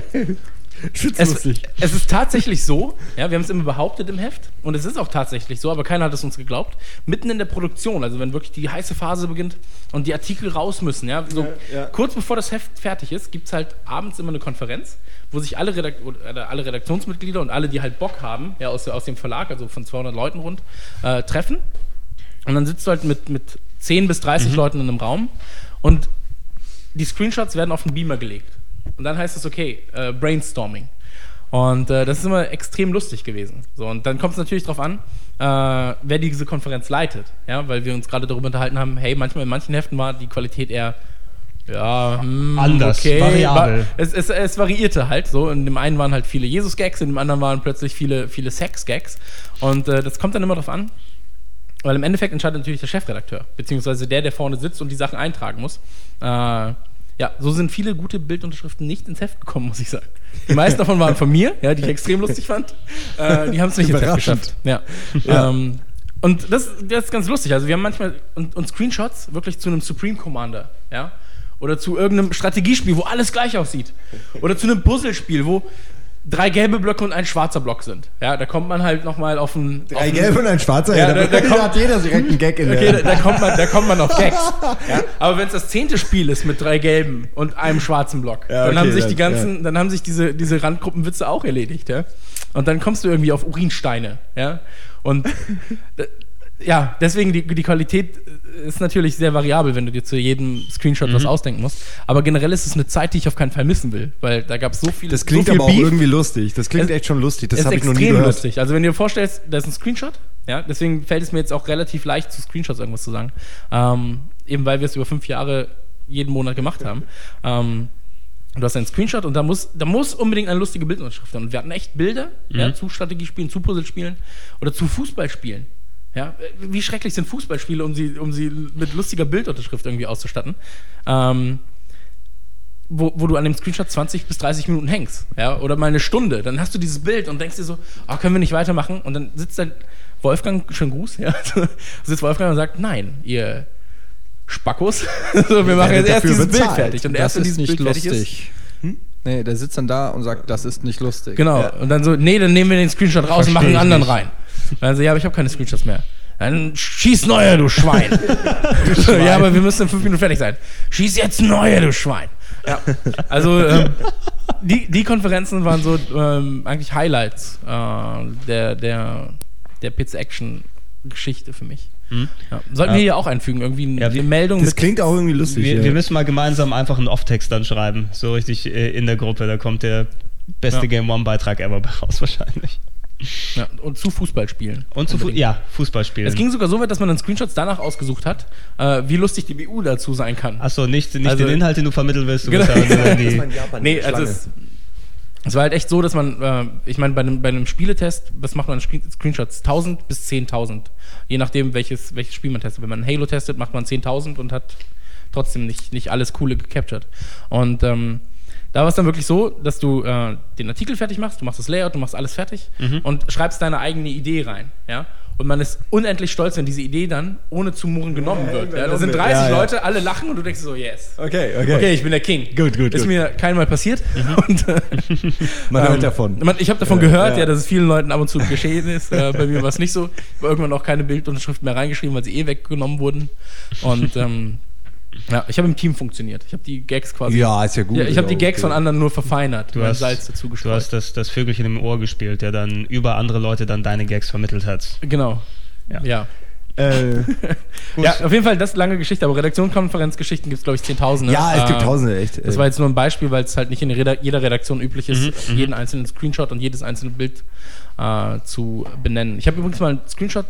es, es ist tatsächlich so, ja, wir haben es immer behauptet im Heft, und es ist auch tatsächlich so, aber keiner hat es uns geglaubt, mitten in der Produktion, also wenn wirklich die heiße Phase beginnt und die Artikel raus müssen, ja, so ja, ja. kurz bevor das Heft fertig ist, gibt es halt abends immer eine Konferenz, wo sich alle, Redakt- oder alle Redaktionsmitglieder und alle, die halt Bock haben, ja, aus, aus dem Verlag, also von zweihundert Leuten rund, äh, treffen. Und dann sitzt du halt mit, mit zehn bis dreißig mhm. Leuten in einem Raum und die Screenshots werden auf den Beamer gelegt. Und dann heißt es, okay, äh, Brainstorming. Und äh, das ist immer extrem lustig gewesen. So, und dann kommt es natürlich darauf an, äh, wer diese Konferenz leitet. Ja? Weil wir uns gerade darüber unterhalten haben, hey, manchmal in manchen Heften war die Qualität eher ja, hm, anders, okay. variabel. War, es, es, es variierte halt so. In dem einen waren halt viele Jesus-Gags, in dem anderen waren plötzlich viele, viele Sex-Gags. Und äh, das kommt dann immer drauf an, weil im Endeffekt entscheidet natürlich der Chefredakteur, beziehungsweise der, der vorne sitzt und die Sachen eintragen muss. Äh, ja, so sind viele gute Bildunterschriften nicht ins Heft gekommen, muss ich sagen. Die meisten davon waren von mir, ja, die ich extrem lustig fand. Äh, die haben es nicht ins Heft geschafft. Ja. Ja. Ähm, und das, das ist ganz lustig. Also wir haben manchmal und, und Screenshots wirklich zu einem Supreme Commander, ja. Oder zu irgendeinem Strategiespiel, wo alles gleich aussieht. Oder zu einem Puzzlespiel, wo drei gelbe Blöcke und ein schwarzer Block sind. Ja, da kommt man halt nochmal auf einen... Drei gelbe und ein schwarzer? Ja, Ja, da, da- da kommt- hat jeder direkt einen Gag in Okay, der... da, da, kommt man, da kommt man auf Gags. Ja? Aber wenn es das zehnte Spiel ist mit drei gelben und einem schwarzen Block, Ja, dann okay, haben sich das- die ganzen, dann haben sich diese, diese Randgruppenwitze auch erledigt, ja. Und dann kommst du irgendwie auf Urinsteine, ja. Und d- ja, deswegen die, die Qualität ist natürlich sehr variabel, wenn du dir zu jedem Screenshot was ausdenken musst. Aber generell ist es eine Zeit, die ich auf keinen Fall missen will, weil da gab es so viel. Das klingt so viel aber auch Beef. irgendwie lustig. Das klingt Es- echt schon lustig. Das Das ist habe ich noch nie extrem gehört. lustig. Also wenn du dir vorstellst, da ist ein Screenshot, ja, deswegen fällt es mir jetzt auch relativ leicht, zu Screenshots irgendwas zu sagen. Ähm, eben weil wir es über fünf Jahre jeden Monat gemacht haben. Ähm, du hast einen Screenshot und da muss, da muss unbedingt eine lustige Bildunterschrift sein. Und wir hatten echt Bilder, Mhm. ja, zu Strategiespielen, zu Puzzlespielen oder zu Fußballspielen. Ja, wie schrecklich sind Fußballspiele, um sie, um sie mit lustiger Bildunterschrift irgendwie auszustatten. Ähm, wo, wo du an dem Screenshot zwanzig bis dreißig Minuten hängst, ja, oder mal eine Stunde, dann hast du dieses Bild und denkst dir so, oh, können wir nicht weitermachen? Und dann sitzt dann Wolfgang, schönen Gruß, ja, sitzt Wolfgang und sagt, nein, ihr Spackos, so, wir machen jetzt erst dafür dieses Bild bezahlt. fertig. Und Das erst wenn ist dieses nicht Bild fertig ist, lustig. Nee, der sitzt dann da und sagt, das ist nicht lustig. genau, Ja. und dann so, nee, dann nehmen wir den Screenshot raus und machen einen ich anderen nicht. rein. Und dann so, ja, aber ich habe keine Screenshots mehr. Dann schieß neue, du Schwein. Ja, aber wir müssen in fünf Minuten fertig sein. Schieß jetzt neue, du Schwein. Ja, also ähm, die, die Konferenzen waren so ähm, eigentlich Highlights äh, der, der, der P C-Action-Geschichte für mich. Hm? Ja. Sollten Ja. wir hier auch einfügen, irgendwie eine Ja, wir- Meldung Das mit... klingt auch irgendwie lustig. Wir, ja. wir müssen mal gemeinsam einfach einen Off-Text dann schreiben. So richtig äh, in der Gruppe. Da kommt der beste Ja. Game One-Beitrag ever raus wahrscheinlich. Ja, und zu Fußballspielen. Und zu Fu Unbedingt. ja, Fußballspielen. Es ging sogar so weit, dass man dann Screenshots danach ausgesucht hat, äh, wie lustig die B U dazu sein kann. Achso, nicht, nicht Also- den Inhalt, den du vermitteln willst. Du Genau. willst ja nur die, Nee, also es, es war halt echt so, dass man, äh, ich meine, bei einem, bei einem Spieletest, was macht man an Screen- Screenshots? tausend bis zehntausend. Je nachdem, welches, welches Spiel man testet. Wenn man Halo testet, macht man zehntausend und hat trotzdem nicht, nicht alles Coole gecaptured. Und ähm, da war es dann wirklich so, dass du äh, den Artikel fertig machst, du machst das Layout, du machst alles fertig und schreibst deine eigene Idee rein. Ja? Und man ist unendlich stolz, wenn diese Idee dann ohne zu murren genommen wird. Ja? Da sind wird. dreißig Ja, ja. Leute, alle lachen und du denkst so, yes. Okay, okay. Okay, ich bin der King. Gut, gut, Ist gut. mir keinmal passiert. Und, äh, Man ähm, hört davon. Man, ich habe davon gehört, ja. ja, dass es vielen Leuten ab und zu geschehen ist. Äh, bei mir war es nicht so. Ich habe irgendwann auch keine Bildunterschriften mehr reingeschrieben, weil sie eh weggenommen wurden. Und ähm, ja, ich habe im Team funktioniert. Ich habe die Gags quasi. Ja, ist ja gut. Ja, ich habe die Ja, Gags okay. von anderen nur verfeinert. du und hast, Salz dazu du gestreut. hast das, das Vögelchen im Ohr gespielt, der dann über andere Leute dann deine Gags vermittelt hat. Genau. Ja. Ja. Äh, Ja, auf jeden Fall, das ist lange Geschichte, aber Redaktionskonferenzgeschichten gibt es, glaube ich, Zehntausende. ja, es gibt Ähm, Tausende, echt. Das war jetzt nur ein Beispiel, weil es halt nicht in Reda- jeder Redaktion üblich ist, Mhm, jeden einzelnen Screenshot und jedes einzelne Bild äh, zu benennen. Ich habe übrigens mal einen Screenshot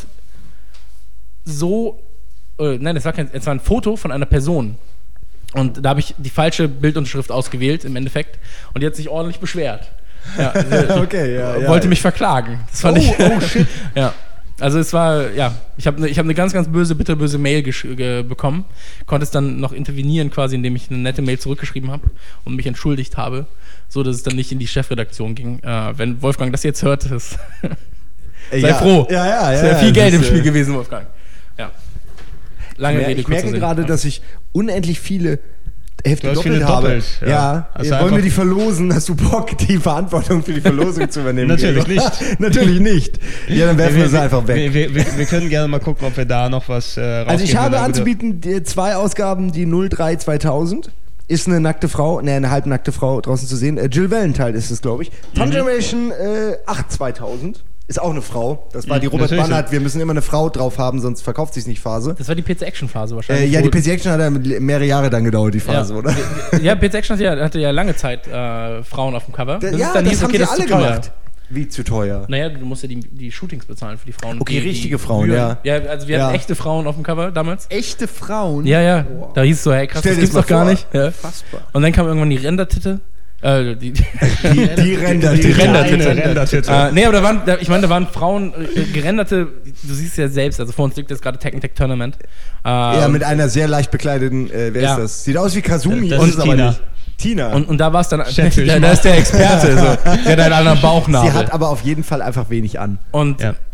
so, äh, nein, es war, kein, es war ein Foto von einer Person. Und da habe ich die falsche Bildunterschrift ausgewählt im Endeffekt und die hat sich ordentlich beschwert. Ja, sie Okay, ja, ja. wollte mich verklagen. Das fand Oh, ich. oh, shit. Ja. Also es war, ja, ich habe ne, ich hab eine ganz, ganz böse, bitterböse Mail gesch- ge bekommen, konnte es dann noch intervenieren quasi, indem ich eine nette Mail zurückgeschrieben habe und mich entschuldigt habe, so dass es dann nicht in die Chefredaktion ging. Äh, wenn Wolfgang das jetzt hört, das Äh, sei ja. froh. Ja, ja, ja. Es wäre ja, viel das Geld im ist, Spiel äh, gewesen, Wolfgang. Ja. Lange Ja, Rede, ich kurzer merke Sinn. gerade, Ja. dass ich unendlich viele Hefte Du hast doppelt viele habe. doppelt, ja. Ja, Hast äh, du wollen wir einfach- die verlosen? Hast du Bock, die Verantwortung für die Verlosung zu übernehmen? Natürlich Gregor? nicht. Natürlich nicht. Ja, dann werfen wir sie einfach weg. Wir, wir, wir können gerne mal gucken, ob wir da noch was äh, rausgeben. Also ich habe können. anzubieten die zwei Ausgaben, die null drei zweitausend. Ist eine nackte Frau, ne, eine halbnackte Frau draußen zu sehen. Äh, Jill Valentine ist es, glaube ich. Fun Generation äh, acht zweitausend. Ist auch eine Frau. Das war Mhm, die Robert natürlich. Bannert. Wir müssen immer eine Frau drauf haben, sonst verkauft sich's nicht Phase. Das war die P C-Action-Phase Äh, wahrscheinlich. ja, die wo- P C Action hat ja mehrere Jahre dann gedauert, die Phase, ja. oder? Ja, P C-Action hatte, ja, hatte ja lange Zeit äh, Frauen auf dem Cover. Da- Bis ja, es dann das hieß, haben okay, sie das ist alle zu teuer. gemacht. Wie zu teuer? Naja, du musst ja die, die Shootings bezahlen für die Frauen. Okay, die, richtige die Frauen, Gebühren. ja. Ja, also wir Ja. hatten echte Frauen auf dem Cover damals. Echte Frauen? Ja, ja. Da hieß es so, hey krass, Stell das dir gibt's das doch gar mal nicht. Ja. Fassbar. Und dann kam irgendwann die Rendertitte. Äh, die, die, Die, die Ränder, die Rendertitte. Kleine Rendertitte. Äh, nee, aber da waren, da, ich meine, da waren Frauen, äh, gerenderte, du siehst ja selbst, also vor uns liegt jetzt gerade Tekken Tech Tournament. Äh, Ja, mit einer sehr leicht bekleideten, äh, wer Ja. ist das? Sieht aus wie Kazumi, Das ist ist es aber Tina. nicht. Tina. und, und da war es dann, Schätze ich da, mal. da ist der Experte, so, der hat einen anderen Bauchnabel. Sie hat aber auf jeden Fall einfach wenig an. Und Ja.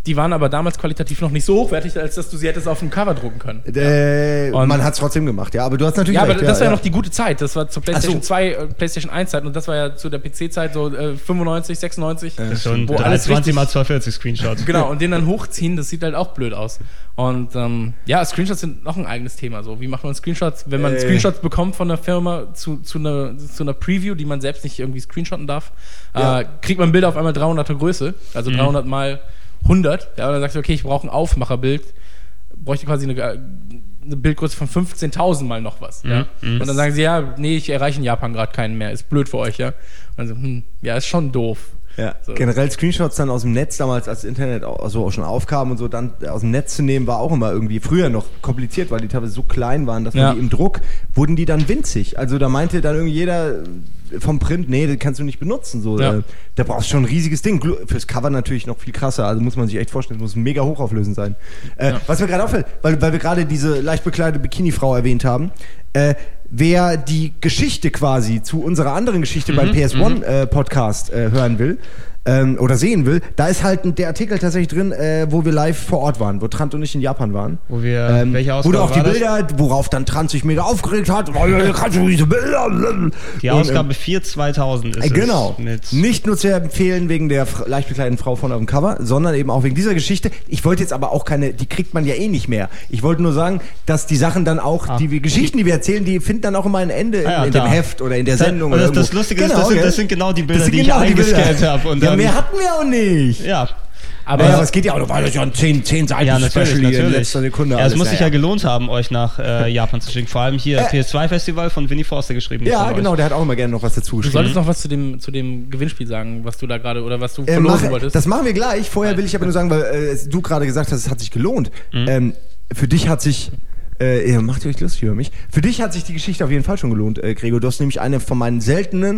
die waren aber damals qualitativ noch nicht so hochwertig, als dass du sie hättest auf dem Cover drucken können. Äh, man hat es trotzdem gemacht, ja, aber du hast natürlich Ja, recht, aber das ja, war ja ja noch die gute Zeit. Das war zur PlayStation so. zwei, äh, PlayStation eins Zeit und das war ja zu der P C-Zeit so äh, fünfundneunzig, sechsundneunzig. Das ist schon wo alles dreihundertzwanzig mal richtig- zweihundertvierzig Screenshots. Genau, und den dann hochziehen, das sieht halt auch blöd aus. Und ähm, ja, Screenshots sind noch ein eigenes Thema. So, wie macht man Screenshots, wenn man Äh. Screenshots bekommt von der Firma zu, zu, einer, zu einer Preview, die man selbst nicht irgendwie screenshotten darf, Ja. äh, kriegt man Bilder auf einmal dreihunderter Größe, also Mhm. dreihundert mal hundert. Ja, und dann sagst du, okay, ich brauche ein Aufmacherbild, bräuchte quasi eine, eine Bildgröße von fünfzehntausend mal noch was. Ja? Mhm. Und dann sagen sie, ja, nee, ich erreiche in Japan gerade keinen mehr, ist blöd für euch, ja. Und dann so, hm, ja, ist schon doof. Ja, So. generell Screenshots dann aus dem Netz damals, als das Internet auch, also auch schon aufkam und so, dann aus dem Netz zu nehmen, war auch immer irgendwie früher noch kompliziert, weil die teilweise so klein waren, dass man Ja. die im Druck, wurden die dann winzig. Also da meinte dann irgendwie jeder vom Print, nee, das kannst du nicht benutzen. So, Ja. äh, da brauchst du schon ein riesiges Ding. Glu- Fürs Cover natürlich noch viel krasser, also muss man sich echt vorstellen, das muss mega hochauflösend sein. Äh, Ja. Was mir gerade auffällt, weil, weil wir gerade diese leicht bekleidete Bikini-Frau erwähnt haben, äh, wer die Geschichte quasi zu unserer anderen Geschichte beim P S eins äh, Podcast äh, hören will, ähm, oder sehen will, da ist halt ein- der Artikel tatsächlich drin, äh, wo wir live vor Ort waren, wo Trant und ich in Japan waren. Wo wir, Ähm, welche wo Ausgabe du auch die war das? Bilder, worauf dann Trant sich mega aufgeregt hat, weil kannst du diese Bilder. Die Und, Ausgabe ähm, vier zweitausend ist äh, genau. es. Mit Nicht nur zu empfehlen wegen der f- leicht bekleideten Frau vorne auf dem Cover, sondern eben auch wegen dieser Geschichte. Ich wollte jetzt aber auch keine, die kriegt man ja eh nicht mehr. Ich wollte nur sagen, dass die Sachen dann auch, Ah. die wir- Geschichten, die wir erzählen, die finden dann auch immer ein Ende in, Ah ja, in da. dem Heft oder in der Das- Sendung. und das- oder das irgendwo. Lustige ist, das sind- gell? das sind genau die Bilder, Das sind die ich genau die Bilder. eingescannt habe und Ja, dann- mehr hatten wir auch nicht. ja. Aber, Aber, ja, aber es geht ja auch noch, weil das ja ein zehn, zehn Seiten Ja, natürlich, Special hier in natürlich. letzter Sekunde. Ja, es alles. muss sich Ja, ja gelohnt haben, euch nach äh, Japan zu schicken. Vor allem hier Äh. P S zwei Festival von Winnie Forster geschrieben. Ja, von euch. genau, der hat auch immer gerne noch was dazu du geschrieben. solltest noch was zu dem, zu dem Gewinnspiel sagen, was du da gerade, oder was du Äh, verlosen mach, wolltest. das machen wir gleich. Vorher will ich aber nur sagen, weil äh, du gerade gesagt hast, es hat sich gelohnt. Mhm. Ähm, für dich hat sich, äh, ihr macht ihr euch lustig über mich, für dich hat sich die Geschichte auf jeden Fall schon gelohnt, äh, Gregor. Du hast nämlich eine von meinen seltenen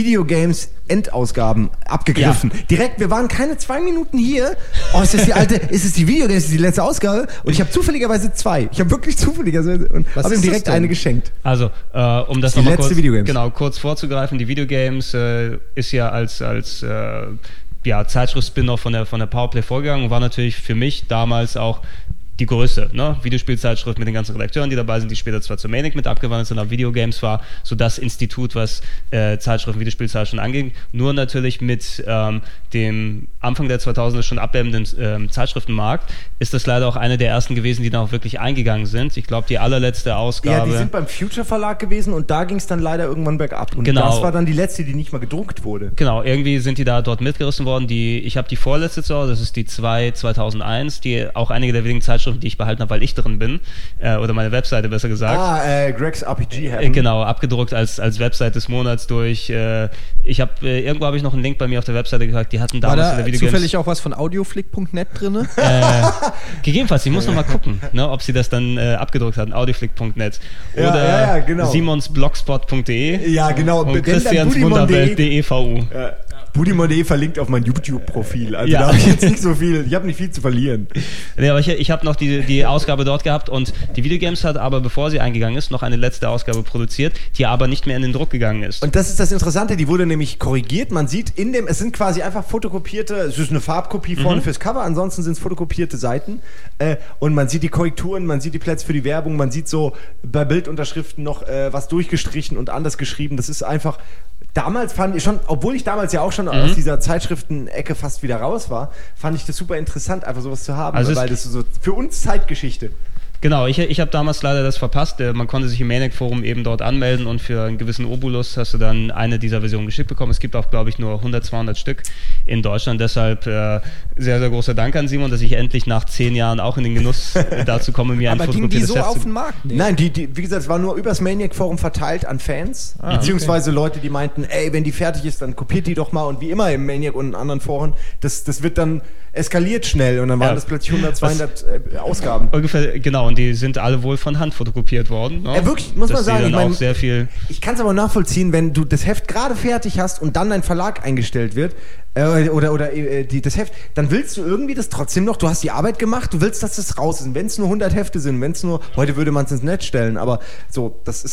Videogames-Endausgaben abgegriffen. Ja. Direkt, wir waren keine zwei Minuten hier. Oh, ist das die alte, ist es die Videogames, ist die letzte Ausgabe? Und ich habe zufälligerweise zwei. Ich habe wirklich zufälligerweise und Was habe ihm ist direkt das denn? eine geschenkt. Also, äh, um das Die nochmal letzte kurz, Videogames. genau, kurz vorzugreifen, die Videogames äh, ist ja als, als äh, ja, Zeitschrift-Spin-Off von der, von der Powerplay vorgegangen und war natürlich für mich damals auch die größte, ne? Videospielzeitschrift mit den ganzen Redakteuren, die dabei sind, die später zwar zur Manic mit abgewandelt sind, aber Videogames war so das Institut, was äh, Zeitschriften, Videospielzeitschriften anging. Nur natürlich mit ähm, dem Anfang der zweitausender schon abbebenden ähm, Zeitschriftenmarkt ist das leider auch eine der ersten gewesen, die dann auch wirklich eingegangen sind. Ich glaube, die allerletzte Ausgabe... Ja, die sind beim Future Verlag gewesen und da ging es dann leider irgendwann bergab. Und Genau. das war dann die letzte, die nicht mal gedruckt wurde. Genau, irgendwie sind die da dort mitgerissen worden. Die, ich habe die vorletzte zu Hause, das ist die zwei zweitausendeins, die auch einige der wenigen Zeitschriften, die ich behalten habe, weil ich drin bin, äh, oder meine Webseite besser gesagt. Ah, äh, Greg's R P G Äh, Heaven. Genau, abgedruckt als, als Website des Monats durch. Äh, ich habe äh, irgendwo habe ich noch einen Link bei mir auf der Webseite gesagt, die hatten War damals in da der Videogames. zufällig auch was von audioflick punkt net drin? Äh, gegebenenfalls, ich muss noch mal gucken, ne, ob sie das dann äh, abgedruckt hatten, audioflick punkt net Ja, oder ja, ja, genau. simonsblogspot punkt de Ja, genau. und Wenn dann christianswunderwelt punkt de V U. Ja. Budimon.de verlinkt auf mein YouTube-Profil. Also Ja. da habe ich jetzt nicht so viel, ich habe nicht viel zu verlieren. Nee, aber ich, ich habe noch die, die Ausgabe dort gehabt und die Videogames hat aber, bevor sie eingegangen ist, noch eine letzte Ausgabe produziert, die aber nicht mehr in den Druck gegangen ist. Und das ist das Interessante, die wurde nämlich korrigiert. Man sieht in dem, es sind quasi einfach fotokopierte, es ist eine Farbkopie vorne fürs Cover, ansonsten sind es fotokopierte Seiten. Äh, und man sieht die Korrekturen, man sieht die Plätze für die Werbung, man sieht so bei Bildunterschriften noch äh, was durchgestrichen und anders geschrieben. Das ist einfach, damals fand ich schon, obwohl ich damals ja auch schon aus dieser Zeitschriften-Ecke fast wieder raus war, fand ich das super interessant, einfach sowas zu haben, Also weil es- das so für uns Zeitgeschichte. Genau, ich, ich habe damals leider das verpasst. Äh, Man konnte sich im Maniac-Forum eben dort anmelden und für einen gewissen Obolus hast du dann eine dieser Versionen geschickt bekommen. Es gibt auch, glaube ich, nur hundert, zweihundert Stück in Deutschland. Deshalb äh, sehr, sehr großer Dank an Simon, dass ich endlich nach zehn Jahren auch in den Genuss äh, dazu komme, mir ein Aber ging die fotokopiertes so Heft auf zu... den Markt? Nee. Nein, die, die, wie gesagt, es war nur übers Maniac-Forum verteilt an Fans, Ah, beziehungsweise Leute, die meinten, ey, wenn die fertig ist, dann kopiert die doch mal. Und wie immer im Maniac und in anderen Foren, das, das wird dann eskaliert schnell und dann waren Ja. das plötzlich hundert, zweihundert äh, Ausgaben. Ungefähr, genau, und die sind alle wohl von Hand fotokopiert worden. Ne? Ja, wirklich, muss Dass man sagen, Die ich dann mein- auch sehr viel... Ich kann es aber nachvollziehen, wenn du das Heft gerade fertig hast und dann dein Verlag eingestellt wird, äh, oder, oder äh, die, das Heft, dann willst du irgendwie das trotzdem noch, du hast die Arbeit gemacht, du willst, dass das raus ist. Wenn es nur hundert Hefte sind, wenn es nur, heute würde man es ins Netz stellen, aber so, das ist,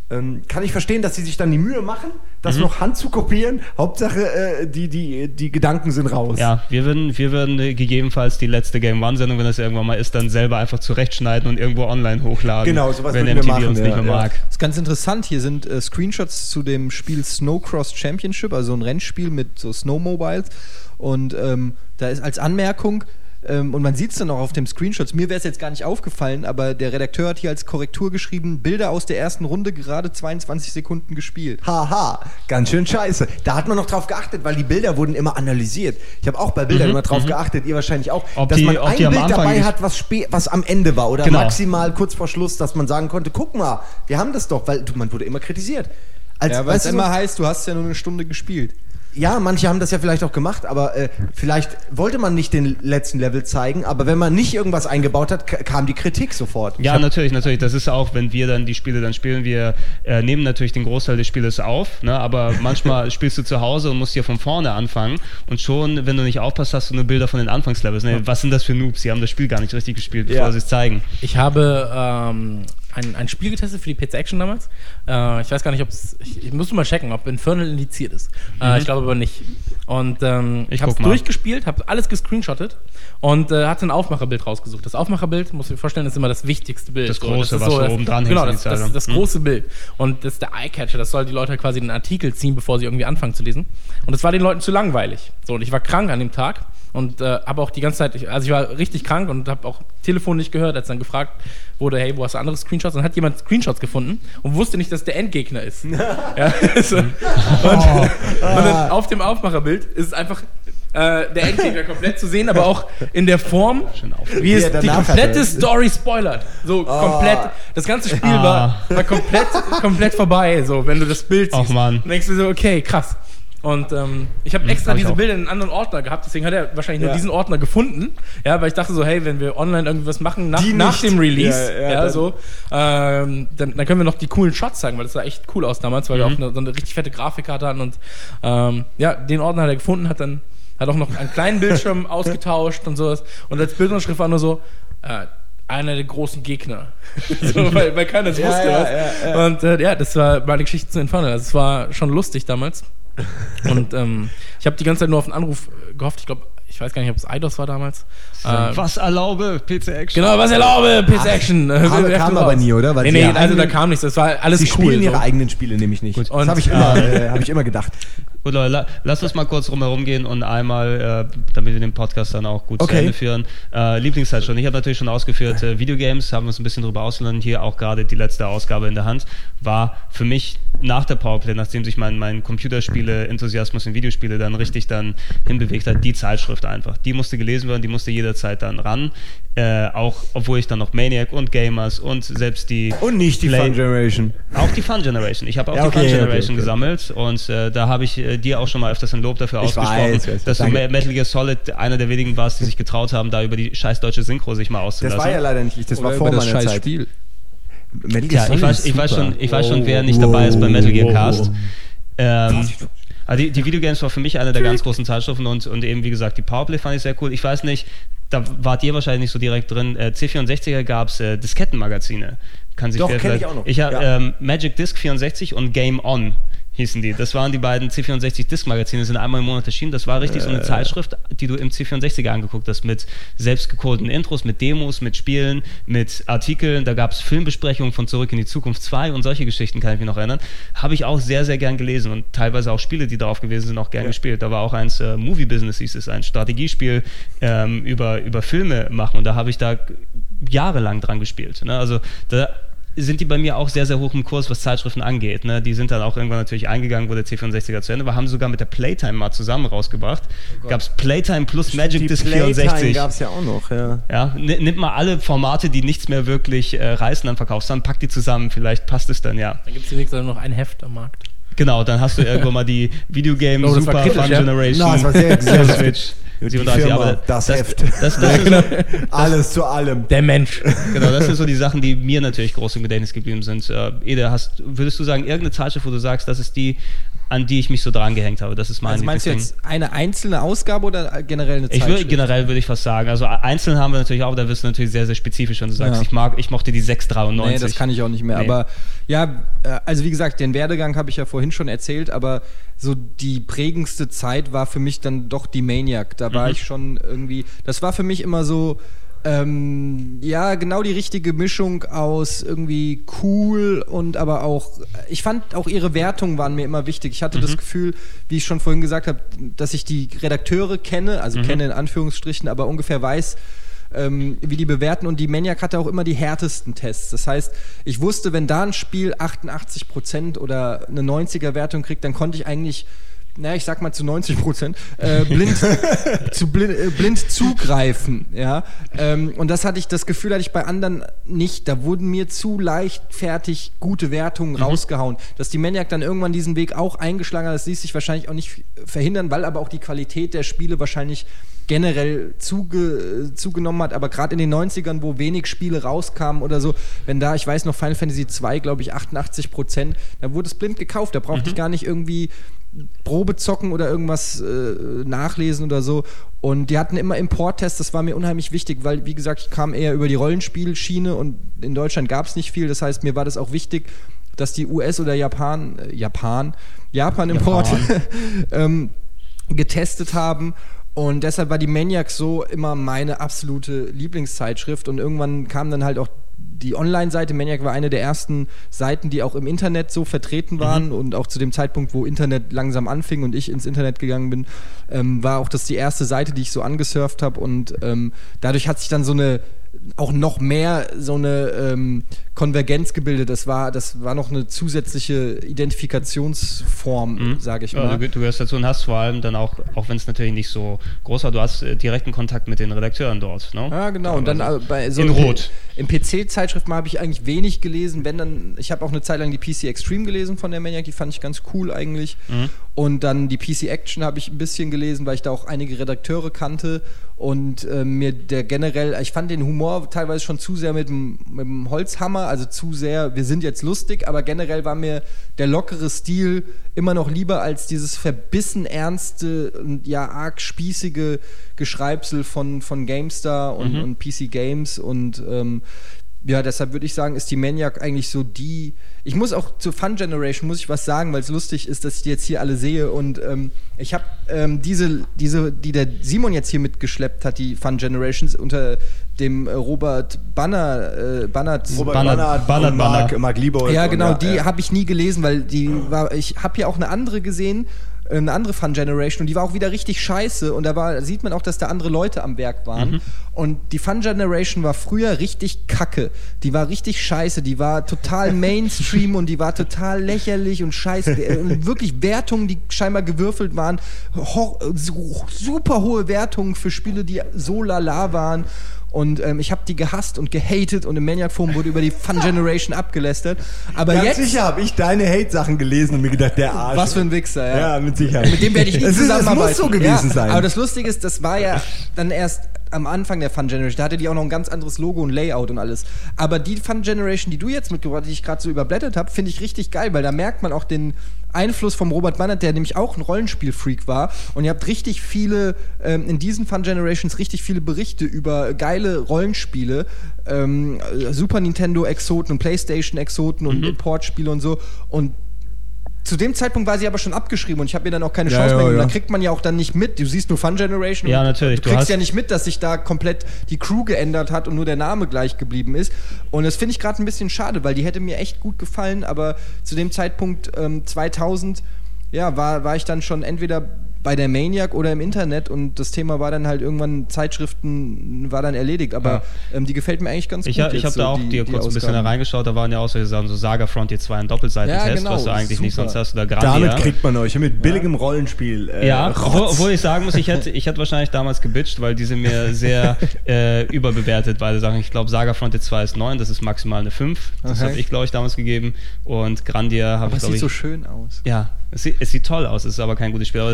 Ähm, kann ich verstehen, dass sie sich dann die Mühe machen, das mhm. noch handzukopieren. Hauptsache, äh, die, die, die Gedanken sind raus. Ja, wir würden, wir würden gegebenenfalls die letzte Game One-Sendung, wenn das irgendwann mal ist, dann selber einfach zurechtschneiden und irgendwo online hochladen. Genau, sowas wenn würden M T V wir machen, uns ja, nicht mehr ja. mag. Das ist ganz interessant. Hier sind äh, Screenshots zu dem Spiel Snowcross Championship, also ein Rennspiel mit so Snowmobiles. Und ähm, da ist als Anmerkung, ähm, und man sieht es dann auch auf dem Screenshots, mir wäre es jetzt gar nicht aufgefallen, aber der Redakteur hat hier als Korrektur geschrieben, Bilder aus der ersten Runde gerade zweiundzwanzig Sekunden gespielt. Haha, ganz schön scheiße. Da hat man noch drauf geachtet, weil die Bilder wurden immer analysiert. Ich habe auch bei Bildern mhm, immer drauf mhm. geachtet, ihr wahrscheinlich auch, ob dass die, man ob ein die am Bild Anfang dabei nicht- hat, was, spä- was am Ende war oder Genau. maximal kurz vor Schluss, dass man sagen konnte, guck mal, wir haben das doch, weil du, man wurde immer kritisiert. Als, Ja, weil es weißt du, immer heißt, du hast ja nur eine Stunde gespielt. ja, manche haben das ja vielleicht auch gemacht, aber äh, vielleicht wollte man nicht den letzten Level zeigen, aber wenn man nicht irgendwas eingebaut hat, k- kam die Kritik sofort. Ja, natürlich, natürlich. Das ist auch, wenn wir dann die Spiele dann spielen, wir äh, nehmen natürlich den Großteil des Spieles auf, ne? Aber manchmal spielst du zu Hause und musst hier von vorne anfangen und schon, wenn du nicht aufpasst, hast du nur Bilder von den Anfangslevels. Ne? Was sind das für Noobs? Die haben das Spiel gar nicht richtig gespielt, bevor Ja. sie es zeigen. Ich habe ähm, ein, ein Spiel getestet für die P C Action damals. Äh, ich weiß gar nicht, ob es. Ich, ich musste mal checken, ob Infernal indiziert ist. Äh, Mhm. ich glaube aber nicht. Und ähm, Ich ich habe es guck mal. durchgespielt, habe alles gescreenshottet und äh, hatte ein Aufmacherbild rausgesucht. Das Aufmacherbild, muss ich mir vorstellen, ist immer das wichtigste Bild. Das So, große, ist was so, du das, oben dran Genau, hängst, das, die das, Zeile. das Mhm. große Bild. Und das ist der Eyecatcher. Das soll die Leute quasi einen Artikel ziehen, bevor sie irgendwie anfangen zu lesen. Und das war den Leuten zu langweilig. So, und ich war krank an dem Tag. Und äh, habe auch die ganze Zeit, ich, also ich war richtig krank und habe auch Telefon nicht gehört, als dann gefragt wurde, hey, wo hast du andere Screenshots? Und dann hat jemand Screenshots gefunden und wusste nicht, dass der Endgegner ist. ja, so. und, und dann auf dem Aufmacherbild ist es einfach äh, der Endgegner komplett zu sehen, aber auch in der Form, wie Wie es er die danach komplette hatte. Story spoilert. So komplett, das ganze Spiel Ah. war, war komplett, komplett vorbei, so wenn du das Bild siehst. Och, Mann. Dann denkst du so, okay, krass. Und ähm, ich habe extra hab ich diese auch. Bilder in einem anderen Ordner gehabt, deswegen hat er wahrscheinlich nur Ja. diesen Ordner gefunden. Ja, weil ich dachte so, hey, wenn wir online irgendwas machen nach, Die nach nicht. dem Release, Ja, ja, ja, dann- so, ähm, dann, dann können wir noch die coolen Shots zeigen, weil das sah echt cool aus damals, weil wir auch eine, so eine richtig fette Grafikkarte hatten und ähm, ja, den Ordner hat er gefunden, hat dann hat auch noch einen kleinen Bildschirm ausgetauscht und sowas. Und als Bildunterschrift war nur so, äh, einer der großen Gegner. so, weil, weil keiner es Ja, wusste. ja, was. ja, ja. Und äh, ja, das war meine Geschichte zu Infernal. Also es war schon lustig damals. Und ähm, ich habe die ganze Zeit nur auf einen Anruf äh, gehofft. Ich glaube, ich weiß gar nicht, ob es Eidos war damals. Ähm, Was erlaube, P C Action? Genau, was erlaube, P C Action. Äh, kam- wer kam kommt aber raus? nie, oder? Weil Nee, sie nee, ja also da eigene- kam nichts. Das war alles Sie cool. spielen ihre so. eigenen Spiele nämlich nicht. Das Und- habe ich, immer, äh, hab ich immer gedacht. Gut, Leute, la, lasst uns mal kurz rumherum gehen und einmal, äh, damit wir den Podcast dann auch gut Okay. zu Ende führen. Äh, Lieblingszeit schon. Ich habe natürlich schon ausgeführt, äh, Videogames, haben wir uns ein bisschen drüber ausgelernt. Hier auch gerade die letzte Ausgabe in der Hand. War für mich nach der Powerplay, nachdem sich mein, mein Computerspiele-Enthusiasmus in Videospiele dann richtig dann hinbewegt hat, die Zeitschrift einfach. Die musste gelesen werden, die musste jederzeit dann ran. Äh, auch, obwohl ich dann noch Maniac und Gamers und selbst die... Und nicht die Play- Fun Generation. Auch die Fun Generation. Ich habe auch Ja, die okay, Fun okay, Generation okay. gesammelt und äh, da habe ich äh, dir auch schon mal öfters ein Lob dafür Ich ausgesprochen, weiß, weiß, dass du danke. Me- Metal Gear Solid einer der wenigen warst, die sich getraut haben, da über die scheiß deutsche Synchro sich mal Das auszulassen. war ja leider nicht ich, das war Oder vor über das meiner scheiß Zeit. Spiel. Metal Gear Tja, ich Solid weiß, ist ich, weiß super. schon, ich weiß schon, Wow, wer nicht wow, dabei ist beim Metal Gear wow, Cast. wow. Ähm, also die, die Videogames war für mich eine der ganz großen Zeitschriften und, und eben, wie gesagt, die Powerplay fand ich sehr cool. Ich weiß nicht, da wart ihr wahrscheinlich nicht so direkt drin. Äh, C vierundsechziger gab es äh, Diskettenmagazine. Kann sich Doch, wer kenn ich vielleicht- auch noch. Ich habe Ja. ähm, Magic Disc vierundsechzig und Game On hießen die. Das waren die beiden C vierundsechzig Disk-Magazine, sind einmal im Monat erschienen. Das war richtig so eine Zeitschrift, die du im C vierundsechziger angeguckt hast, mit selbstgecodeten Intros, mit Demos, mit Spielen, mit Artikeln. Da gab es Filmbesprechungen von Zurück in die Zukunft zwei und solche Geschichten, kann ich mich noch erinnern. Habe ich auch sehr, sehr gern gelesen und teilweise auch Spiele, die darauf gewesen sind, auch gern Ja. gespielt. Da war auch eins äh, Movie Business, hieß es, ein Strategiespiel ähm, über, über Filme machen und da habe ich da jahrelang dran gespielt. Ne? Also da sind die bei mir auch sehr, sehr hoch im Kurs, was Zeitschriften angeht. Ne? Die sind dann auch irgendwann natürlich eingegangen, wo der C vierundsechziger zu Ende war, haben sogar mit der Playtime mal zusammen rausgebracht. Oh Gab es Playtime plus Magic Die Disc Playtime vierundsechzig. gab es ja auch noch, ja. Ja, n- nimmt mal alle Formate, die nichts mehr wirklich äh, reißen an Verkaufszahlen, packt die zusammen, vielleicht passt es dann, ja. Dann gibt es demnächst dann noch ein Heft am Markt. Genau, dann hast du irgendwann mal die Videogame Oh, das war Super kritisch, Fun ja. Generation. Na, das war sehr- sehr- für Switch. Die siebenunddreißig, Firma, aber das Heft. Das, das, ist so, Alles zu allem. Der Mensch. genau, das sind so die Sachen, die mir natürlich groß im Gedächtnis geblieben sind. Äh, Ede, hast, würdest du sagen, irgendeine Zeitschrift, wo du sagst, das ist die an die ich mich so dran gehängt habe. Das ist mein Also meinst du jetzt eine einzelne Ausgabe oder generell eine Ich Zeitschrift? würde, generell würde ich fast sagen. Also einzeln haben wir natürlich auch, da wirst du natürlich sehr, sehr spezifisch, wenn du sagst, Ja. ich mag, ich mochte die sechs dreiundneunzig. Nee, das kann ich auch nicht mehr. Nee. Aber ja, äh, also wie gesagt, den Werdegang habe ich ja vorhin schon erzählt, aber so die prägendste Zeit war für mich dann doch die Maniac. Da war Mhm. ich schon irgendwie, das war für mich immer so, ähm, ja, genau die richtige Mischung aus irgendwie cool und aber auch, ich fand auch ihre Wertungen waren mir immer wichtig. Ich hatte Mhm. das Gefühl, wie ich schon vorhin gesagt habe, dass ich die Redakteure kenne, also Mhm. kenne in Anführungsstrichen, aber ungefähr weiß, ähm, wie die bewerten, und die Maniac hatte auch immer die härtesten Tests. Das heißt, ich wusste, wenn da ein Spiel achtundachtzig Prozent oder eine neunziger Wertung kriegt, dann konnte ich eigentlich, na, ich sag mal zu neunzig Prozent, äh, blind, zu blind, äh, blind zugreifen, ja. Ähm, und das hatte ich, das Gefühl hatte ich bei anderen nicht. Da wurden mir zu leichtfertig gute Wertungen Mhm. rausgehauen. Dass die Maniac dann irgendwann diesen Weg auch eingeschlagen hat, das ließ sich wahrscheinlich auch nicht verhindern, weil aber auch die Qualität der Spiele wahrscheinlich generell zuge, zugenommen hat, aber gerade in den neunzigern, wo wenig Spiele rauskamen oder so, wenn da, ich weiß noch, Final Fantasy zwei, glaube ich, achtundachtzig Prozent, da wurde es blind gekauft, da brauchte Mhm. ich gar nicht irgendwie Probe zocken oder irgendwas äh, nachlesen oder so. Und die hatten immer Importtests, das war mir unheimlich wichtig, weil, wie gesagt, ich kam eher über die Rollenspielschiene und in Deutschland gab es nicht viel, das heißt, mir war das auch wichtig, dass die U S- oder Japan, äh, Japan, Japan-Import ähm, getestet haben. Und deshalb war die Maniac so immer meine absolute Lieblingszeitschrift. Und irgendwann kam dann halt auch die Online-Seite. Maniac war eine der ersten Seiten, die auch im Internet so vertreten waren. Mhm. Und auch zu dem Zeitpunkt, wo Internet langsam anfing und ich ins Internet gegangen bin, ähm, war auch das die erste Seite, die ich so angesurft habe. Und ähm, dadurch hat sich dann so eine auch noch mehr so eine ähm, Konvergenz gebildet. Das war, das war noch eine zusätzliche Identifikationsform, mhm. sage ich mal. Ja, du, du gehörst dazu und hast vor allem dann auch, auch wenn es natürlich nicht so groß war, du hast äh, direkten Kontakt mit den Redakteuren dort. Ne? Ja, genau. Und dann äh, bei so in Rot. Im P C-Zeitschriften habe ich eigentlich wenig gelesen, wenn dann, ich habe auch eine Zeit lang die P C Extreme gelesen von der Maniac, die fand ich ganz cool eigentlich. Mhm. Und dann die P C Action habe ich ein bisschen gelesen, weil ich da auch einige Redakteure kannte und äh, mir der generell, ich fand den Humor teilweise schon zu sehr mit dem, mit dem Holzhammer, also zu sehr, wir sind jetzt lustig, aber generell war mir der lockere Stil immer noch lieber als dieses verbissen ernste und ja arg spießige Geschreibsel von, von GameStar und, mhm. und P C Games und ähm, ja, deshalb würde ich sagen, ist die Maniac eigentlich so die. Ich muss auch zur Fun Generation muss ich was sagen, weil es lustig ist, dass ich die jetzt hier alle sehe. Und ähm, ich habe ähm, diese, diese, die der Simon jetzt hier mitgeschleppt hat, die Fun Generations unter dem äh, Robert Banner, äh, Bannert, Robert Bannert, Bannert, Bannert, und Mark, Mark Liebold. Ja, genau, und, ja, die ja. habe ich nie gelesen, weil die war. Ich habe hier auch eine andere gesehen. Eine andere Fun Generation und die war auch wieder richtig scheiße und da war, da sieht man auch, dass da andere Leute am Werk waren mhm. und die Fun Generation war früher richtig kacke, die war richtig scheiße, die war total Mainstream und die war total lächerlich und scheiße, wirklich Wertungen, die scheinbar gewürfelt waren, ho- super hohe Wertungen für Spiele, die so lala waren. Und ähm, ich habe die gehasst und gehatet und im Maniac-Forum wurde über die Fun Generation abgelästert. Aber Ganz jetzt... sicher habe ich deine Hate-Sachen gelesen und mir gedacht, der Arsch. Was für ein Wichser, ja. Ja, mit Sicherheit. Mit dem werde ich nie es ist, zusammenarbeiten. Es muss so gewesen ja, sein. Aber das Lustige ist, das war ja dann erst am Anfang der Fun Generation. Da hatte die auch noch ein ganz anderes Logo und Layout und alles. Aber die Fun Generation, die du jetzt mitgebracht hast, die ich gerade so überblättert habe, finde ich richtig geil, weil da merkt man auch den Einfluss vom Robert Bannert, der nämlich auch ein Rollenspiel-Freak war. Und ihr habt richtig viele, ähm, in diesen Fun Generations richtig viele Berichte über geile Rollenspiele, ähm, Super Nintendo-Exoten und Playstation-Exoten und mhm. Importspiele und so. Und zu dem Zeitpunkt war sie aber schon abgeschrieben und ich habe mir dann auch keine Ja, Chance ja, mehr gegeben. ja. Da kriegt man ja auch dann nicht mit. Du siehst nur Fun Generation. Ja, und natürlich. Du Du kriegst hast ja nicht mit, dass sich da komplett die Crew geändert hat und nur der Name gleich geblieben ist. Und das finde ich gerade ein bisschen schade, weil die hätte mir echt gut gefallen. Aber zu dem Zeitpunkt ähm, zweitausend, ja, war, war ich dann schon entweder bei der Maniac oder im Internet und das Thema war dann halt irgendwann, Zeitschriften war dann erledigt, aber ja. ähm, die gefällt mir eigentlich ganz ich gut. Ha, ich habe so da auch die, dir die kurz ein bisschen da Ausgaben. reingeschaut, da waren ja auch solche Sachen, so Saga Frontier zwei ein Doppelseitentest, Ja, genau, was du eigentlich super. nicht sonst hast, oder Grandia. Damit kriegt man euch mit billigem Rollenspiel. Äh, Ja, Rotz. obwohl, obwohl ich sagen muss, ich hätte, ich hätte wahrscheinlich damals gebitcht, weil die sind mir sehr äh, überbewertet, beide Sachen. Ich glaube, Saga Frontier zwei ist neun, das ist maximal eine fünf. Das Okay. habe ich, glaube ich, damals gegeben. Und Grandia habe ich, Aber es glaube sieht ich... so schön aus. Ja, es sieht, es sieht toll aus, es ist aber kein gutes Spiel. Aber es ist,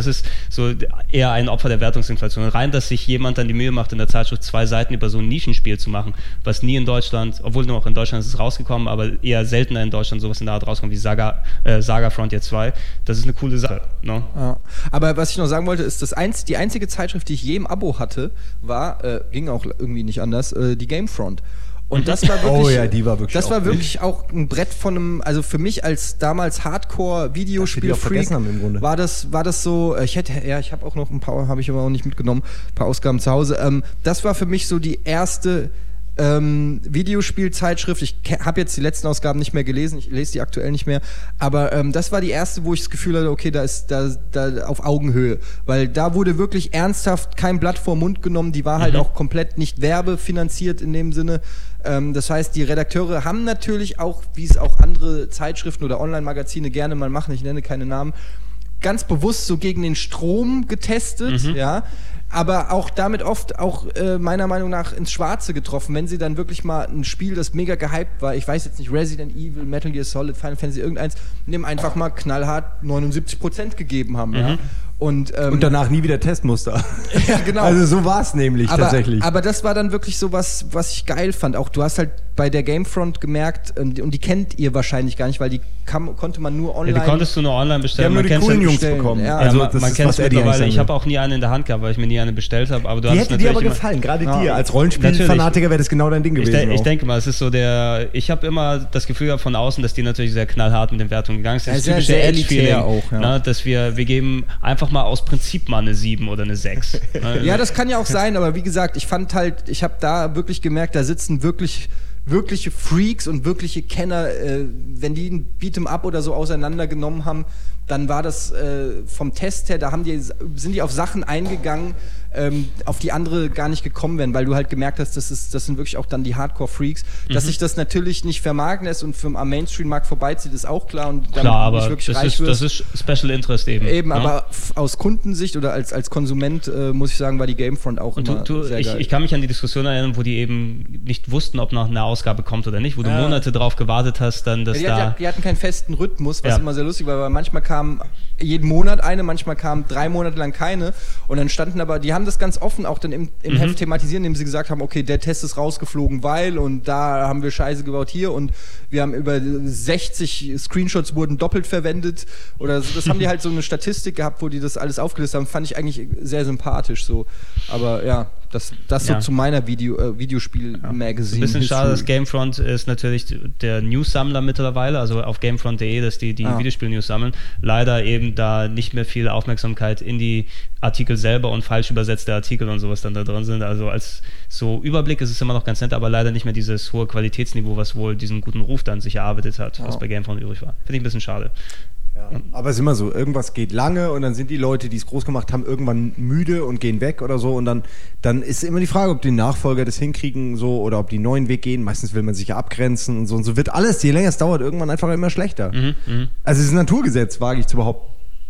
so eher ein Opfer der Wertungsinflation. Rein, dass sich jemand dann die Mühe macht, in der Zeitschrift zwei Seiten über so ein Nischenspiel zu machen, was nie in Deutschland, obwohl nur auch in Deutschland ist es rausgekommen, aber eher seltener in Deutschland sowas in der Art rauskommt wie Saga, äh, Saga Frontier zwei. Das ist eine coole Sache. No? Ja. Aber was ich noch sagen wollte, ist, das einz- die einzige Zeitschrift, die ich je im Abo hatte, war, äh, ging auch irgendwie nicht anders, äh, die Gamefront. Und das war wirklich, oh ja, die war wirklich das auch war gut. wirklich auch ein Brett von einem, also für mich als damals Hardcore-Videospiel-Freak war das, war das so, ich hätte, ja, ich habe auch noch ein paar, habe ich aber auch nicht mitgenommen, ein paar Ausgaben zu Hause. Ähm, das war für mich so die erste ähm, Videospielzeitschrift. Ich habe jetzt die letzten Ausgaben nicht mehr gelesen, ich lese die aktuell nicht mehr, aber ähm, das war die erste, wo ich das Gefühl hatte, okay, da ist da, da auf Augenhöhe, weil da wurde wirklich ernsthaft kein Blatt vor Mund genommen, die war halt mhm. auch komplett nicht werbefinanziert in dem Sinne. Ähm, das heißt, die Redakteure haben natürlich auch, wie es auch andere Zeitschriften oder Online-Magazine gerne mal machen, ich nenne keine Namen, ganz bewusst so gegen den Strom getestet, mhm. ja, aber auch damit oft auch äh, meiner Meinung nach ins Schwarze getroffen, wenn sie dann wirklich mal ein Spiel, das mega gehypt war, ich weiß jetzt nicht, Resident Evil, Metal Gear Solid, Final Fantasy, irgendeins, nimm einfach mal knallhart neunundsiebzig Prozent gegeben haben, mhm. ja. Und, ähm, und danach nie wieder Testmuster. Ja, genau. Also so war es nämlich aber, tatsächlich. Aber das war dann wirklich so was, was ich geil fand. Auch du hast halt bei der Gamefront gemerkt, und die kennt ihr wahrscheinlich gar nicht, weil die kam, konnte man nur online... Ja, die konntest du nur online bestellen. Die haben nur die coolen Jungs bekommen. Ja, also ja, man, man kennt es mittlerweile. Ich habe auch nie eine in der Hand gehabt, weil ich mir nie eine bestellt habe. Aber du die hast hätte dir aber gefallen, gerade ja, dir. Als Rollenspielfanatiker wäre das genau dein Ding gewesen. Ich, de- ich denke mal, es ist so der... Ich habe immer das Gefühl gehabt von außen, dass die natürlich sehr knallhart mit den Wertungen gegangen sind. Das ja, ist sehr, typische sehr elitär auch. Ja. Ne, dass wir, wir geben einfach mal aus Prinzip mal eine sieben oder eine sechs. Ja, das kann ja auch sein, aber wie gesagt, ich fand halt, ich habe da wirklich gemerkt, da sitzen wirklich wirkliche Freaks und wirkliche Kenner, äh, wenn die ein Beat'em-up oder so auseinandergenommen haben, dann war das äh, vom Test her, da haben die, sind die auf Sachen eingegangen, ähm, auf die andere gar nicht gekommen wären, weil du halt gemerkt hast, das, ist, das sind wirklich auch dann die Hardcore-Freaks. Mhm. Dass sich das natürlich nicht vermarkten lässt und für am Mainstream-Markt vorbeizieht, ist auch klar. Und dann klar, aber nicht wirklich das, reich ist, wirst. das ist Special Interest eben. Eben, ja? aber f- aus Kundensicht oder als, als Konsument äh, muss ich sagen, war die Gamefront auch und immer du, du, sehr ich, geil. ich kann mich an die Diskussion erinnern, wo die eben nicht wussten, ob noch eine Ausgabe kommt oder nicht, wo du ja. Monate drauf gewartet hast, dann dass ja, die, da... hat, die hatten keinen festen Rhythmus, was ja. immer sehr lustig war, weil manchmal kam jeden Monat eine, manchmal kam drei Monate lang keine und dann standen aber, die haben das ganz offen auch dann im, im mhm. Heft thematisieren, indem sie gesagt haben, okay, der Test ist rausgeflogen, weil und da haben wir Scheiße gebaut hier und wir haben über sechzig Screenshots wurden doppelt verwendet oder so. Das haben die halt so eine Statistik gehabt, wo die das alles aufgelistet haben, fand ich eigentlich sehr sympathisch so, aber ja, das, das ja. so zu meiner Video, äh, Videospiel-Magazine. Ein bisschen schade, dass Gamefront ist natürlich der News-Sammler mittlerweile, also auf gamefront punkt de, dass die die ah. Videospiel-News sammeln. Leider eben da nicht mehr viel Aufmerksamkeit in die Artikel selber und falsch übersetzte Artikel und sowas dann da drin sind. Also als so Überblick ist es immer noch ganz nett, aber leider nicht mehr dieses hohe Qualitätsniveau, was wohl diesen guten Ruf dann sich erarbeitet hat, oh. was bei Gamefront übrig war. Finde ich ein bisschen schade. Ja, aber es ist immer so, irgendwas geht lange und dann sind die Leute, die es groß gemacht haben, irgendwann müde und gehen weg oder so und dann, dann ist immer die Frage, ob die Nachfolger das hinkriegen so oder ob die einen neuen Weg gehen. Meistens will man sich ja abgrenzen und so und so wird alles, je länger es dauert, irgendwann einfach immer schlechter. Mhm, mh. Also es ist ein Naturgesetz, wage ich zu behaupten.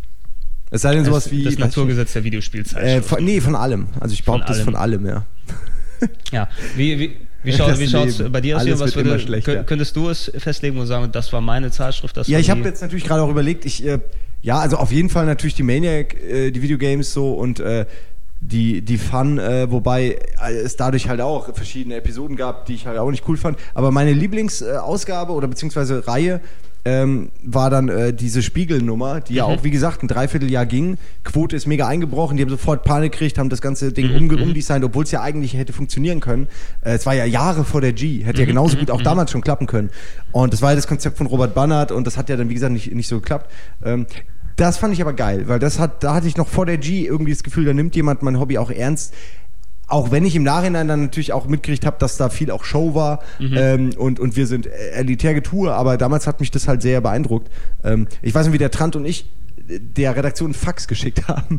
Es sei denn sowas das, wie... Das Naturgesetz der Videospielzeit. Äh, von, nee, von allem. Also ich behaupte das von allem, ja. Ja, wie... wie Wie, schau, wie schaut es bei dir aus? Was würde, schlechter. Könntest du es festlegen und sagen, das war meine Zeitschrift? Das ja, war ich habe jetzt natürlich gerade auch überlegt, ich, äh, ja, also auf jeden Fall natürlich die Maniac, äh, die Videogames so und äh, die, die Fun, äh, wobei es dadurch halt auch verschiedene Episoden gab, die ich halt auch nicht cool fand. Aber meine Lieblingsausgabe oder beziehungsweise Reihe Ähm, war dann äh, diese Spiegelnummer, die mhm. ja auch, wie gesagt, ein Dreivierteljahr ging. Quote ist mega eingebrochen, die haben sofort Panik gekriegt, haben das ganze Ding mhm. umge- umdesignt, obwohl es ja eigentlich hätte funktionieren können. Äh, es war ja Jahre vor der G, hätte mhm. ja genauso gut auch mhm. damals schon klappen können. Und das war ja das Konzept von Robert Bannert und das hat ja dann, wie gesagt, nicht, nicht so geklappt. Ähm, das fand ich aber geil, weil das hat, da hatte ich noch vor der G irgendwie das Gefühl, da nimmt jemand mein Hobby auch ernst. Auch wenn ich im Nachhinein dann natürlich auch mitgekriegt habe, dass da viel auch Show war mhm. ähm, und, und wir sind elitär Getue, aber damals hat mich das halt sehr beeindruckt. Ähm, ich weiß nicht, wie der Trant und ich der Redaktion einen Fax geschickt haben,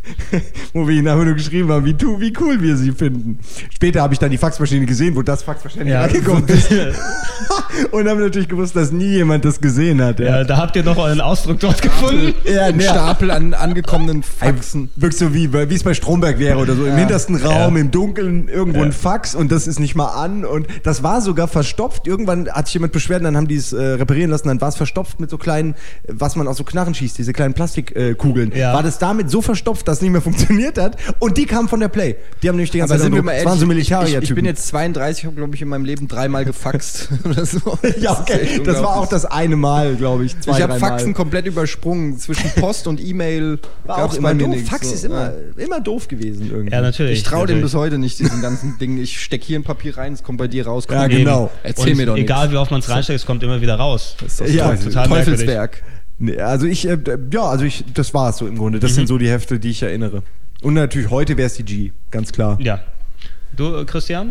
wo wir ihnen einfach nur geschrieben haben, wie, tu, wie cool wir sie finden. Später habe ich dann die Faxmaschine gesehen, wo das Fax wahrscheinlich ja. angekommen ist. Und haben natürlich gewusst, dass nie jemand das gesehen hat. Ja, ja da habt ihr noch euren Ausdruck dort gefunden. Ja, ein Stapel an angekommenen Faxen. Wirklich so wie, wie es bei Stromberg wäre oder so. Im ja. hintersten Raum, ja. im Dunkeln, irgendwo ja. ein Fax und das ist nicht mal an. Und das war sogar verstopft. Irgendwann hat sich jemand beschwert und dann haben die es äh, reparieren lassen. Dann war es verstopft mit so kleinen, was man aus so Knarren schießt, diese kleinen kleinen Plastikkugeln. Äh, Ja. War das damit so verstopft, dass es nicht mehr funktioniert hat? Und die kamen von der Play. Die haben nämlich die ganze Aber Zeit sind wir nur- mal das waren so ehrlich, ich, ich, Militarier-Typen. ich bin jetzt zweiunddreißig, habe, glaube ich, in meinem Leben dreimal gefaxt. oder so. ja, okay. ist echt Das war auch unglaublich. das eine Mal, glaube ich. Zwei, Ich habe drei Faxen Mal. komplett übersprungen. Zwischen Post und E-Mail War gab's auch immer bei mir doof. nichts. Fax So, ist immer, ja. immer doof gewesen irgendwie. Ja, natürlich. Ich traue dem natürlich. bis heute nicht, diesen ganzen Ding. Ich stecke hier ein Papier rein, es kommt bei dir raus. Komm, Ja, eben. genau. Erzähl Und mir doch egal nichts. wie oft man es reinsteckt, es kommt immer wieder raus. Das ist doch Ja, Teufel- total Teufelswerk. Nee, also ich, äh, ja, also ich, das war es so im Grunde. Das Mhm. sind so die Hefte, die ich erinnere. Und natürlich heute wäre es die G, ganz klar. Ja. Du, äh, Christian?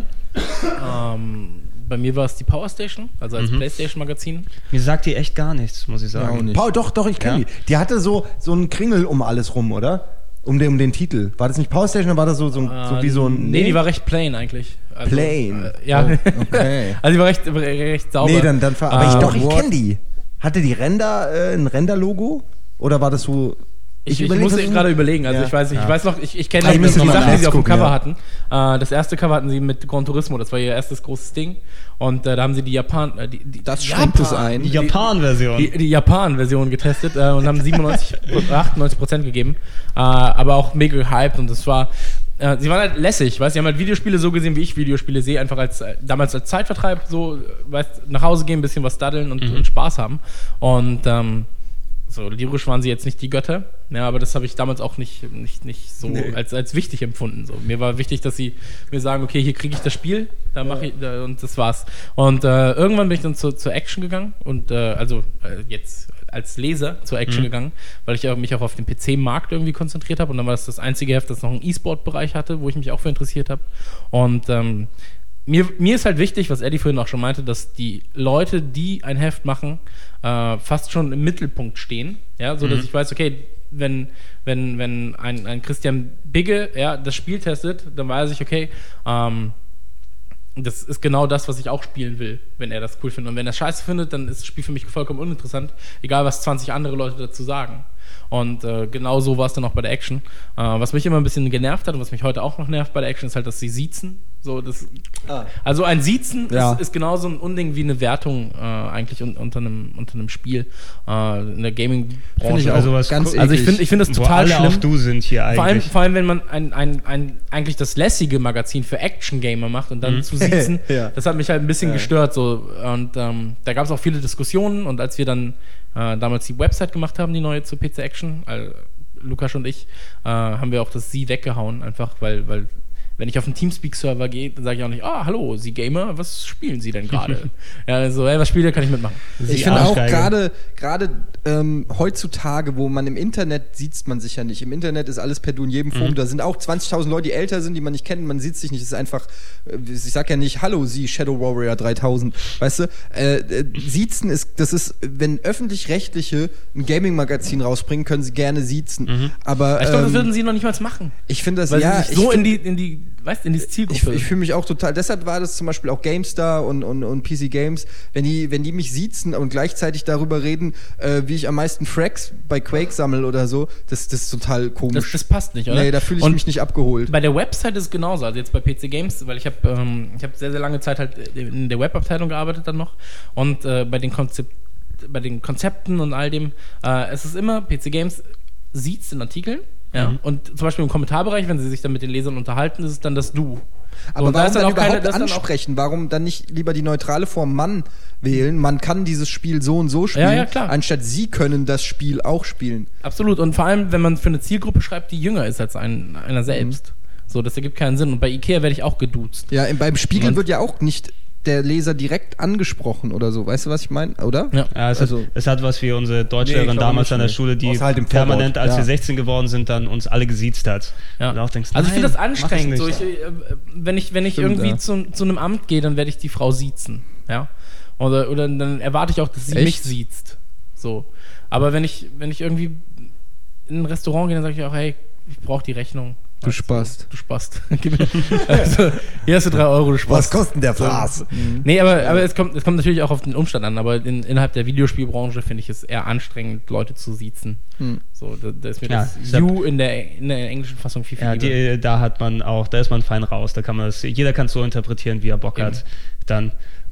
Ähm, bei mir war es die Power Station, also als PlayStation-Magazin. Mir sagt die echt gar nichts, muss ich sagen. auch nicht. Paul, doch, doch, ich kenne Ja? die. Die hatte so, so einen Kringel um alles rum, oder? Um den, um den Titel. War das nicht Power Station oder war das so, so, so wie so ein. Nee, die war recht plain eigentlich. Also, Plain? Äh, ja. Okay. Also die war recht, recht sauber. Nee, dann, dann aber Äh, ich doch, ich what? kenne die. Hatte die Render äh, ein Render-Logo? Oder war das so. Ich, ich, überleg, muss was- gerade überlegen, also Ja. ich weiß nicht, ich weiß noch, ich, ich kenne Ah, noch ich die müsste die mal Sachen, die sie auf dem nachgucken, Cover ja. hatten. Äh, das erste Cover hatten sie mit Gran Turismo, das war ihr erstes großes Ding. Und äh, da haben sie die Japan... Äh, die, die, Das Japan, schränkt es ein. Die Japan-Version. Die, die Japan-Version getestet äh, und haben siebenundneunzig, achtundneunzig Prozent gegeben. Äh, aber auch mega gehypt und das war... Äh, sie waren halt lässig, weißt du, sie haben halt Videospiele so gesehen, wie ich Videospiele sehe, einfach als äh, damals als Zeitvertreib, so, weißt, nach Hause gehen, ein bisschen was daddeln und, Mhm. und Spaß haben. Und ähm, so lyrisch waren sie jetzt nicht die Götter, ja, aber das habe ich damals auch nicht, nicht, nicht so Nee. als, als wichtig empfunden. So. Mir war wichtig, dass sie mir sagen, okay, hier kriege ich das Spiel, da mache ich da, und das war's. Und äh, irgendwann bin ich dann zu, zur Action gegangen und äh, also äh, jetzt als Leser zur Action Mhm. gegangen, weil ich auch, mich auch auf den P C-Markt irgendwie konzentriert habe und dann war das das einzige Heft, das noch einen E-Sport-Bereich hatte, wo ich mich auch für interessiert habe. Und ähm, mir, mir ist halt wichtig, was Eddie vorhin auch schon meinte, dass die Leute, die ein Heft machen, äh, fast schon im Mittelpunkt stehen, ja, so dass Mhm. ich weiß, okay, wenn, wenn, wenn ein, ein Christian Bigge ja, das Spiel testet, dann weiß ich, okay, ähm, das ist genau das, was ich auch spielen will, wenn er das cool findet. Und wenn er scheiße findet, dann ist das Spiel für mich vollkommen uninteressant, egal was zwanzig andere Leute dazu sagen. Und äh, genau so war es dann auch bei der Action. Äh, was mich immer ein bisschen genervt hat und was mich heute auch noch nervt bei der Action, ist halt, dass sie siezen. So, das, Ah. Also ein Siezen Ja. ist, ist genauso ein Unding wie eine Wertung äh, eigentlich un, unter, einem, unter einem Spiel äh, in der Gaming-Branche. Finde ich auch Also was ganz gu- Also ich eklig. finde ich find das Wo total alle schlimm. auf du sind hier eigentlich. Vor allem, vor allem, wenn man ein, ein, ein, eigentlich das lässige Magazin für Action-Gamer macht und dann zu sitzen, Ja. das hat mich halt ein bisschen gestört. So. Und ähm, da gab es auch viele Diskussionen und als wir dann äh, damals die Website gemacht haben, die neue zu P C Action, äh, Lukas und ich, äh, haben wir auch das Sie weggehauen, einfach weil, weil wenn ich auf einen Teamspeak-Server gehe, dann sage ich auch nicht, ah, hallo, Sie Gamer, was spielen Sie denn gerade? Ja, also, hey, was spielt ihr, kann ich mitmachen. Sie Ich finde auch Arschgeige. gerade gerade ähm, heutzutage, wo man im Internet sieht man sich ja nicht. Im Internet ist alles per Du in jedem Forum. Mhm. Da sind auch zwanzigtausend Leute, die älter sind, die man nicht kennt. Man sieht sich nicht. Es ist einfach, äh, ich sag ja nicht, hallo, Sie Shadow Warrior dreitausend. Weißt du? Äh, äh, siezen ist, das ist, wenn öffentlich-rechtliche ein Gaming-Magazin rausbringen, können sie gerne siezen. Aber Ich glaube, das ähm, würden Sie noch nicht mal machen. ich finde das Weil ja sie sich ich so in find- die, in die, weißt, in die ich, Zielgruppe. ich fühle mich auch total, deshalb war das zum Beispiel auch GameStar und, und, und P C Games, wenn die, wenn die mich siezen und gleichzeitig darüber reden, äh, wie ich am meisten Fracks bei Quake sammle oder so, das, das ist total das, komisch. das passt nicht, oder? Nee, da fühle ich Und mich nicht abgeholt. bei der Website ist es genauso. Also jetzt bei P C Games, weil ich habe ähm, ich hab sehr, sehr lange Zeit halt in der Webabteilung gearbeitet dann noch. Und äh, bei, den Konzept, bei den Konzepten und all dem, äh, es ist immer, P C Games sieht in Artikeln. Ja. Mhm. Und zum Beispiel im Kommentarbereich, wenn sie sich dann mit den Lesern unterhalten, ist es dann das Du. So, Aber und da warum ist dann auch überhaupt keine- das ist dann auch- ansprechen? Warum dann nicht lieber die neutrale Form Mann wählen? Man kann dieses Spiel so und so spielen, Ja, ja, klar. anstatt Sie können das Spiel auch spielen. Absolut. Und vor allem, wenn man für eine Zielgruppe schreibt, die jünger ist als ein, einer selbst. So, das ergibt keinen Sinn. Und bei Ikea werde ich auch geduzt. Ja, im- beim Spiegel Und- wird ja auch nicht der Leser direkt angesprochen oder so. Weißt du, was ich meine? Oder? Ja. Ja, es, Also- hat, es hat was wie unsere Deutschlehrerin Nee, ich glaube damals nicht, an der nee. Schule, die Außer halt im Vorwort, permanent, als ja. wir sechzehn geworden sind, dann uns alle gesiezt hat. Ja. Und auch denkst, Also ich finde das nein, mach anstrengend. So, nicht. ich, äh, wenn ich, wenn ich Stimmt, irgendwie ja. zu, zu einem Amt gehe, dann werde ich die Frau siezen. Ja? Oder, oder dann erwarte ich auch, dass sie Echt? mich siezt. So. Aber wenn ich, wenn ich irgendwie in ein Restaurant gehe, dann sage ich auch, hey, ich brauche die Rechnung. Du Spast. Du Spast. Gib mir- also, hier hast du drei Euro, du Spast. Was kostet denn der Fraß? Nee, aber, aber es, kommt, es kommt natürlich auch auf den Umstand an, aber in, innerhalb der Videospielbranche finde ich es eher anstrengend, Leute zu siezen. Hm. So, da, da ist mir Ja, das ich hab- You in der, in der englischen Fassung viel, viel Ja, lieber. die, äh, da hat man auch, da ist man fein raus. Da kann man das, jeder kann es so interpretieren, wie er Bock Eben. hat. Dann.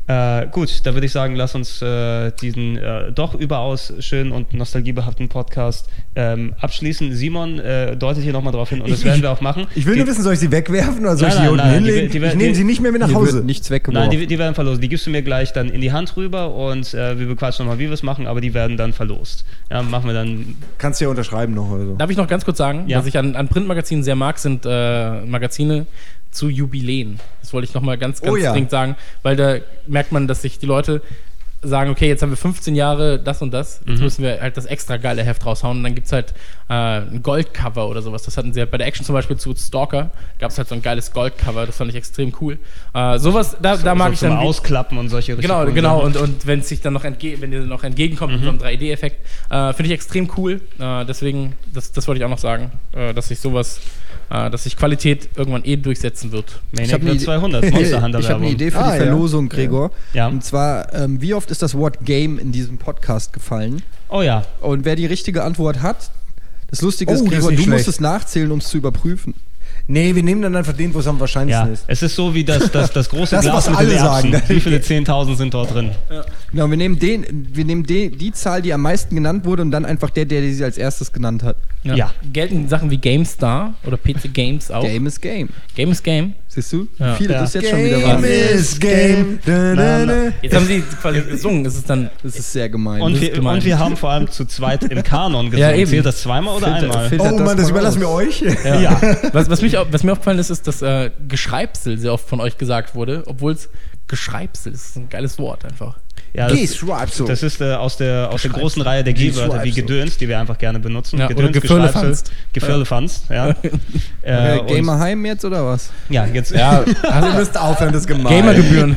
Äh, gut, da würde ich sagen, lass uns äh, diesen äh, doch überaus schönen und nostalgiebehaften Podcast ähm, abschließen. Simon äh, deutet hier nochmal drauf hin und das werden wir auch machen. Ich will die, nur wissen, soll ich sie wegwerfen oder soll Nein, ich sie hier nein, unten nein, die- hinlegen? die- die- ich nehme die- sie nicht mehr mit nach Hier Hause. wird nichts weggeworfen. Nein, die, die werden verlost. Die gibst du mir gleich dann in die Hand rüber und äh, wir bequatschen nochmal, wie wir es machen, aber die werden dann verlost. Ja, machen wir dann. Kannst du ja unterschreiben noch oder so. Darf ich noch ganz kurz sagen, Ja. was ich an, an Printmagazinen sehr mag, sind äh, Magazine zu Jubiläen. Das wollte ich noch mal ganz, ganz Oh ja. dringend sagen, weil da merkt man, dass sich die Leute sagen, okay, jetzt haben wir fünfzehn Jahre das und das, jetzt Mhm. müssen wir halt das extra geile Heft raushauen und dann gibt es halt äh, ein Goldcover oder sowas. Das hatten sie halt bei der Action zum Beispiel zu Stalker, gab es halt so ein geiles Goldcover, das fand ich extrem cool. Äh, sowas, da, da mag so ich zum dann... wie- Ausklappen und solche richtig Genau, coolen genau. Sachen. Und, und wenn es sich dann noch, entge wenn dir noch entgegenkommt Mhm. mit so einem drei D-Effekt, äh, finde ich extrem cool. Äh, deswegen, das, das wollte ich auch noch sagen, äh, dass sich sowas, äh, dass sich Qualität irgendwann eh durchsetzen wird. Maniac hab eine wird Idee- zweihundert, Monster Hunter Ich habe eine Werbung. Idee für Ah, die ja. Verlosung, Gregor. Ja. Und zwar, ähm, wie oft ist das Wort Game in diesem Podcast gefallen? Oh ja. Und wer die richtige Antwort hat, das Lustige Oh, ist, das ist Gregor, nicht du musst schlecht. es nachzählen, um es zu überprüfen. Nee, wir nehmen dann einfach den, wo es am wahrscheinlichsten Ja, ist. es ist so wie das, das, das große Das, Glas was mit alle den Erbsen. sagen. Wie viele zehntausend sind dort drin? Genau, wir nehmen, den, wir nehmen die, die Zahl, die am meisten genannt wurde und dann einfach der, der sie als erstes genannt hat. Ja. Gelten Sachen wie GameStar oder P C Games auch? Game is Game. Game is Game. Siehst du? Ja. Wie viele Ja. das jetzt schon wieder waren. is Game. Da, da, da. Jetzt haben sie quasi gesungen, es ist dann... Das ist sehr gemein. Und Das ist wir, gemein. und wir haben vor allem zu zweit im Kanon gesungen. Ja, eben. Zählt das zweimal oder Filter- einmal? Filter- Oh das Mann, das mal überlassen wir aus. euch. Ja. Was, was, mich, au- was mir aufgefallen ist, ist, dass äh, Geschreibsel sehr oft von euch gesagt wurde, obwohl es Geschreibsel ist. ein geiles Wort einfach. Ja, das, Geschreibsel. das ist äh, aus der, aus der großen Reihe der G-Wörter wie Geschreibsel. Gedöns, die wir einfach gerne benutzen. Ja, Gedöns, oder Gefirlefanz. Geschreibsel, Gefirlefanz, ja. äh, äh, und- Gamerheim jetzt oder was? Ja, jetzt. Ja, Also ihr müsst aufhören, das ist gemein. Gamergebühren.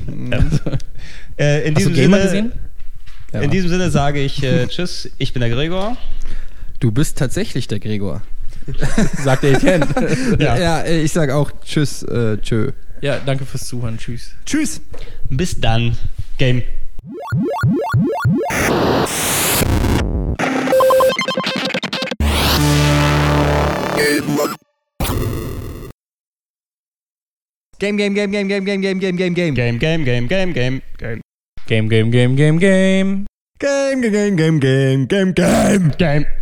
Äh, in Hast du diesem Gamer Sinne, gesehen? Ja. In diesem Sinne sage ich äh, Tschüss, ich bin der Gregor. Du bist tatsächlich der Gregor. Sagt der Etienne. Ja. Ja, äh, ich sag auch Tschüss, äh, tschö. Ja, danke fürs Zuhören. Tschüss. Tschüss. Bis dann. Game. Game, Game, Game, Game, Game, Game, Game, Game, Game, Game. Game, Game, Game, Game, Game, Game. Game, Game, Game, Game, Game. Game, game, game, game, game, game. Game.